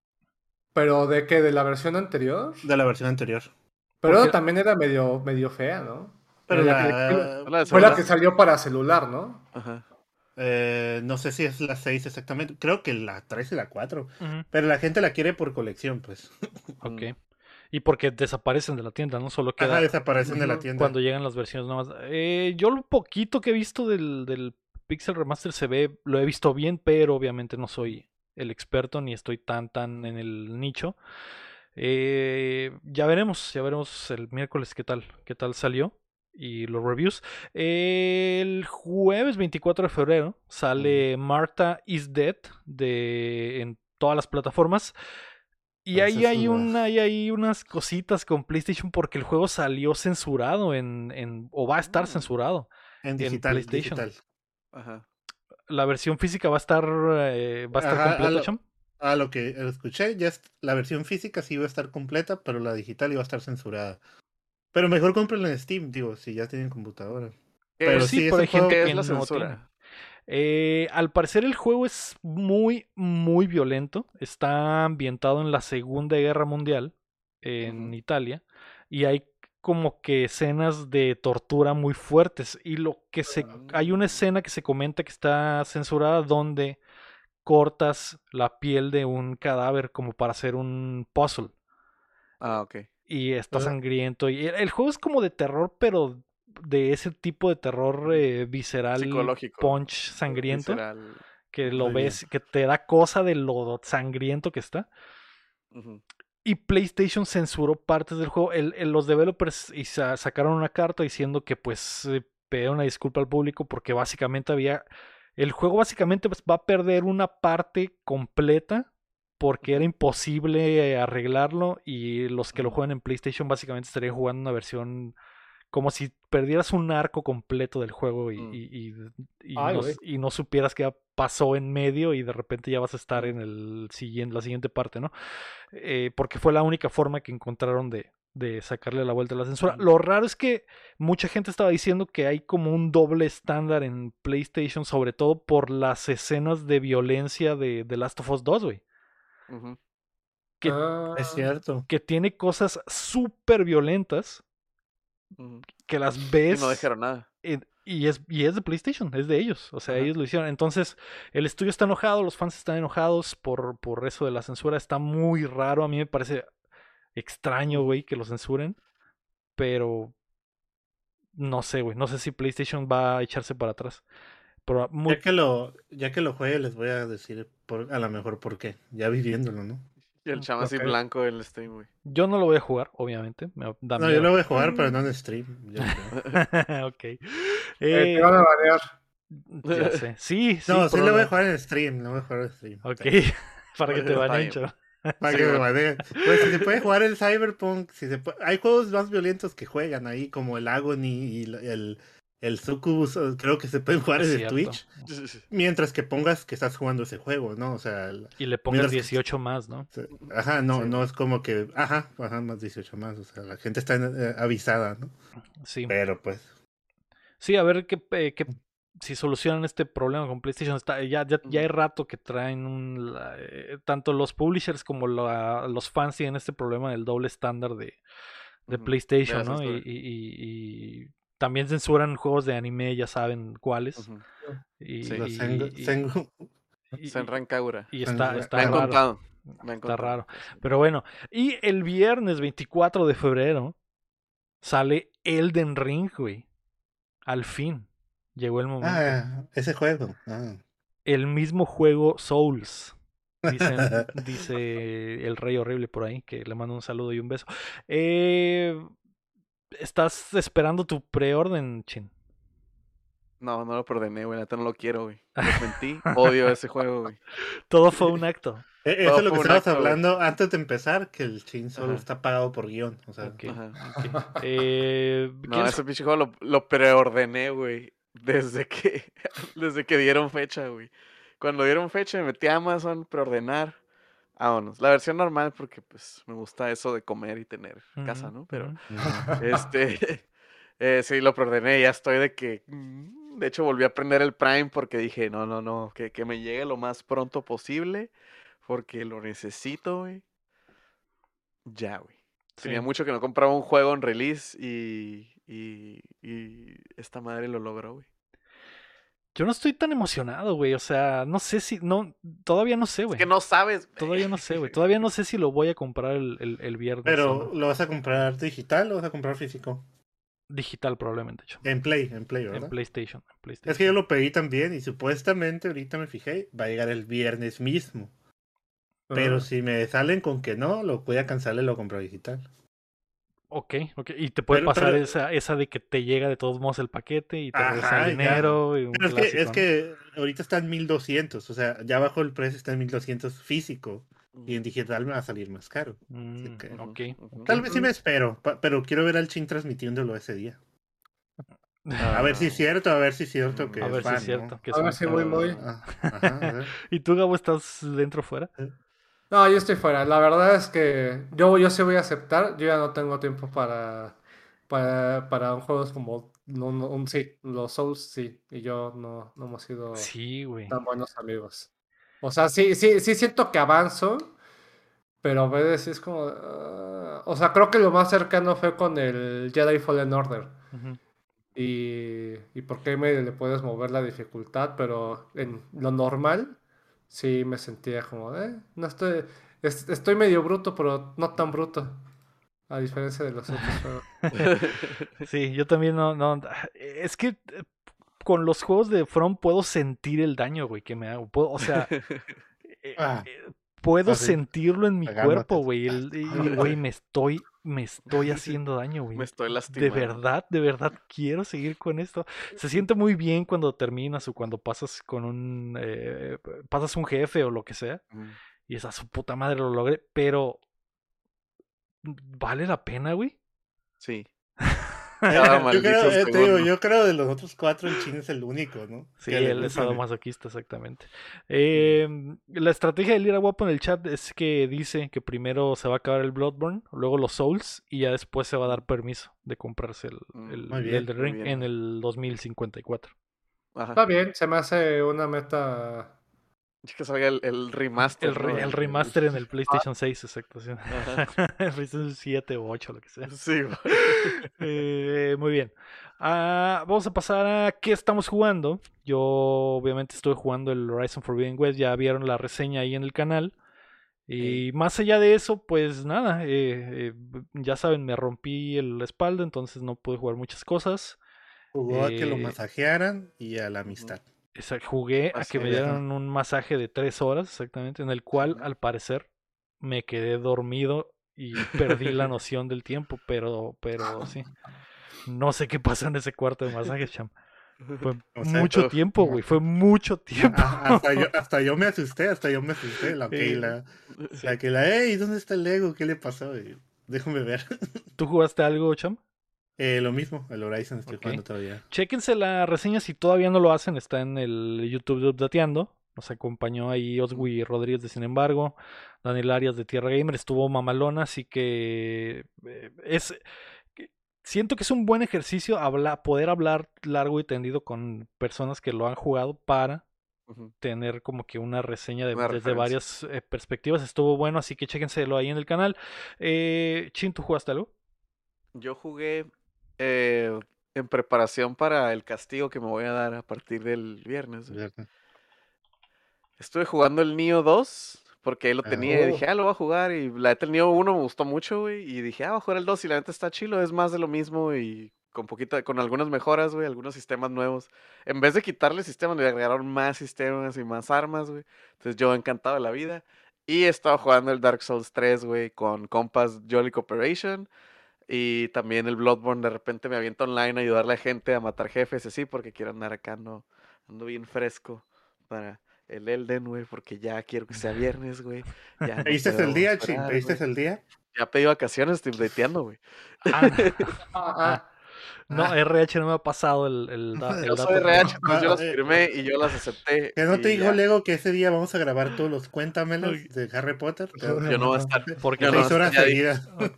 pero ¿de qué? ¿De la versión anterior? de la versión anterior. Pero Porque, también era medio fea, ¿no? Pero la de Fue la que celular. salió para celular, ¿no? Ajá. no sé si es la 6 exactamente. Creo que la 3 y la 4. ujú, Pero la gente la quiere por colección, pues. ok. Mm. Y porque desaparecen de la tienda, ¿no? Solo Ajá, queda desaparecen de la Ujú. tienda. cuando llegan las versiones nuevas. Yo lo poquito que he visto del Pixel Remaster lo he visto bien, pero obviamente no soy el experto ni estoy tan en el nicho. Ya veremos el miércoles qué tal salió y los reviews. El jueves 24 de febrero sale Martha is Dead en todas las plataformas. Y Esa ahí es una. hay ahí unas cositas con PlayStation porque el juego salió censurado o va a estar Mm, censurado En en digital, PlayStation. digital. Ajá. La versión física va a estar Ajá, completa, Cham. a lo que escuché, la versión física sí iba a estar completa, pero la digital iba a estar censurada. Pero mejor cómprenla en Steam, digo, si ya tienen computadora. Pues Pero sí, sí, pero es hay un gente juego. ¿Qué que es la no tiene. censura? Al parecer el juego es muy violento. Está ambientado en la Segunda Guerra Mundial en Ujú. Italia y hay como que escenas de tortura muy fuertes y hay una Mm. escena que se comenta que está censurada donde cortas la piel de un cadáver como para hacer un puzzle Ah, ok. y está eh, sangriento y el juego es como de terror pero de ese tipo de terror Ujú. visceral Psicológico, punch sangriento visceral. que lo Muy bien. ves, que te da cosa de lo sangriento que está. Ujú. Y PlayStation censuró partes del juego. Los developers sacaron una carta diciendo que pues pidieron una disculpa al público porque básicamente el juego básicamente pues, va a perder una parte completa porque era Ujú. imposible arreglarlo y los que lo Ujú. juegan en PlayStation básicamente estarían jugando una versión como si perdieras un arco completo del juego Mm. Ay, güey. y no supieras qué pasó en medio y de repente ya vas a estar Ujú. en la siguiente parte, ¿no? Porque fue la única forma que encontraron de sacarle la vuelta a la censura. Ujú. Lo raro es que mucha gente estaba diciendo que hay como un doble estándar en PlayStation, sobre todo por las escenas de violencia de The Last of Us 2, güey. Ujú. Que, Es Ah, cierto. que tiene cosas súper violentas Ujú. que las Y no ves dijeron nada. Y es de PlayStation, es de ellos. O sea, Ajá. ellos lo hicieron. Entonces, el estudio está enojado, los fans están enojados por eso de la censura. Está muy raro. A mí me parece extraño, güey, que lo censuren. Pero no sé, güey. No sé si PlayStation va a echarse para atrás. Pero Ya que lo juegue, les voy a decir a lo mejor por qué. Ya viviéndolo, ¿no? Y el chama así Ok. blanco del stream, güey. yo no lo voy a jugar, obviamente. Me da No, yo lo miedo. voy a jugar, pero no en stream. Yo creo. Ok. Te van a banear. Ya sé. Sí, sí, No, sí por lo voy a una- jugar en stream. Lo voy a jugar en stream. Ok. Sí. Para que te Está baneen, bien. chaval. Para Sí, que me bueno. baneen. Pues si se puede jugar el Cyberpunk, hay juegos más violentos que juegan ahí, como el Agony y el Succubus, creo que se pueden jugar Es en cierto. Twitch, mientras que pongas que estás jugando ese juego, ¿no? O sea, Y le pongas mientras que 18 más, ¿no? ajá, Sí, no güey. es como que, ajá, más 18 más, o sea, la gente está avisada, ¿no? Sí. Pero pues, Sí, a ver si solucionan este problema con PlayStation. Ya hay rato que traen tanto los publishers como los fans tienen este problema del doble estándar de Ujú. PlayStation, De la ¿no? censura. Y también censuran juegos de anime, ya saben cuáles. Ujú. Y, Sí. los y, y- Senran Kagura. y Senran- está Me han raro. contado. Me han Está contado. raro. Pero bueno, y el viernes 24 de febrero sale Elden Ring, güey. Al fin. Llegó el momento. ese juego. Ah. El mismo juego Souls. Dice el Rey Horrible por ahí, que le mando un saludo y un beso. ¿Estás esperando tu preorden, Chin? No, no lo perdoné, güey. Neta no lo quiero, güey. Les mentí. Odio ese juego, güey. Todo fue un acto. Eso Todo es lo que fue un estábamos acto, güey. hablando antes de empezar, que el Chin solo Ajá. está pagado por guión. O sea, Ok, Ajá. ok. No, ¿Quieres? ese pinche juego lo preordené, güey. Desde que dieron fecha, güey. Cuando dieron fecha me metí a Amazon, preordenar. Vámonos. La versión normal porque pues me gusta eso de comer y tener casa, Ujú, ¿no? Pero ujú. sí, lo preordené. Ya estoy de que... De hecho, volví a prender el Prime porque dije, no, que me llegue lo más pronto posible. Porque lo necesito, güey. Ya, güey. Tenía Sí. mucho que no compraba un juego en release y esta madre lo logró, güey. Yo no estoy tan emocionado, güey. O sea, no sé si. No, todavía no sé, Es güey. que no sabes, güey. Todavía no sé, güey. Todavía no sé si lo voy a comprar el viernes o pero no. ¿lo vas a comprar digital o vas a comprar físico? Digital, probablemente, hecho. En Play, En ¿verdad? PlayStation. Es que yo lo pedí también y supuestamente ahorita me fijé, va a llegar el viernes mismo. Pero si me salen con que no, lo voy a cancelar y lo compro digital. Ok. Y te puede Pero, pasar pero, esa de que te llega de todos modos el paquete y te regresa el ajá, ya. dinero y un Pero clásico, es ¿no? que ahorita está en 1200, o sea, ya bajo el precio está en 1200 físico y en digital me va a salir más caro. Así que, Ujú, Ok. ujú. tal vez sí me espero, pero quiero ver al Chin transmitiéndolo ese día. A ver si es cierto, a ver si es cierto que A es ver si es fan, cierto ¿no? que A es ver un si fan. voy. Ajá, a ver. ¿Y tú, Gabo, estás dentro o fuera? No, yo estoy fuera. La verdad es que yo sí voy a aceptar. Yo ya no tengo tiempo para un juegos como sí, los Souls sí. Y yo no hemos sido Sí, güey. tan buenos amigos. O sea, sí siento que avanzo, pero a veces sí es como... o sea, creo que lo más cercano fue con el Jedi Fallen Order. Ujú. Y por qué medio le puedes mover la dificultad, pero en lo normal sí me sentía como, no estoy medio bruto, pero no tan bruto, a diferencia de los otros juegos. Sí, yo también no. Es que con los juegos de From puedo sentir el daño, güey, que me hago. O sea, eh, Ah, eh, puedo así, sentirlo en mi cuerpo, pegándote. güey. Y, güey, me estoy haciendo daño, Me güey. estoy lastimando. De verdad quiero seguir con esto. Se siente muy bien cuando terminas o cuando pasas un jefe o lo que sea. Ujú. Y es a su puta madre lo logré, pero ¿vale la pena, güey? Sí. Cada Yo creo, maldito te digo, segundo. yo creo de los otros cuatro el Chin es el único, ¿no? Sí, Que le él es gustan. sadomasoquista, exactamente. La estrategia de Lira Guapo en el chat es que dice que primero se va a acabar el Bloodborne, luego los Souls, y ya después se va a dar permiso de comprarse Muy el bien, Elden muy Ring bien. en el 2054. Ajá. Está bien, se me hace una meta Es que salga el remaster, El, ¿no? el remaster en el PlayStation 6, exacto. Sí. Ajá. El PlayStation 7 o 8, lo que sea. Sí, güey. Muy bien. Vamos a pasar a qué estamos jugando. Yo obviamente estuve jugando el Horizon Forbidden West, ya vieron la reseña ahí en el canal. Y más allá de eso, pues nada, ya saben, me rompí la espalda, entonces no pude jugar muchas cosas. Jugó a que lo Eh, masajearan y a la Ujú. amistad. Jugué a Así que me es. Ajá. dieran un masaje de 3 horas, exactamente, en el cual Ujú. al parecer me quedé dormido y perdí la noción del tiempo, pero sí. No sé qué pasó en ese cuarto de masajes, cham. Fue O sea, mucho Uf. tiempo, güey, fue mucho tiempo. hasta yo me asusté, la Eh, Keila. sí. La Keila, hey, ¿dónde está el Lego? ¿Qué le pasó? Y, déjame ver. ¿Tú jugaste algo, cham? Lo mismo, el Horizon estoy Ok. jugando todavía. Chéquense la reseña si todavía no lo hacen, está en el YouTube de Updateando. Nos acompañó ahí Oswi Rodríguez de Sin embargo, Daniel Arias de Tierra Gamer, estuvo mamalona, así que que- siento que es un buen ejercicio poder hablar largo y tendido con personas que lo han jugado para Ujú. tener como que una reseña Una desde referencia. varias perspectivas. Estuvo bueno, así que chéquenselo ahí en el canal. Chin, ¿tú jugaste algo? Yo jugué eh, en preparación para el castigo que me voy a dar a partir del viernes, güey. ¿Verdad? Estuve jugando el Nioh 2 porque ahí lo Ah, tenía y Oh, dije, lo voy a jugar. Y la neta, el Nioh 1 me gustó mucho, güey. Y dije, voy a jugar el 2 y la neta está chilo, es más de lo mismo y con algunas mejoras, güey, algunos sistemas nuevos. En vez de quitarle sistemas, le agregaron más sistemas y más armas, güey. Entonces yo encantado de la vida. Y he estado jugando el Dark Souls 3, güey, con compas Jolly Cooperation. Y también el Bloodborne de repente me avienta online a ayudarle a gente a matar jefes, así, porque quiero andar acá, no, ando bien fresco para el Elden, güey, porque ya quiero que sea viernes, güey, ya no ¿Pediste el puedo día, Chin? esperar, ¿Pediste güey. el día? Ya pedí vacaciones, estoy dateando, güey. Ah, ah, ah, ah. no, Ah, RH no me ha pasado el Yo soy dato. RH, entonces yo ah, las firmé y yo las acepté ¿que no te y dijo ya. Lego que ese día vamos a grabar todos los cuéntamelos Ok, de Harry Potter? Yo no voy a estar, porque yo no voy a Seis los... estar, horas ya dije. seguidas. Ok,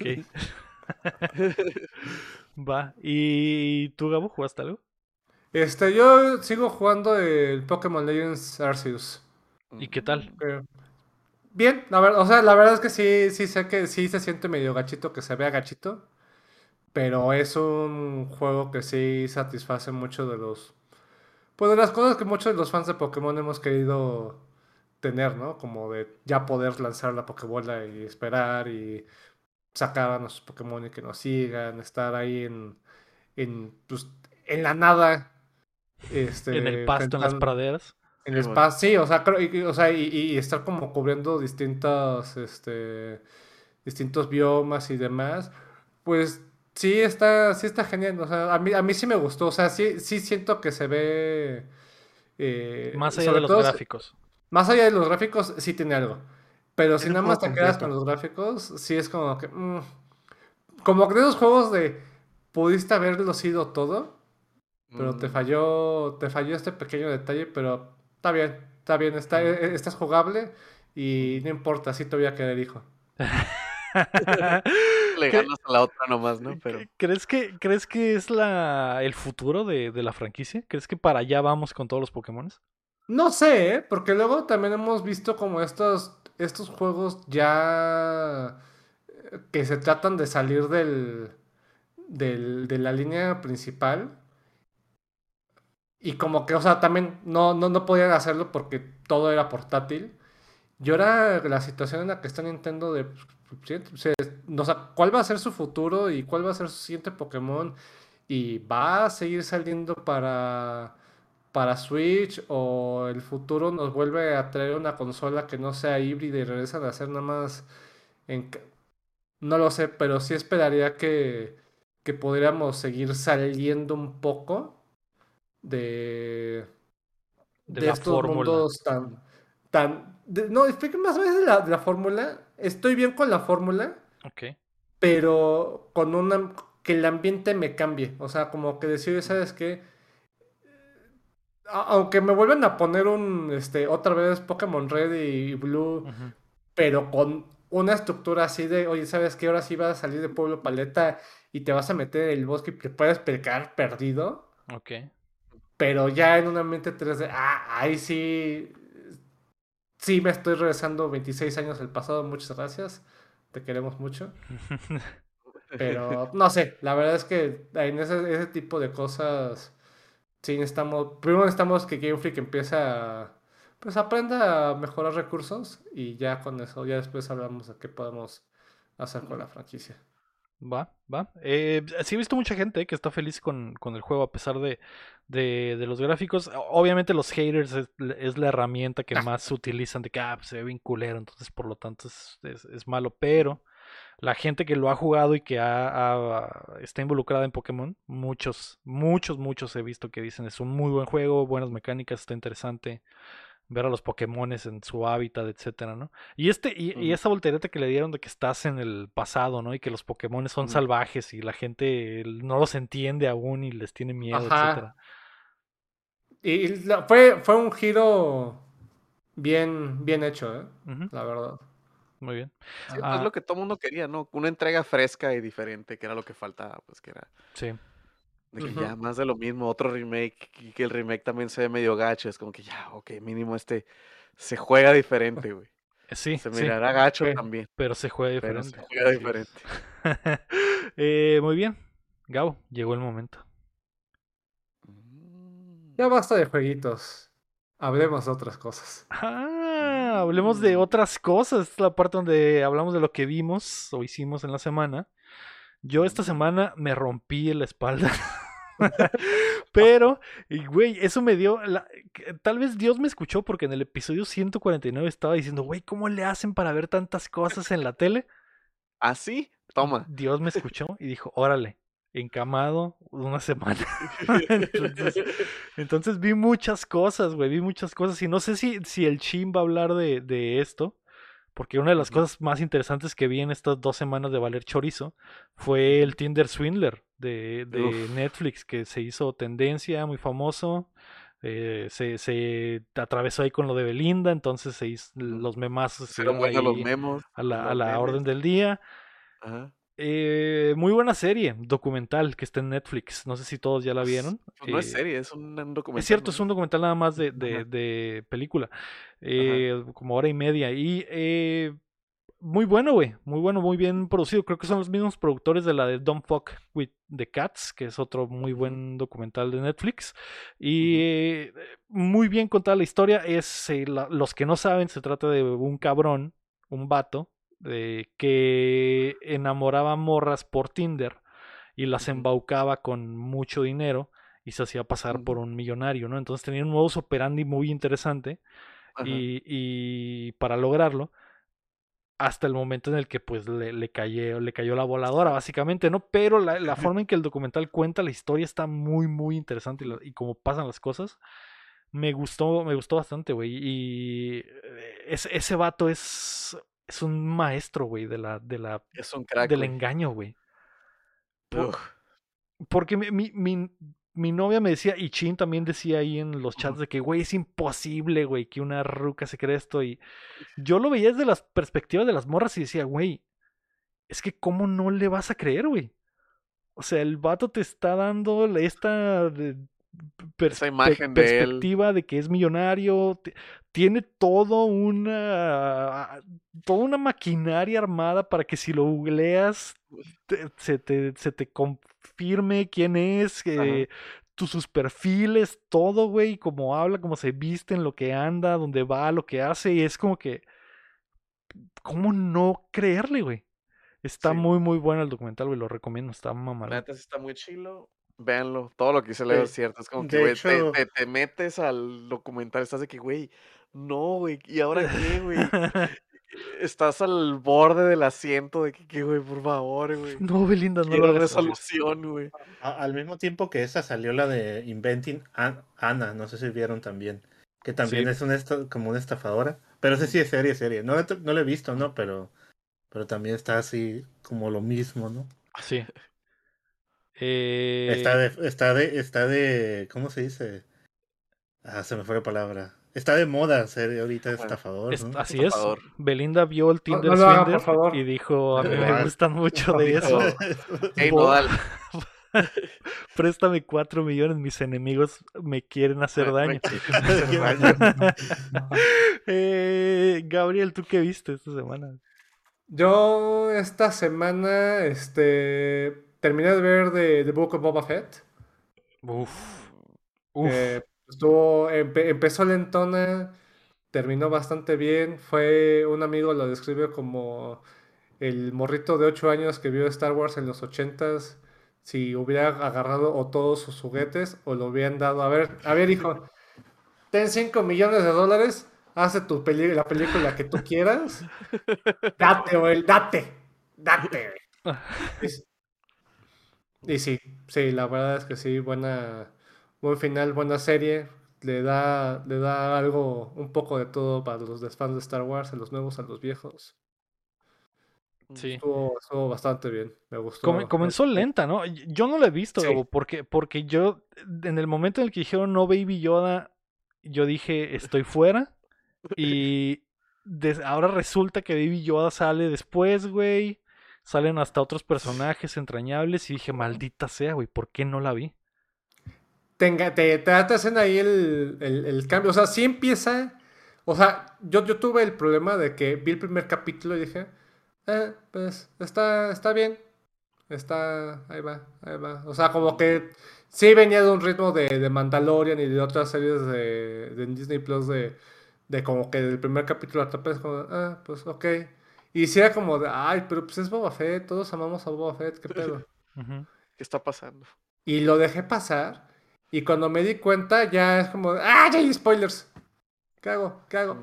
va. ¿Y tú, Gabo, jugaste algo? Yo sigo jugando el Pokémon Legends Arceus. ¿Y qué tal? Mm, Eh, Bien, la verdad, o sea, la verdad es que sí sé que sí se siente medio gachito, que se vea gachito, pero es un juego que sí satisface mucho de pues de las cosas que muchos de los fans de Pokémon hemos querido tener, ¿no? Como de ya poder lanzar la Pokébola y esperar y sacar a nuestros Pokémon y que nos sigan, estar ahí pues, en la nada, ¿En el pasto, en las enfrentando praderas? en el sí, man. espacio, sí, o sea, o sea, y estar como cubriendo distintos biomas y demás, pues sí está genial, o sea, a mí sí me gustó, o sea, sí siento que se ve, Más allá de sobre los todo, gráficos. más allá de los gráficos, sí tiene algo, pero si Es un nada más juego te quedas con completo. los gráficos, sí es como que, como que de esos juegos de, pudiste haberlo sido todo, pero te Mm, falló este pequeño detalle, pero está bien, Mm. estás jugable y ujú. no importa, sí te voy a querer hijo. Le ¿Cre- ganas a la otra nomás, ¿no? Pero ¿Crees que es el futuro de la franquicia? ¿Crees que para allá vamos con todos los Pokémones? No sé, ¿eh? Porque luego también hemos visto como estos juegos ya que se tratan de salir de la línea principal y como que, o sea, también no podían hacerlo porque todo era portátil. Y ahora la situación en la que está Nintendo de, pues, o sea, ¿cuál va a ser su futuro y cuál va a ser su siguiente Pokémon? ¿Y va a seguir saliendo para Switch o el futuro nos vuelve a traer una consola que no sea híbrida y regresan a hacer nada más en... No lo sé, pero sí esperaría que podríamos seguir saliendo un poco de, De de la estos fórmula. mundos no, explique más o menos de la fórmula. Estoy bien con la fórmula, Ok. pero que el ambiente me cambie. O sea, como que decir, ¿sabes qué? Aunque me vuelvan a poner otra vez Pokémon Red y Blue, Ujú. pero con una estructura así de, oye, ¿sabes qué? Ahora sí vas a salir de Pueblo Paleta y te vas a meter en el bosque y te puedes pecar perdido, Ok. pero ya en un ambiente 3D, ahí sí sí me estoy regresando 26 años al pasado, muchas gracias, te queremos mucho. Pero no sé, la verdad es que en ese tipo de cosas, sí primero necesitamos que Game Freak empiece pues aprenda a mejorar recursos y ya con eso, ya después hablamos de qué podemos hacer con la franquicia. Va, va. Sí he visto mucha gente que está feliz con el juego a pesar de los gráficos. Obviamente los haters es la herramienta que más utilizan de que pues, se ve bien culero, entonces por lo tanto es malo. Pero la gente que lo ha jugado y que está involucrada en Pokémon, muchos he visto que dicen es un muy buen juego, buenas mecánicas, está interesante ver a los Pokémones en su hábitat, etcétera, ¿no? Y esa voltereta que le dieron de que estás en el pasado, ¿no? Y que los Pokémones son salvajes y la gente no los entiende aún y les tiene miedo, etcétera. Ajá. Y fue un giro bien hecho, Ujú, la verdad. muy bien. Sí, pues lo que todo mundo quería, ¿no? Una entrega fresca y diferente, que era lo que faltaba, pues que era Sí. de que Ujú. ya más de lo mismo, otro remake y que el remake también se ve medio gacho, es como que ya, ok, mínimo se juega diferente, güey. Sí, Se sí. mirará gacho Ok. también, Pero se juega pero se diferente. juega Así diferente. es. Muy bien. Gabo, llegó el momento. Mm, Ya basta de jueguitos. Hablemos de otras cosas. Hablemos de mm. otras cosas. Es la parte donde hablamos de lo que vimos o hicimos en la semana. Yo esta semana me rompí la espalda. Pero, güey, eso me dio. Tal vez Dios me escuchó porque en el episodio 149 estaba diciendo, güey, ¿cómo le hacen para ver tantas cosas en la tele? ¿Así? Toma. Dios me escuchó y dijo, órale, encamado una semana. entonces, entonces vi muchas cosas, güey, vi muchas cosas. Y no sé si el Chin va a hablar de esto. Porque una de las cosas más interesantes que vi en estas 2 semanas de Valer Chorizo fue el Tinder Swindler de Netflix, que se hizo tendencia, muy famoso. Se atravesó ahí con lo de Belinda, entonces los memazos Fueron estuvieron buenos los ahí memos, a los la memes. orden del día. Ajá. Muy buena serie, documental, que está en Netflix. No sé si todos ya la vieron. Pues no es serie, es un Es documental, cierto, ¿no? es un documental nada más Ajá. de película. Ajá. Como hora y media. Y muy bueno, güey. Muy bueno, muy bien producido. Creo que son los mismos productores de la de Don't Fuck with the Cats, que es otro muy buen documental de Netflix. Y muy bien contada la historia. Los que no saben, se trata de un cabrón, un vato, que enamoraba morras por Tinder y las embaucaba con mucho dinero y se hacía pasar por un millonario, ¿no? Entonces tenía un modus operandi muy interesante Ajá. y para lograrlo hasta el momento en el que pues le cayó la voladora, básicamente, ¿no? Pero la forma en que el documental cuenta la historia está muy interesante y como pasan las cosas, me gustó bastante, güey. Y ese vato es un maestro, güey, Es un crack, del güey. engaño, güey. Ugh. Porque mi novia me decía, y Chin también decía ahí en los chats de que, güey, es imposible, güey, que una ruca se cree esto. Y yo lo veía desde las perspectivas de las morras y decía, güey, es que ¿cómo no le vas a creer, güey? O sea, el vato te está dando esta Esa imagen de él. perspectiva de que es millonario, tiene toda una maquinaria armada para que si lo googleas se te confirme quién es, Ajá. sus perfiles, todo, güey, cómo habla, cómo se viste, en lo que anda, dónde va, lo que hace, y es como que, ¿cómo no creerle, güey? Está Sí, muy bueno el documental, güey, lo recomiendo, está la mamalón. neta sí está muy chilo. Véanlo. Todo lo que dice Leo es De, cierto. Es como que, de güey, hecho, te metes al documental, estás de que, güey, no, güey, ¿y ahora qué, güey? Estás al borde del asiento de que, güey, por favor, güey. No, Belinda, no lo Quiero hagas, por favor. resolución, güey. al mismo tiempo que esa salió la de Inventing Anna, no sé si vieron también, que Sí, también es como una estafadora, pero ese sí es serie. No la he visto, ¿no? Pero también está así como lo mismo, ¿no? sí. ¿Cómo se dice? Se me fue la palabra. Está de moda ser ahorita Ajá. estafador, ¿no? Así es. Estafador. Belinda vio el No, Tinder no lo hagan, por Swindler y favor. dijo, a mí No lo me hagas. gustan mucho de eso. Dijo, hey, Vo- Nodal, Préstame 4 millones, mis enemigos me quieren hacer daño. Gabriel, ¿tú qué viste esta semana? Yo esta semana terminé de ver The Book of Boba Fett. Uf. Empezó lentona, terminó bastante bien. Un amigo lo describe como el morrito de 8 años que vio Star Wars en los 80s. Si hubiera agarrado o todos sus juguetes o lo hubieran dado. A ver, hijo, ten $5 millones, hace la película que tú quieras. Date, güey, date, güey. Y sí, la verdad es que sí, buen final, buena serie. Le da algo, un poco de todo para los fans de Star Wars, a los nuevos, a los viejos. Sí. Estuvo bastante bien, me gustó. Comenzó lenta, ¿no? Yo no la he visto, Sí. Gabo, porque yo, en el momento en el que dijeron no Baby Yoda, yo dije estoy fuera. Y ahora resulta que Baby Yoda sale después, güey. Salen hasta otros personajes entrañables y dije, maldita sea, güey, ¿por qué no la vi? Te hacen ahí el cambio. O sea, sí empieza. O sea, yo tuve el problema de que vi el primer capítulo y dije, pues está bien. Ahí va. O sea, como que sí venía de un ritmo de Mandalorian y de otras series de Disney Plus de como que el primer capítulo atrapé como, pues ok. Y sí era como de, ay, pero pues es Boba Fett, todos amamos a Boba Fett, ¿qué pedo? ¿Qué está pasando? Y lo dejé pasar. Y cuando me di cuenta, ya es como, ya hay spoilers. ¿Qué hago?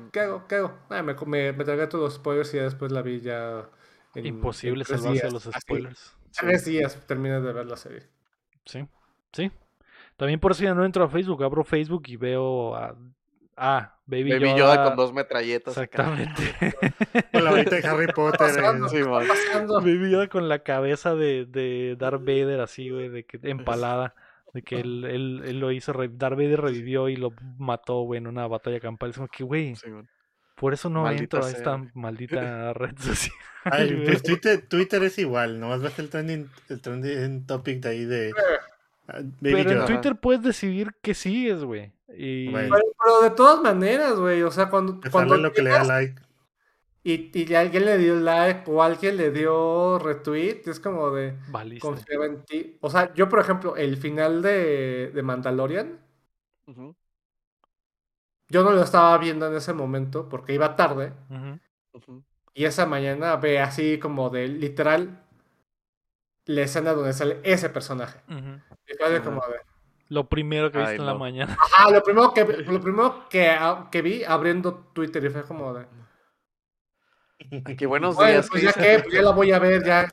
Me tragué todos los spoilers y ya después la vi ya en Imposible 3 salvarse de días. los Así, spoilers. 3 días terminé de ver la serie. Sí. También por eso ya no entro a Facebook, abro Facebook y veo a Baby Yoda con 2 metralletas exactamente. Con la varita de Harry Potter. Sí, man. Baby Yoda con la cabeza de Darth Vader así, güey, de que empalada. De que él lo hizo, Darth Vader revivió y lo mató, güey, en una batalla campal. Es como que, güey, Sí, man. por eso no Maldita entro a sea, esta güey. maldita red social. Ay, güey. pues Twitter es igual, nomás ves el trending topic de ahí de Baby Pero en Yoda. Twitter puedes decidir qué sigues, güey. Y Bueno, Pero de todas maneras, güey, o sea, que cuando sale lo que le da llegas like. y alguien le dio like o alguien le dio retweet, es como de valiste. confiaba en ti. O sea, yo, por ejemplo, el final de Mandalorian, Ujú, yo no lo estaba viendo en ese momento porque iba tarde. Ujú. ujú. Y esa mañana ve así como de literal la escena donde sale ese personaje. Ujú. Y fue así Ajá. como de, Lo primero que viste Ay, en la no. mañana. lo primero que vi abriendo Twitter y fue como de, Aquí, buenos bueno, días. pues ¿Qué ya dicen? que, pues ya la voy a ver, ya.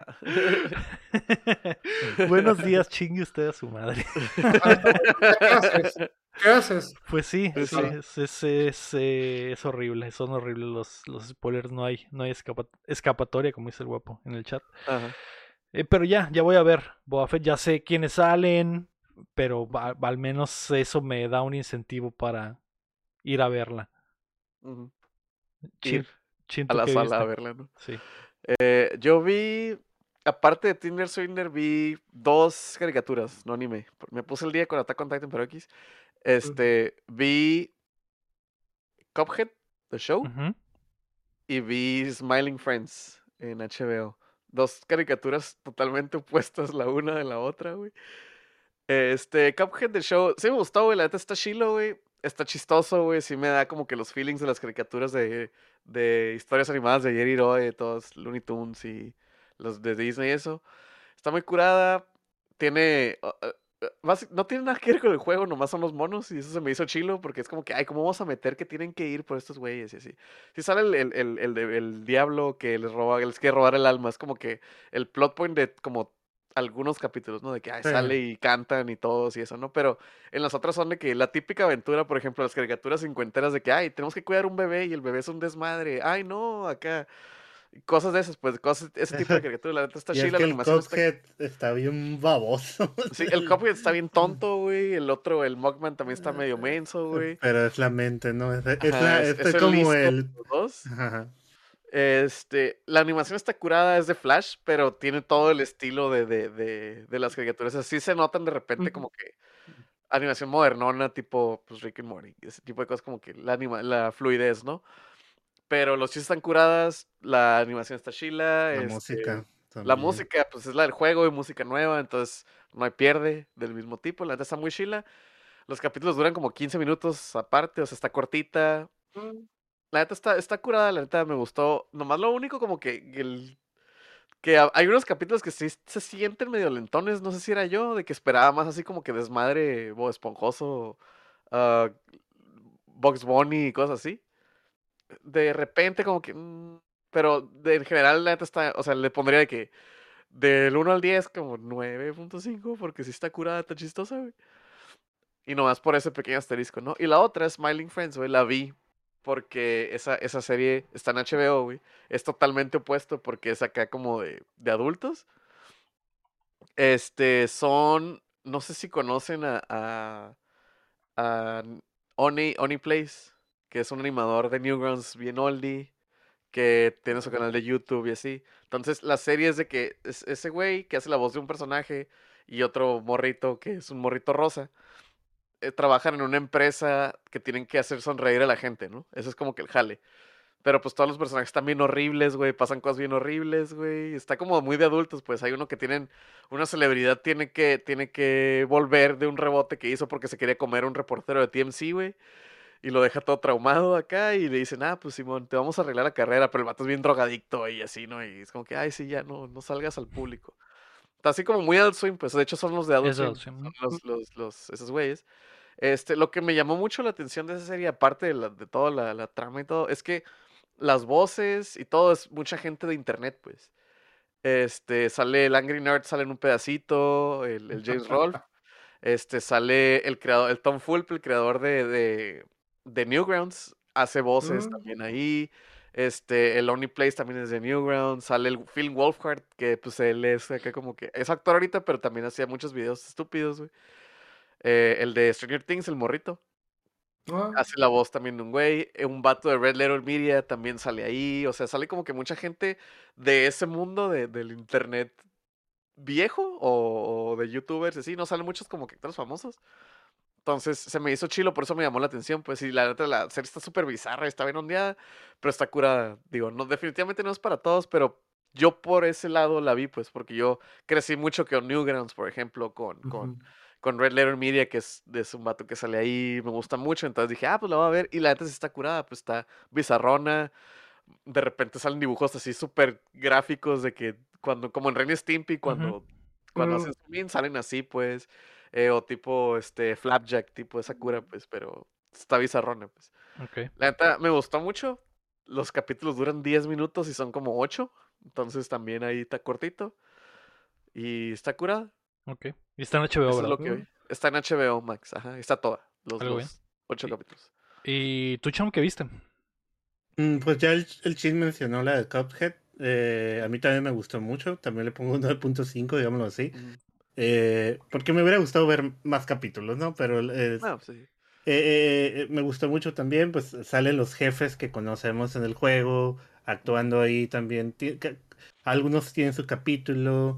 Buenos días, chingue usted a su madre. ¿Qué haces? ¿Qué haces? Pues sí, Pues sí, sí. es horrible, son horribles los spoilers, no hay escapatoria, como dice el guapo en el chat. Ajá. Pero ya voy a ver, Boba Fett, ya sé quiénes salen, pero al menos eso me da un incentivo para ir a verla. Ujú. Chin, Ir Chin, a ¿tú la qué sala a viste? verla, ¿no? Sí. Yo vi, aparte de Tinder Swindler, vi 2 caricaturas, no anime. Me puse el día con Attack on Titan, pero X. Vi Cuphead, The Show, Ujú. y vi Smiling Friends en HBO. 2 caricaturas totalmente opuestas la una de la otra, güey. Cuphead, The Show, sí me gustó, güey, la neta está chilo, güey. Está chistoso, güey, sí me da como que los feelings de las caricaturas de historias animadas de Jerry Roy, de todos Looney Tunes y los de Disney y eso. Está muy curada. Tiene. No tiene nada que ver con el juego, nomás son los monos. Y eso se me hizo chilo porque es como que, ay, ¿cómo vamos a meter que tienen que ir por estos güeyes? Y así. Si sale el diablo que les quiere robar el alma. Es como que el plot point de como algunos capítulos, ¿no? De que ay, Sí. sale y cantan y todos y eso, ¿no? Pero en las otras son de que la típica aventura, por ejemplo, las caricaturas cincuenteras de que, ay, tenemos que cuidar un bebé y el bebé es un desmadre. Ay, no, acá. Cosas de esas, pues, ese tipo de caricaturas, la neta está Y es chila, que la el animación está. Cuphead está bien baboso. Sí, el Cuphead está bien tonto, güey. El otro, el Mugman, también está medio menso, güey. Pero es la mente, ¿no? Ajá, es Es el como listo el. de los dos. Ajá. La animación está curada, es de Flash, pero tiene todo el estilo de las caricaturas. Así se notan de repente como que animación modernona, tipo pues Rick and Morty, ese tipo de cosas como que la fluidez, ¿no? Pero los chistes están curadas, la animación está chila, La música la también. música pues es la del juego y música nueva, entonces no hay pierde del mismo tipo, la neta está muy chila. Los capítulos duran como 15 minutos aparte, o sea, está cortita. La neta está curada, la neta me gustó. Nomás lo único como que hay unos capítulos que sí se sienten medio lentones, no sé si era yo, de que esperaba más así como que desmadre, esponjoso, ah, Bugs Bunny y cosas así. De repente como que... pero en general la neta está, o sea, le pondría de que del 1 al 10 como 9.5 porque sí está curada, está chistosa, güey. Y nomás por ese pequeño asterisco, ¿no? Y la otra, Smiling Friends, güey, la vi porque esa serie está en HBO, güey. Es totalmente opuesto porque es acá como de adultos. No sé si conocen a Oni Place, que es un animador de Newgrounds bien oldie, que tiene su canal de YouTube y así. Entonces, la serie es de que es ese güey que hace la voz de un personaje y otro morrito que es un morrito rosa trabajan en una empresa que tienen que hacer sonreír a la gente, ¿no? Eso es como que el jale. Pero pues todos los personajes están bien horribles, güey, pasan cosas bien horribles, güey. Está como muy de adultos, pues hay uno que una celebridad tiene que volver de un rebote que hizo porque se quería comer a un reportero de TMC, güey. Y lo deja todo traumado acá y le dicen, pues Simón, te vamos a arreglar la carrera, pero el vato es bien drogadicto y así, ¿no? Y es como que, ay, sí, ya, no salgas al público. Está así como muy Adult Swim, pues de hecho son los de Adult Eso, Swim, sí. son esos güeyes. Lo que me llamó mucho la atención de esa serie, aparte de toda la trama y todo, es que las voces y todo es mucha gente de internet, pues. Sale el Angry Nerd, sale en un pedacito, el James Rolfe, sale el creador, el Tom Fulp, el creador de Newgrounds, hace voces también ahí. El Only Place también es de Newgrounds, sale el Phil Wolfhard, que pues él es acá como que es actor ahorita, pero también hacía muchos videos estúpidos, güey. El de Stranger Things, el morrito. Ah, Hace la voz también de un güey. Un vato de Red Letter Media también sale ahí. O sea, sale como que mucha gente de ese mundo del internet viejo o de youtubers, así. No salen muchos como que actores famosos. Entonces se me hizo chilo, por eso me llamó la atención. Pues sí, la neta, la serie está súper bizarra, está bien ondeada, pero está curada. Digo, no, definitivamente no es para todos, pero yo por ese lado la vi, pues, porque yo crecí mucho con Newgrounds, por ejemplo, con Red Letter Media, que es un vato que sale ahí, me gusta mucho. Entonces dije, pues la voy a ver. Y la neta sí está curada, pues está bizarrona. De repente salen dibujos así súper gráficos de que como en Ren y Stimpy, Ujú. cuando hacen zoom in, salen así, pues. O tipo, Flapjack, tipo esa cura, pues, pero está bizarrona, pues. Ok. La neta, me gustó mucho. Los capítulos duran 10 minutos y son como 8. Entonces también ahí está cortito. Y está curada. Ok. Y está en HBO, Eso es ¿verdad? lo que hoy. Está en HBO Max, ajá. Está toda. Los, Algo bien. los 8 ¿Y, capítulos. y tú, Cham, qué viste? Pues ya el Chin mencionó la de Cuphead. A mí también me gustó mucho. También le pongo un 9.5, digámoslo así. Ujú. Porque me hubiera gustado ver más capítulos, ¿no? Pero No, pues sí. me gustó mucho también. Pues salen los jefes que conocemos en el juego, Ujú. actuando ahí también. Algunos tienen su capítulo.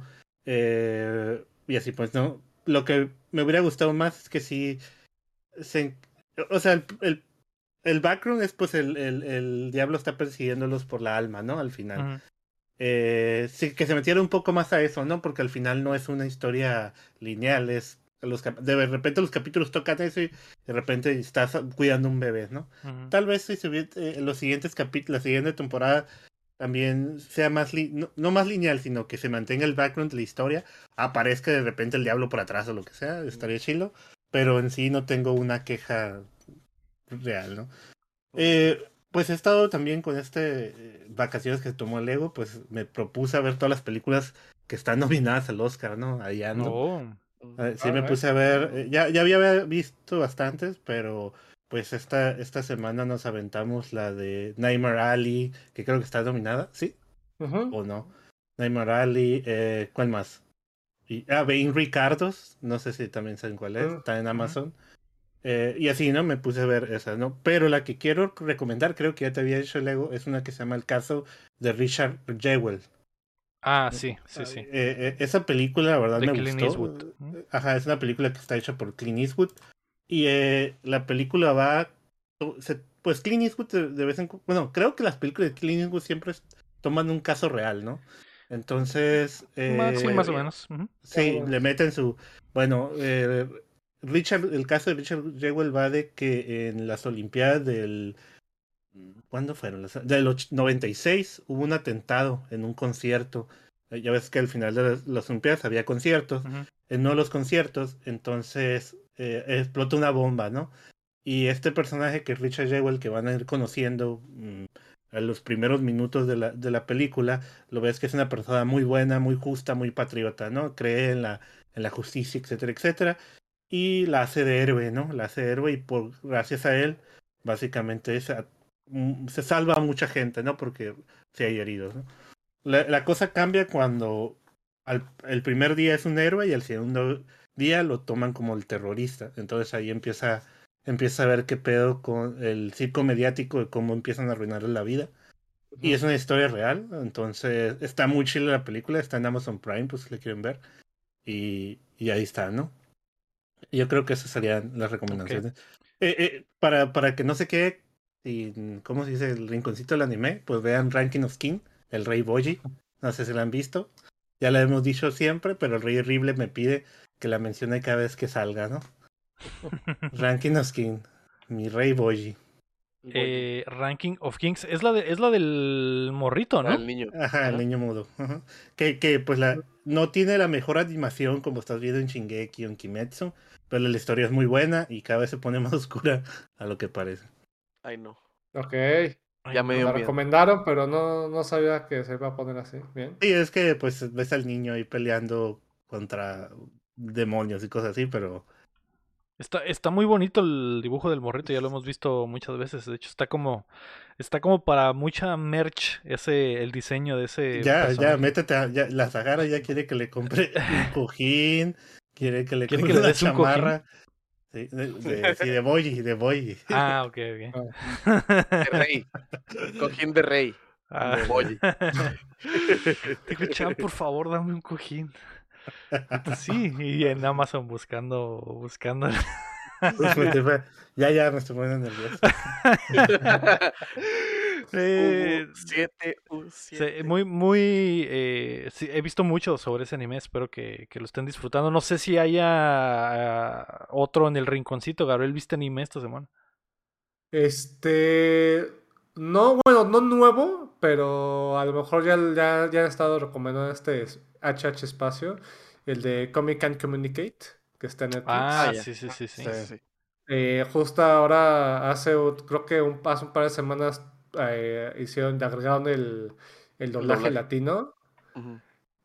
Y así pues, ¿no? Lo que me hubiera gustado más es que sí. Se, o sea, el background es pues el diablo está persiguiéndolos por la alma, ¿no? Al final. Ujú. Sí, que se metiera un poco más a eso, ¿no? Porque al final no es una historia lineal, de repente los capítulos tocan eso y de repente estás cuidando un bebé, ¿no? Ujú. Tal vez si los siguientes capítulos, la siguiente temporada también sea más, no más lineal, sino que se mantenga el background de la historia, aparezca de repente el diablo por atrás o lo que sea, estaría chilo, pero en sí no tengo una queja real, ¿no? Ujú. Pues he estado también con vacaciones que tomó el Lego, pues me propuse a ver todas las películas que están nominadas al Oscar, ¿no? Ahí ando. Oh. Ujú. Sí me alright. puse a ver, ya había visto bastantes, pero pues esta semana nos aventamos la de Nightmare Alley, que creo que está nominada, ¿sí? Ujú. ¿O no? Nightmare Alley, ¿cuál más? Being Ricardos, no sé si también saben cuál es, Mm, está en Ujú. Amazon. Y así, ¿no? Me puse a ver esa, ¿no? Pero la que quiero recomendar, creo que ya te había dicho el ego, es una que se llama El caso de Richard Jewell. Ah, sí, sí, sí. Esa película, la verdad, De me Clint Eastwood. gustó. ¿Mm? Ajá, es una película que está hecha por Clint Eastwood. Y la película va. Pues Clint Eastwood de vez en cuando. Bueno, creo que las películas de Clint Eastwood siempre toman un caso real, ¿no? Entonces. Sí, más o menos. Ujú. Sí, le meten su. Bueno, el caso de Richard Jewell va de que en las Olimpiadas del. ¿Cuándo fueron? Del 96 hubo un atentado en un concierto. Ya ves que al final de las Olimpiadas había conciertos. Ujú. En uno de los conciertos, entonces explota una bomba, ¿no? Y este personaje que es Richard Jewell, que van a ir conociendo a los primeros minutos de la película, lo ves que es una persona muy buena, muy justa, muy patriota, ¿no? Cree en la justicia, etcétera, etcétera. Y la hace de héroe, ¿no? La hace de héroe y gracias a él, básicamente se salva a mucha gente, ¿no? Porque si hay heridos, ¿no? La cosa cambia cuando el primer día es un héroe y el segundo día lo toman como el terrorista. Entonces ahí empieza a ver qué pedo con el circo mediático de cómo empiezan a arruinarle la vida. Y es una historia real, entonces está muy chila la película, está en Amazon Prime, pues si la quieren ver. Y ahí está, ¿no? Yo creo que esas serían las recomendaciones. Para que no se quede sin, ¿cómo se dice? El rinconcito del anime, pues vean Ranking of King, el Rey Boji. No sé si la han visto. Ya la hemos dicho siempre, pero el Rey Horrible me pide que la mencione cada vez que salga, ¿no? Ranking of King, mi Rey Boji. Ranking of Kings. Es la del morrito, ¿no? El niño. Ajá, el niño mudo. Ajá. Que pues no tiene la mejor animación como estás viendo en Shingeki o en Kimetsu, pero la historia es muy buena y cada vez se pone más oscura a lo que parece. Ay, no. Ok. Ya me Me dio la miedo. recomendaron, pero no sabía que se iba a poner así. Bien. Sí, es que pues ves al niño ahí peleando contra demonios y cosas así, pero Está muy bonito el dibujo del morrito, ya lo hemos visto muchas veces. De hecho, está como para mucha merch el diseño de ese ya, personaje. métete, la Sahara ya quiere que le compre un cojín, quiere que le ¿Quiere compre que le una des un cojín? chamarra. Sí, sí, de Boyi. Ah, ok, De ok. rey. Cojín de rey. Ah. De Boyi. Digo, Chan, por favor, dame un cojín. Entonces, sí, y en Amazon buscando. Ya me estoy poniendo nervioso. Eh, U7, U7. sí, he visto mucho sobre ese anime, espero que lo estén disfrutando. No sé si haya otro en el rinconcito. Gabriel, ¿viste anime esta semana? No, bueno, no nuevo, pero a lo mejor ya han estado recomendando HH Espacio, el de Comic and Communicate, que está en Netflix. Ah, Ah, ya. sí, sí, sí, Sí, sí. sí, sí. Justo ahora, creo que hace un par de semanas agregaron el doblaje doblaje. latino Ujú.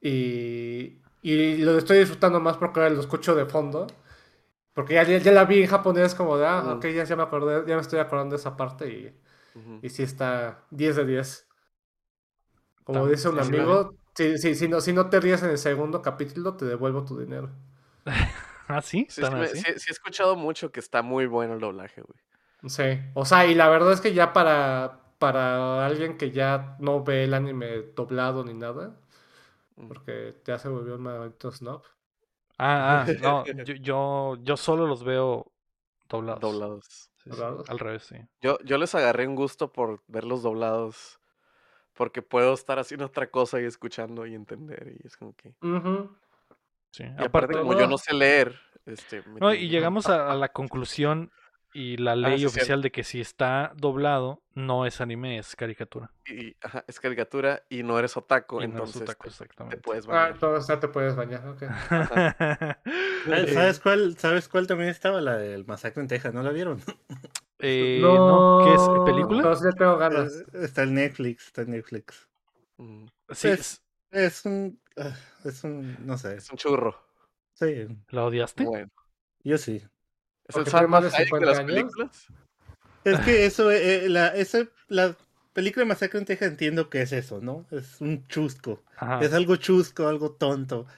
y lo estoy disfrutando más porque ahora lo escucho de fondo. Porque ya la vi en japonés como de, ok, Ujú. ya me acordé, ya me estoy acordando de esa parte Ujú. y sí está 10 de 10. Como dice un Sí, sí la vi. amigo, si no te ríes en el segundo capítulo, te devuelvo tu dinero. Ah, sí, Sí, tan así. sí he escuchado mucho que está muy bueno el doblaje, güey. Sí, o sea, y la verdad es que ya para alguien que ya no ve el anime doblado ni nada, Mm. porque ya se volvió un maldito snob. No, yo solo los veo doblados. Doblados. Sí, sí, ¿Verdad? al revés, sí. Yo les agarré un gusto por verlos doblados. Porque puedo estar haciendo otra cosa y escuchando y entender. Y es como que. Ujú. Sí. Y aparte, Aparte, como yo No, no sé leer, me no, tienen y que llegamos a la conclusión y la Ah, ley sí, es cierto. oficial de que si está doblado, no es anime, es caricatura. Y ajá, es caricatura y no eres otaku, Y no es entonces otaku, te exactamente. puedes bañar. entonces ya te puedes bañar, ok. Ajá. Eh, ¿Sabes cuál también estaba? La del Masacre en Texas, ¿no la vieron? no, ¿qué es? No, ¿Película? pero sí le tengo ganas. Está en Netflix. Mm, Sí, Es, es un, no sé. Es un churro. Sí, ¿la odiaste? Bueno. yo sí. ¿Es el Porque tiene más Salma de Hayek de 50 las años. películas? Es que la película de Masacre en Texas entiendo que es eso, ¿no? Es un chusco. Ajá. Es algo chusco, algo tonto.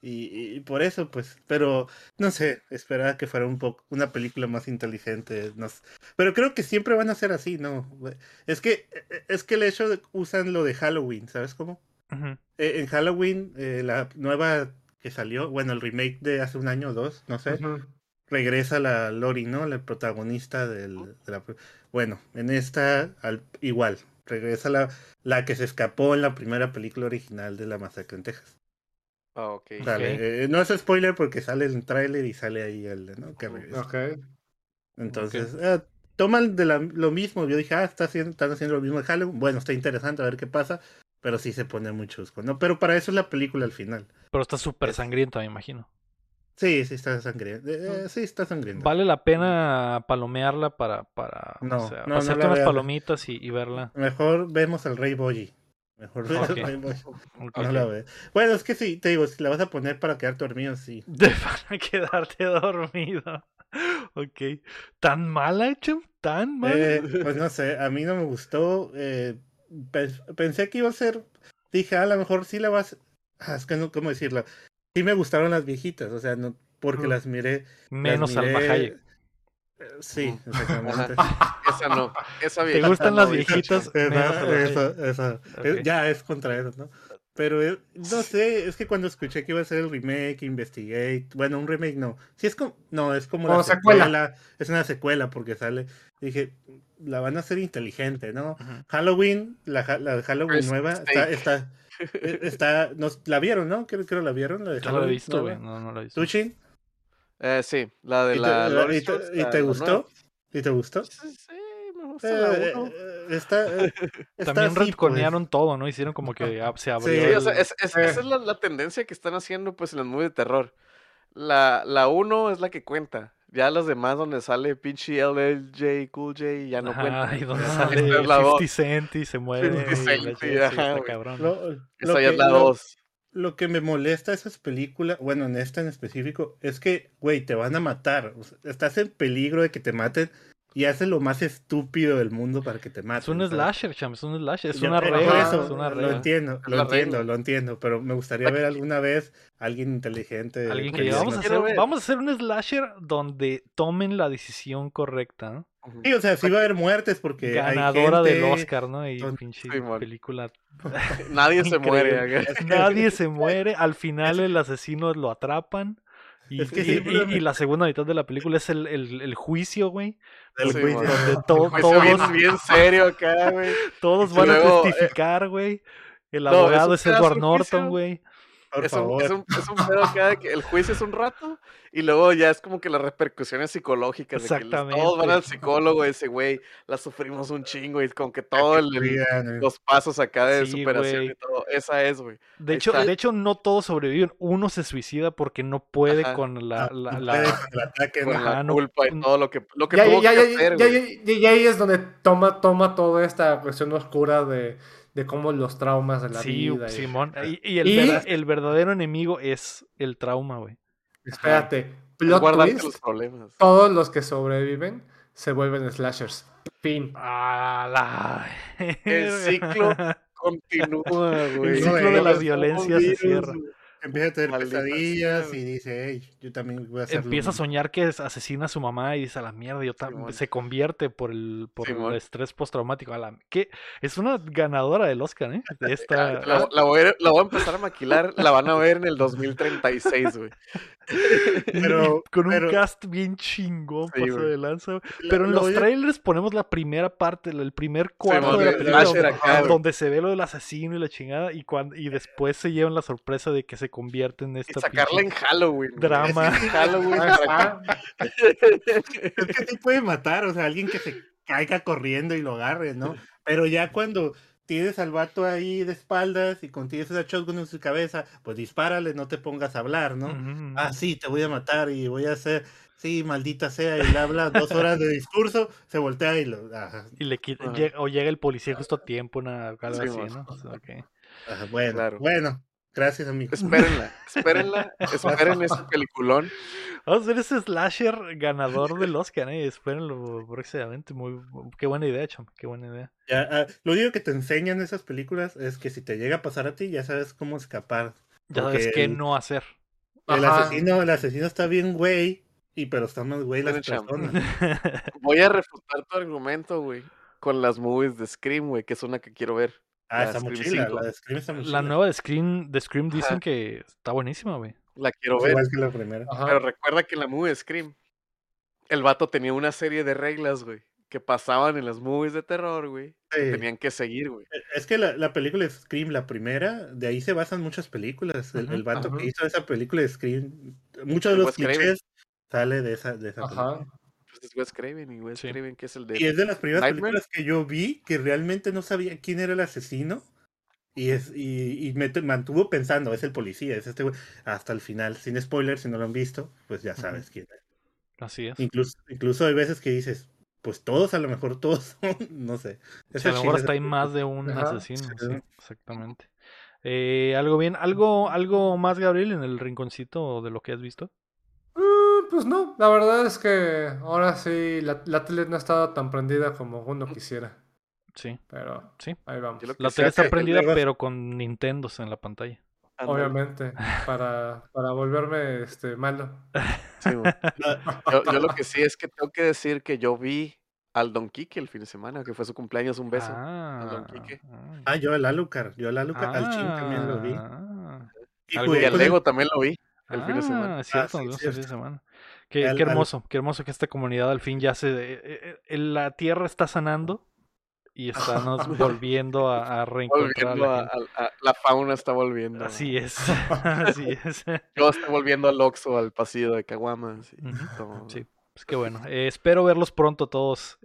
Y por eso, pues, pero no sé, esperaba que fuera un poco una película más inteligente. No sé. Pero creo que siempre van a ser así, ¿no? Es que el hecho de usan lo de Halloween, ¿sabes cómo? Ujú. En Halloween, la nueva que salió, bueno, el remake de hace un año o dos, no sé, Ujú. regresa la Lori, ¿no? La protagonista Bueno, en esta igual, regresa la que se escapó en la primera película original de La Masacre en Texas. Ah, ok. Sale, no es spoiler porque sale el tráiler y sale ahí ¿no? Que regresa. Ok. Entonces, toman lo mismo. Yo dije, están haciendo lo mismo de Halloween. Bueno, está interesante a ver qué pasa, pero sí se pone muy chusco, ¿no? Pero para eso es la película al final. Pero está súper Es- sangrienta, me imagino. Sí, sí está sangrienta. Sí está sangrienta. ¿Vale la pena palomearla o No, sea, para no, no hacerte la unas veas. palomitas y verla? Mejor vemos al Rey Boyi. Mejor ve Ok, al Rey Boyi. ok. No la ve. Bueno, es que sí, te digo, si la vas a poner para quedarte dormido, sí. Para quedarte dormido. Ok. ¿Tan mala, Chum? ¿Tan mala? Pues no sé, a mí no me gustó. Pensé que iba a ser. Dije, a lo mejor sí la vas. Es que no, ¿cómo decirlo? Sí me gustaron las viejitas, o sea, no, porque las miré. Las Menos Salma miré. Hayek. Sí, Ujú. exactamente. Ajá. Esa no. Esa ¿Te viejita gustan no las dice Chum. viejitas? Menos Salma Hayek. Ok. Ya es contra eso, ¿no? Pero no sé, es que cuando escuché que iba a ser el remake, Investigate, bueno, un remake no, sí es como, no, es como la Como secuela. secuela, es una secuela porque sale, dije, la van a hacer inteligente, ¿no? Ujú. Halloween, la de Halloween Christmas nueva, steak. la vieron, ¿no? Creo la vieron, la de Yo no la he Halloween visto, güey. nueva. No, no la he visto. ¿Tuchin? Sí, la de ¿Y la Lori te, y Strode, te- y te la nueva. gustó? ¿Y te gustó? Sí, sí, me gusta la Eh, uno. está También así, pues. retconearon todo, ¿no? Hicieron como que se abrió Sí, Sí, o sea, el... esa es la tendencia que están haciendo pues en las movies de terror. La uno es la que cuenta. Ya las demás donde sale pinche LLJ, Cool J, ya no Ajá, cuentan. y donde Esta es sale la 50 dos. Cent y se 50 muere y Cent, la y sí, ajá, está güey. cabrón. lo Esa ya es que, la lo, dos. lo que me molesta de esas películas, bueno, en esta en específico, es que, güey, te van a matar. O sea, estás en peligro de que te maten y haces lo más estúpido del mundo para que te Es un maten, ¿sabes? slasher, cham, es un slasher, es Yo, una por regla, es eso, una lo regla. entiendo, Es lo la entiendo, regla. lo entiendo, pero me gustaría La ver que, alguna vez a alguien inteligente Alguien que diga, sí pelearla. quiero ver. vamos a hacer un slasher donde tomen la decisión correcta, ¿no? Ujú. Sí, o sea, sí La va a que, haber muertes porque hay Ganadora del gente. Oscar, ¿no? Y Son- pinche Simón. película Nadie se muere. increíble. Acá. Nadie se muere, al final el asesino lo atrapan es que siempre y la segunda mitad de la película es el juicio, güey, el Simón. juicio. donde El juicio todos, bien serio acá, güey. todos Y van a luego, testificar, güey. El no, es abogado un es pedazo Edward el Norton, juicio. güey. Por Es favor. es un pedo acá de que el juicio es un rato y luego ya es como que las repercusiones psicológicas de que todos van Exactamente. al psicólogo y ese güey, la sufrimos un chingo y como que A todo que cuidan. los pasos acá de Sí, superación y güey. todo. Esa es, güey. De Ahí hecho, está. de hecho, no todos sobreviven. Uno se suicida porque no puede Ajá. con No puede con el ataque, ¿no? Con la Ajá, no. culpa y todo lo que Ya, tuvo ya, que ya, hacer, ya, güey. ya ahí es donde toma toda esta cuestión oscura de cómo los traumas de la Sí, vida. Simón. Y El verdadero enemigo es el trauma, güey. Ajá. espérate, Es plot guardarte los twist, problemas. todos los que sobreviven se vuelven slashers. Fin. A la El ciclo verga. continúa, El güey. Uno ciclo de de la ellos Somos violencia se virus, cierra. güey. empieza a tener Maldita sea, pesadillas güey. y dice, hey, yo también voy a hacer lo Empieza a mismo. soñar que asesina a su mamá y dice a la mierda, Simón. se convierte por el Simón. estrés postraumático. Que es una ganadora del Oscar, ¿eh? De esta. La voy a empezar a maquilar. La van a ver en el 2036, güey. Con un Pero cast bien chingón, Sí, paso güey. de lanza. Pero en lo los voy a... trailers ponemos la primera parte, el primer cuarto Simón, de la el película slasher acá, güey. donde se ve lo del asesino y la chingada y después se llevan la sorpresa de que se convierte en Y esta sacarla pinche en Halloween, güey. drama. Es que, Halloween Ahí para está. es que sí puede matar, o sea, alguien que se caiga corriendo y lo agarre, ¿no? Pero ya cuando tienes al vato ahí de espaldas y contienes esa shotgun en su cabeza, pues dispárale, no te pongas a hablar, ¿no? Ah, Ujú. sí, te voy a matar y voy a hacer, sí, maldita sea, y le habla 2 horas de discurso, se voltea y lo... Ajá, Y Ajá. o llega el policía justo a tiempo, algo así, Simón, ¿no? O sea, ok. bueno, claro. bueno, gracias, amigo. Esperen ese peliculón. Vamos a hacer ese slasher ganador del Oscar, ¿eh? Espérenlo próximamente. Qué buena idea, cham. Qué buena idea. Ya, lo único que te enseñan esas películas es que si te llega a pasar a ti, ya sabes cómo escapar. Ya sabes Porque qué no hacer. El Ajá. asesino está bien güey, pero están más güey las Tiene chamba. personas. Voy a refutar tu argumento, güey, con las movies de Scream, güey, que es una que quiero ver. Ah, La está Scream mochila, 5. la de Scream está La mochila. nueva de Scream dicen Ajá. que está buenísima, güey. La quiero Es ver. igual que la primera. Ajá. Pero recuerda que en la movie de Scream, el vato tenía una serie de reglas, güey, que pasaban en las movies de terror, güey, que Sí. tenían que seguir, güey. Es que la película de Scream, la primera, de ahí se basan muchas películas. El Ujú. vato Ajá. que hizo esa película de Scream, muchos de El los Wes Craven. clichés sale de esa película. Ajá. Pues es Wes Craven, y Wes Sí. Craven, que es el Y de es de las primeras Nightmare. películas que yo vi que realmente no sabía quién era el asesino. Y me mantuvo pensando, es el policía, es este güey, hasta el final. Sin spoilers, si no lo han visto, pues ya sabes quién es. Así es. Incluso hay veces que dices, pues todos, a lo mejor todos son, no sé. Sí, Esa a lo mejor chila, hasta hay más de un Ajá. asesino, Sí. sí, exactamente. Algo bien, algo más, Gabriel, en el rinconcito de lo que has visto. Pues no, la verdad es que ahora sí la tele no ha estado tan prendida como uno quisiera. Sí, Pero sí. ahí vamos. Yo lo que La sé tele es está que prendida, luego- pero con Nintendos en la pantalla. ándale. Obviamente, para volverme malo. Sí, güey. Ah, Yo lo que sí es que tengo que decir que yo vi al Don Quique el fin de semana, que fue su cumpleaños, un beso al Don Quique. yo al Alucard, al Chin también lo vi. Y Algo Y jugué al con el... Lego también lo vi el fin de semana. Es cierto, sí, nos vimos el fin de cierto. semana. Al- Qué al- hermoso que esta comunidad al fin ya la tierra está sanando y estamos volviendo a reencontrar a Volviendo la gente. la fauna está volviendo. Así es, así es. Yo estoy volviendo al Oxxo, al pasillo de Caguamas. Y Ujú, todo. sí, pues qué bueno. Espero verlos pronto todos.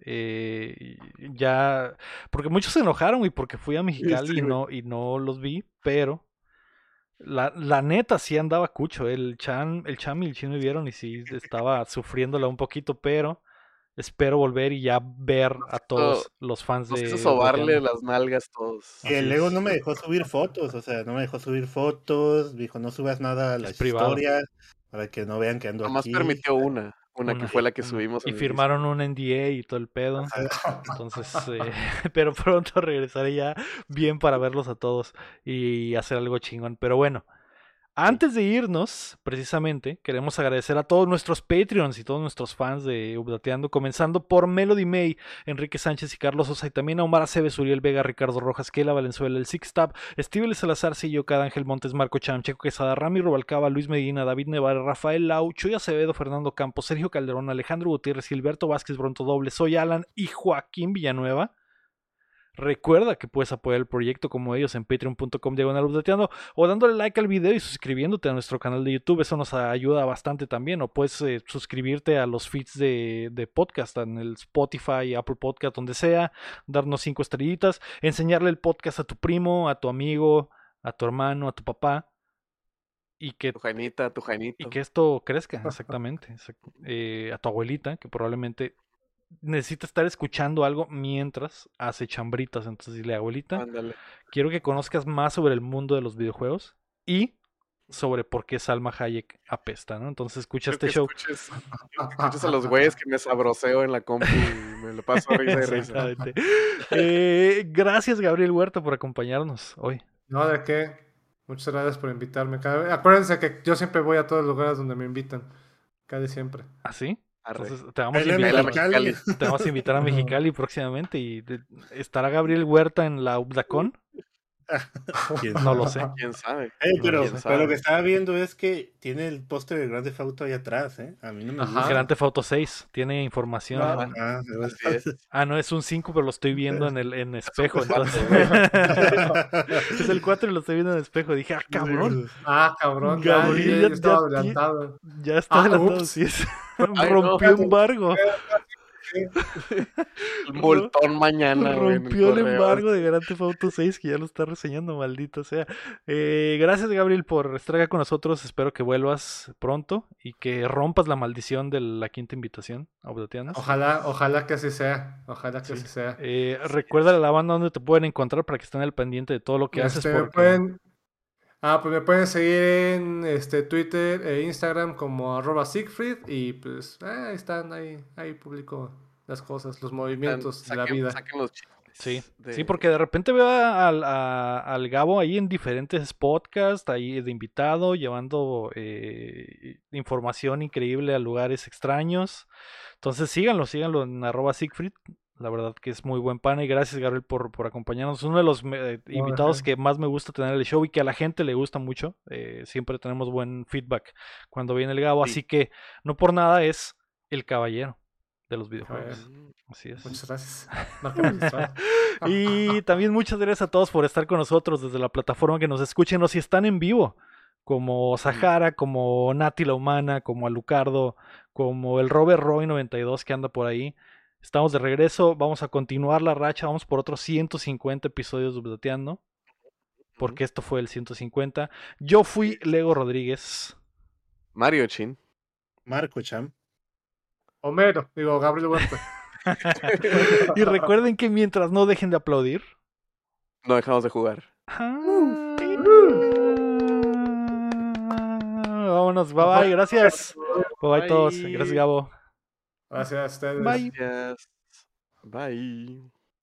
Ya, porque muchos se enojaron y porque fui a Mexicali Sí, y no los vi, pero la neta sí andaba cucho. El Cham y el Chin me vieron y sí estaba sufriéndola un poquito, pero espero volver y ya ver a todos los fans Nos hizo de sobarle Oblateando. las nalgas todos. Y el Así Lego es. no me dejó subir fotos, o sea, no me dejó subir fotos, dijo, no subas nada a Es las privado. historias, para que no vean que ando Nomás aquí. permitió una que fue la que Una. subimos Y en el firmaron un NDA y todo el pedo. Ajá. Entonces, pero pronto regresaré ya bien para verlos a todos y hacer algo chingón. Pero bueno, antes de irnos, precisamente, queremos agradecer a todos nuestros Patreons y todos nuestros fans de Updateando, comenzando por Melody May, Enrique Sánchez y Carlos Sosa, y también a Omar Aceves, Uriel Vega, Ricardo Rojas, Kela Valenzuela, el Six Tab, Steve Salazar, Sillo Cada, Ángel Montes, Marco Cham, Checo Quesada, Rami Rubalcaba, Luis Medina, David Nevar, Rafael Lau, Chuy Acevedo, Fernando Campos, Sergio Calderón, Alejandro Gutiérrez, Gilberto Vázquez, Bronto Doble, Soy Alan y Joaquín Villanueva. Recuerda que puedes apoyar el proyecto como ellos en patreon.com/updateando o dándole like al video y suscribiéndote a nuestro canal de YouTube. Eso nos ayuda bastante también. O puedes suscribirte a los feeds de podcast en el Spotify, Apple Podcast, donde sea. Darnos 5 estrellitas. Enseñarle el podcast a tu primo, a tu amigo, a tu hermano, a tu papá. Y que Tu Jainita, tu y Jainito. que esto crezca, exactamente. A tu abuelita, que probablemente necesita estar escuchando algo mientras hace chambritas. Entonces dile, abuelita, Ándale. quiero que conozcas más sobre el mundo de los videojuegos y sobre por qué Salma Hayek apesta, ¿no? Entonces escucha Quiero este que show. escuches a los güeyes que me sabroseo en la compu y me lo paso risa y risa. Exactamente. Gracias, Gabriel Huerta, por acompañarnos hoy. No, ¿de qué? Muchas gracias por invitarme. Acuérdense que yo siempre voy a todos los lugares donde me invitan. Casi siempre. ¿Así? Arre. Entonces te Ahí la Mexicali. te vamos a invitar a Mexicali próximamente y estará Gabriel Huerta en la UBDACON. ¿Quién No lo sé. ¿Quién sabe? Pero, ¿Quién pero sabe? lo que estaba viendo es que tiene el póster de Grand Theft Auto ahí atrás, ¿eh? A mí no me Ajá. gusta. Grand Theft Auto 6 tiene información. Ajá. Así es. No, es un 5, pero lo estoy viendo en espejo. Es un Entonces... 4, es el 4 y lo estoy viendo en espejo. Dije, cabrón. Cabrón, Gabriel ya ya estaba ti- adelantado. Ya está adelantado, Ups. sí es. Ay, Rompió no. embargo. El multón mañana, güey, en Rompió el correo. embargo de Grand Theft Auto 6 que ya lo está reseñando, maldito sea. Gracias, Gabriel, por estar acá con nosotros. Espero que vuelvas pronto y que rompas la maldición de la quinta invitación a Updateando. Ojalá que así sea. Ojalá que Sí. así sea. Recuerda a la banda donde te pueden encontrar para que estén al pendiente de todo lo que haces. Me Porque... pueden, pues me pueden seguir en Twitter e Instagram como @Siegfried y pues ahí están, ahí publico las cosas, los movimientos de la vida. Saquen los chistes. Sí, de- sí, porque de repente veo al Gabo ahí en diferentes podcasts, ahí de invitado, llevando información increíble a lugares extraños. Entonces síganlo en @Siegfried. La verdad que es muy buen pana y gracias Gabriel por acompañarnos. Uno de los No, invitados ajá. que más me gusta tener en el show y que a la gente le gusta mucho. Siempre tenemos buen feedback cuando viene el Gabo, Sí. así que no por nada es el caballero de los videojuegos. Mm, Así es. Muchas gracias. Marca registrada. Y también muchas gracias a todos por estar con nosotros desde la plataforma que nos escuchen o si están en vivo, como Sahara, como Nati la Humana, como Alucardo, como el Robert Roy 92 que anda por ahí. Estamos de regreso, vamos a continuar la racha, vamos por otros 150 episodios de Updateando, porque esto fue el 150. Yo fui Lego Rodríguez. Mario Chin. Marco Cham. Homero, digo, Gabriel Huerta. Y recuerden que mientras no dejen de aplaudir, No dejamos de jugar. Vámonos, bye bye, gracias. Bye bye todos. Gracias, Bye. Gabo. Gracias a ustedes. Bye. Gracias. Bye.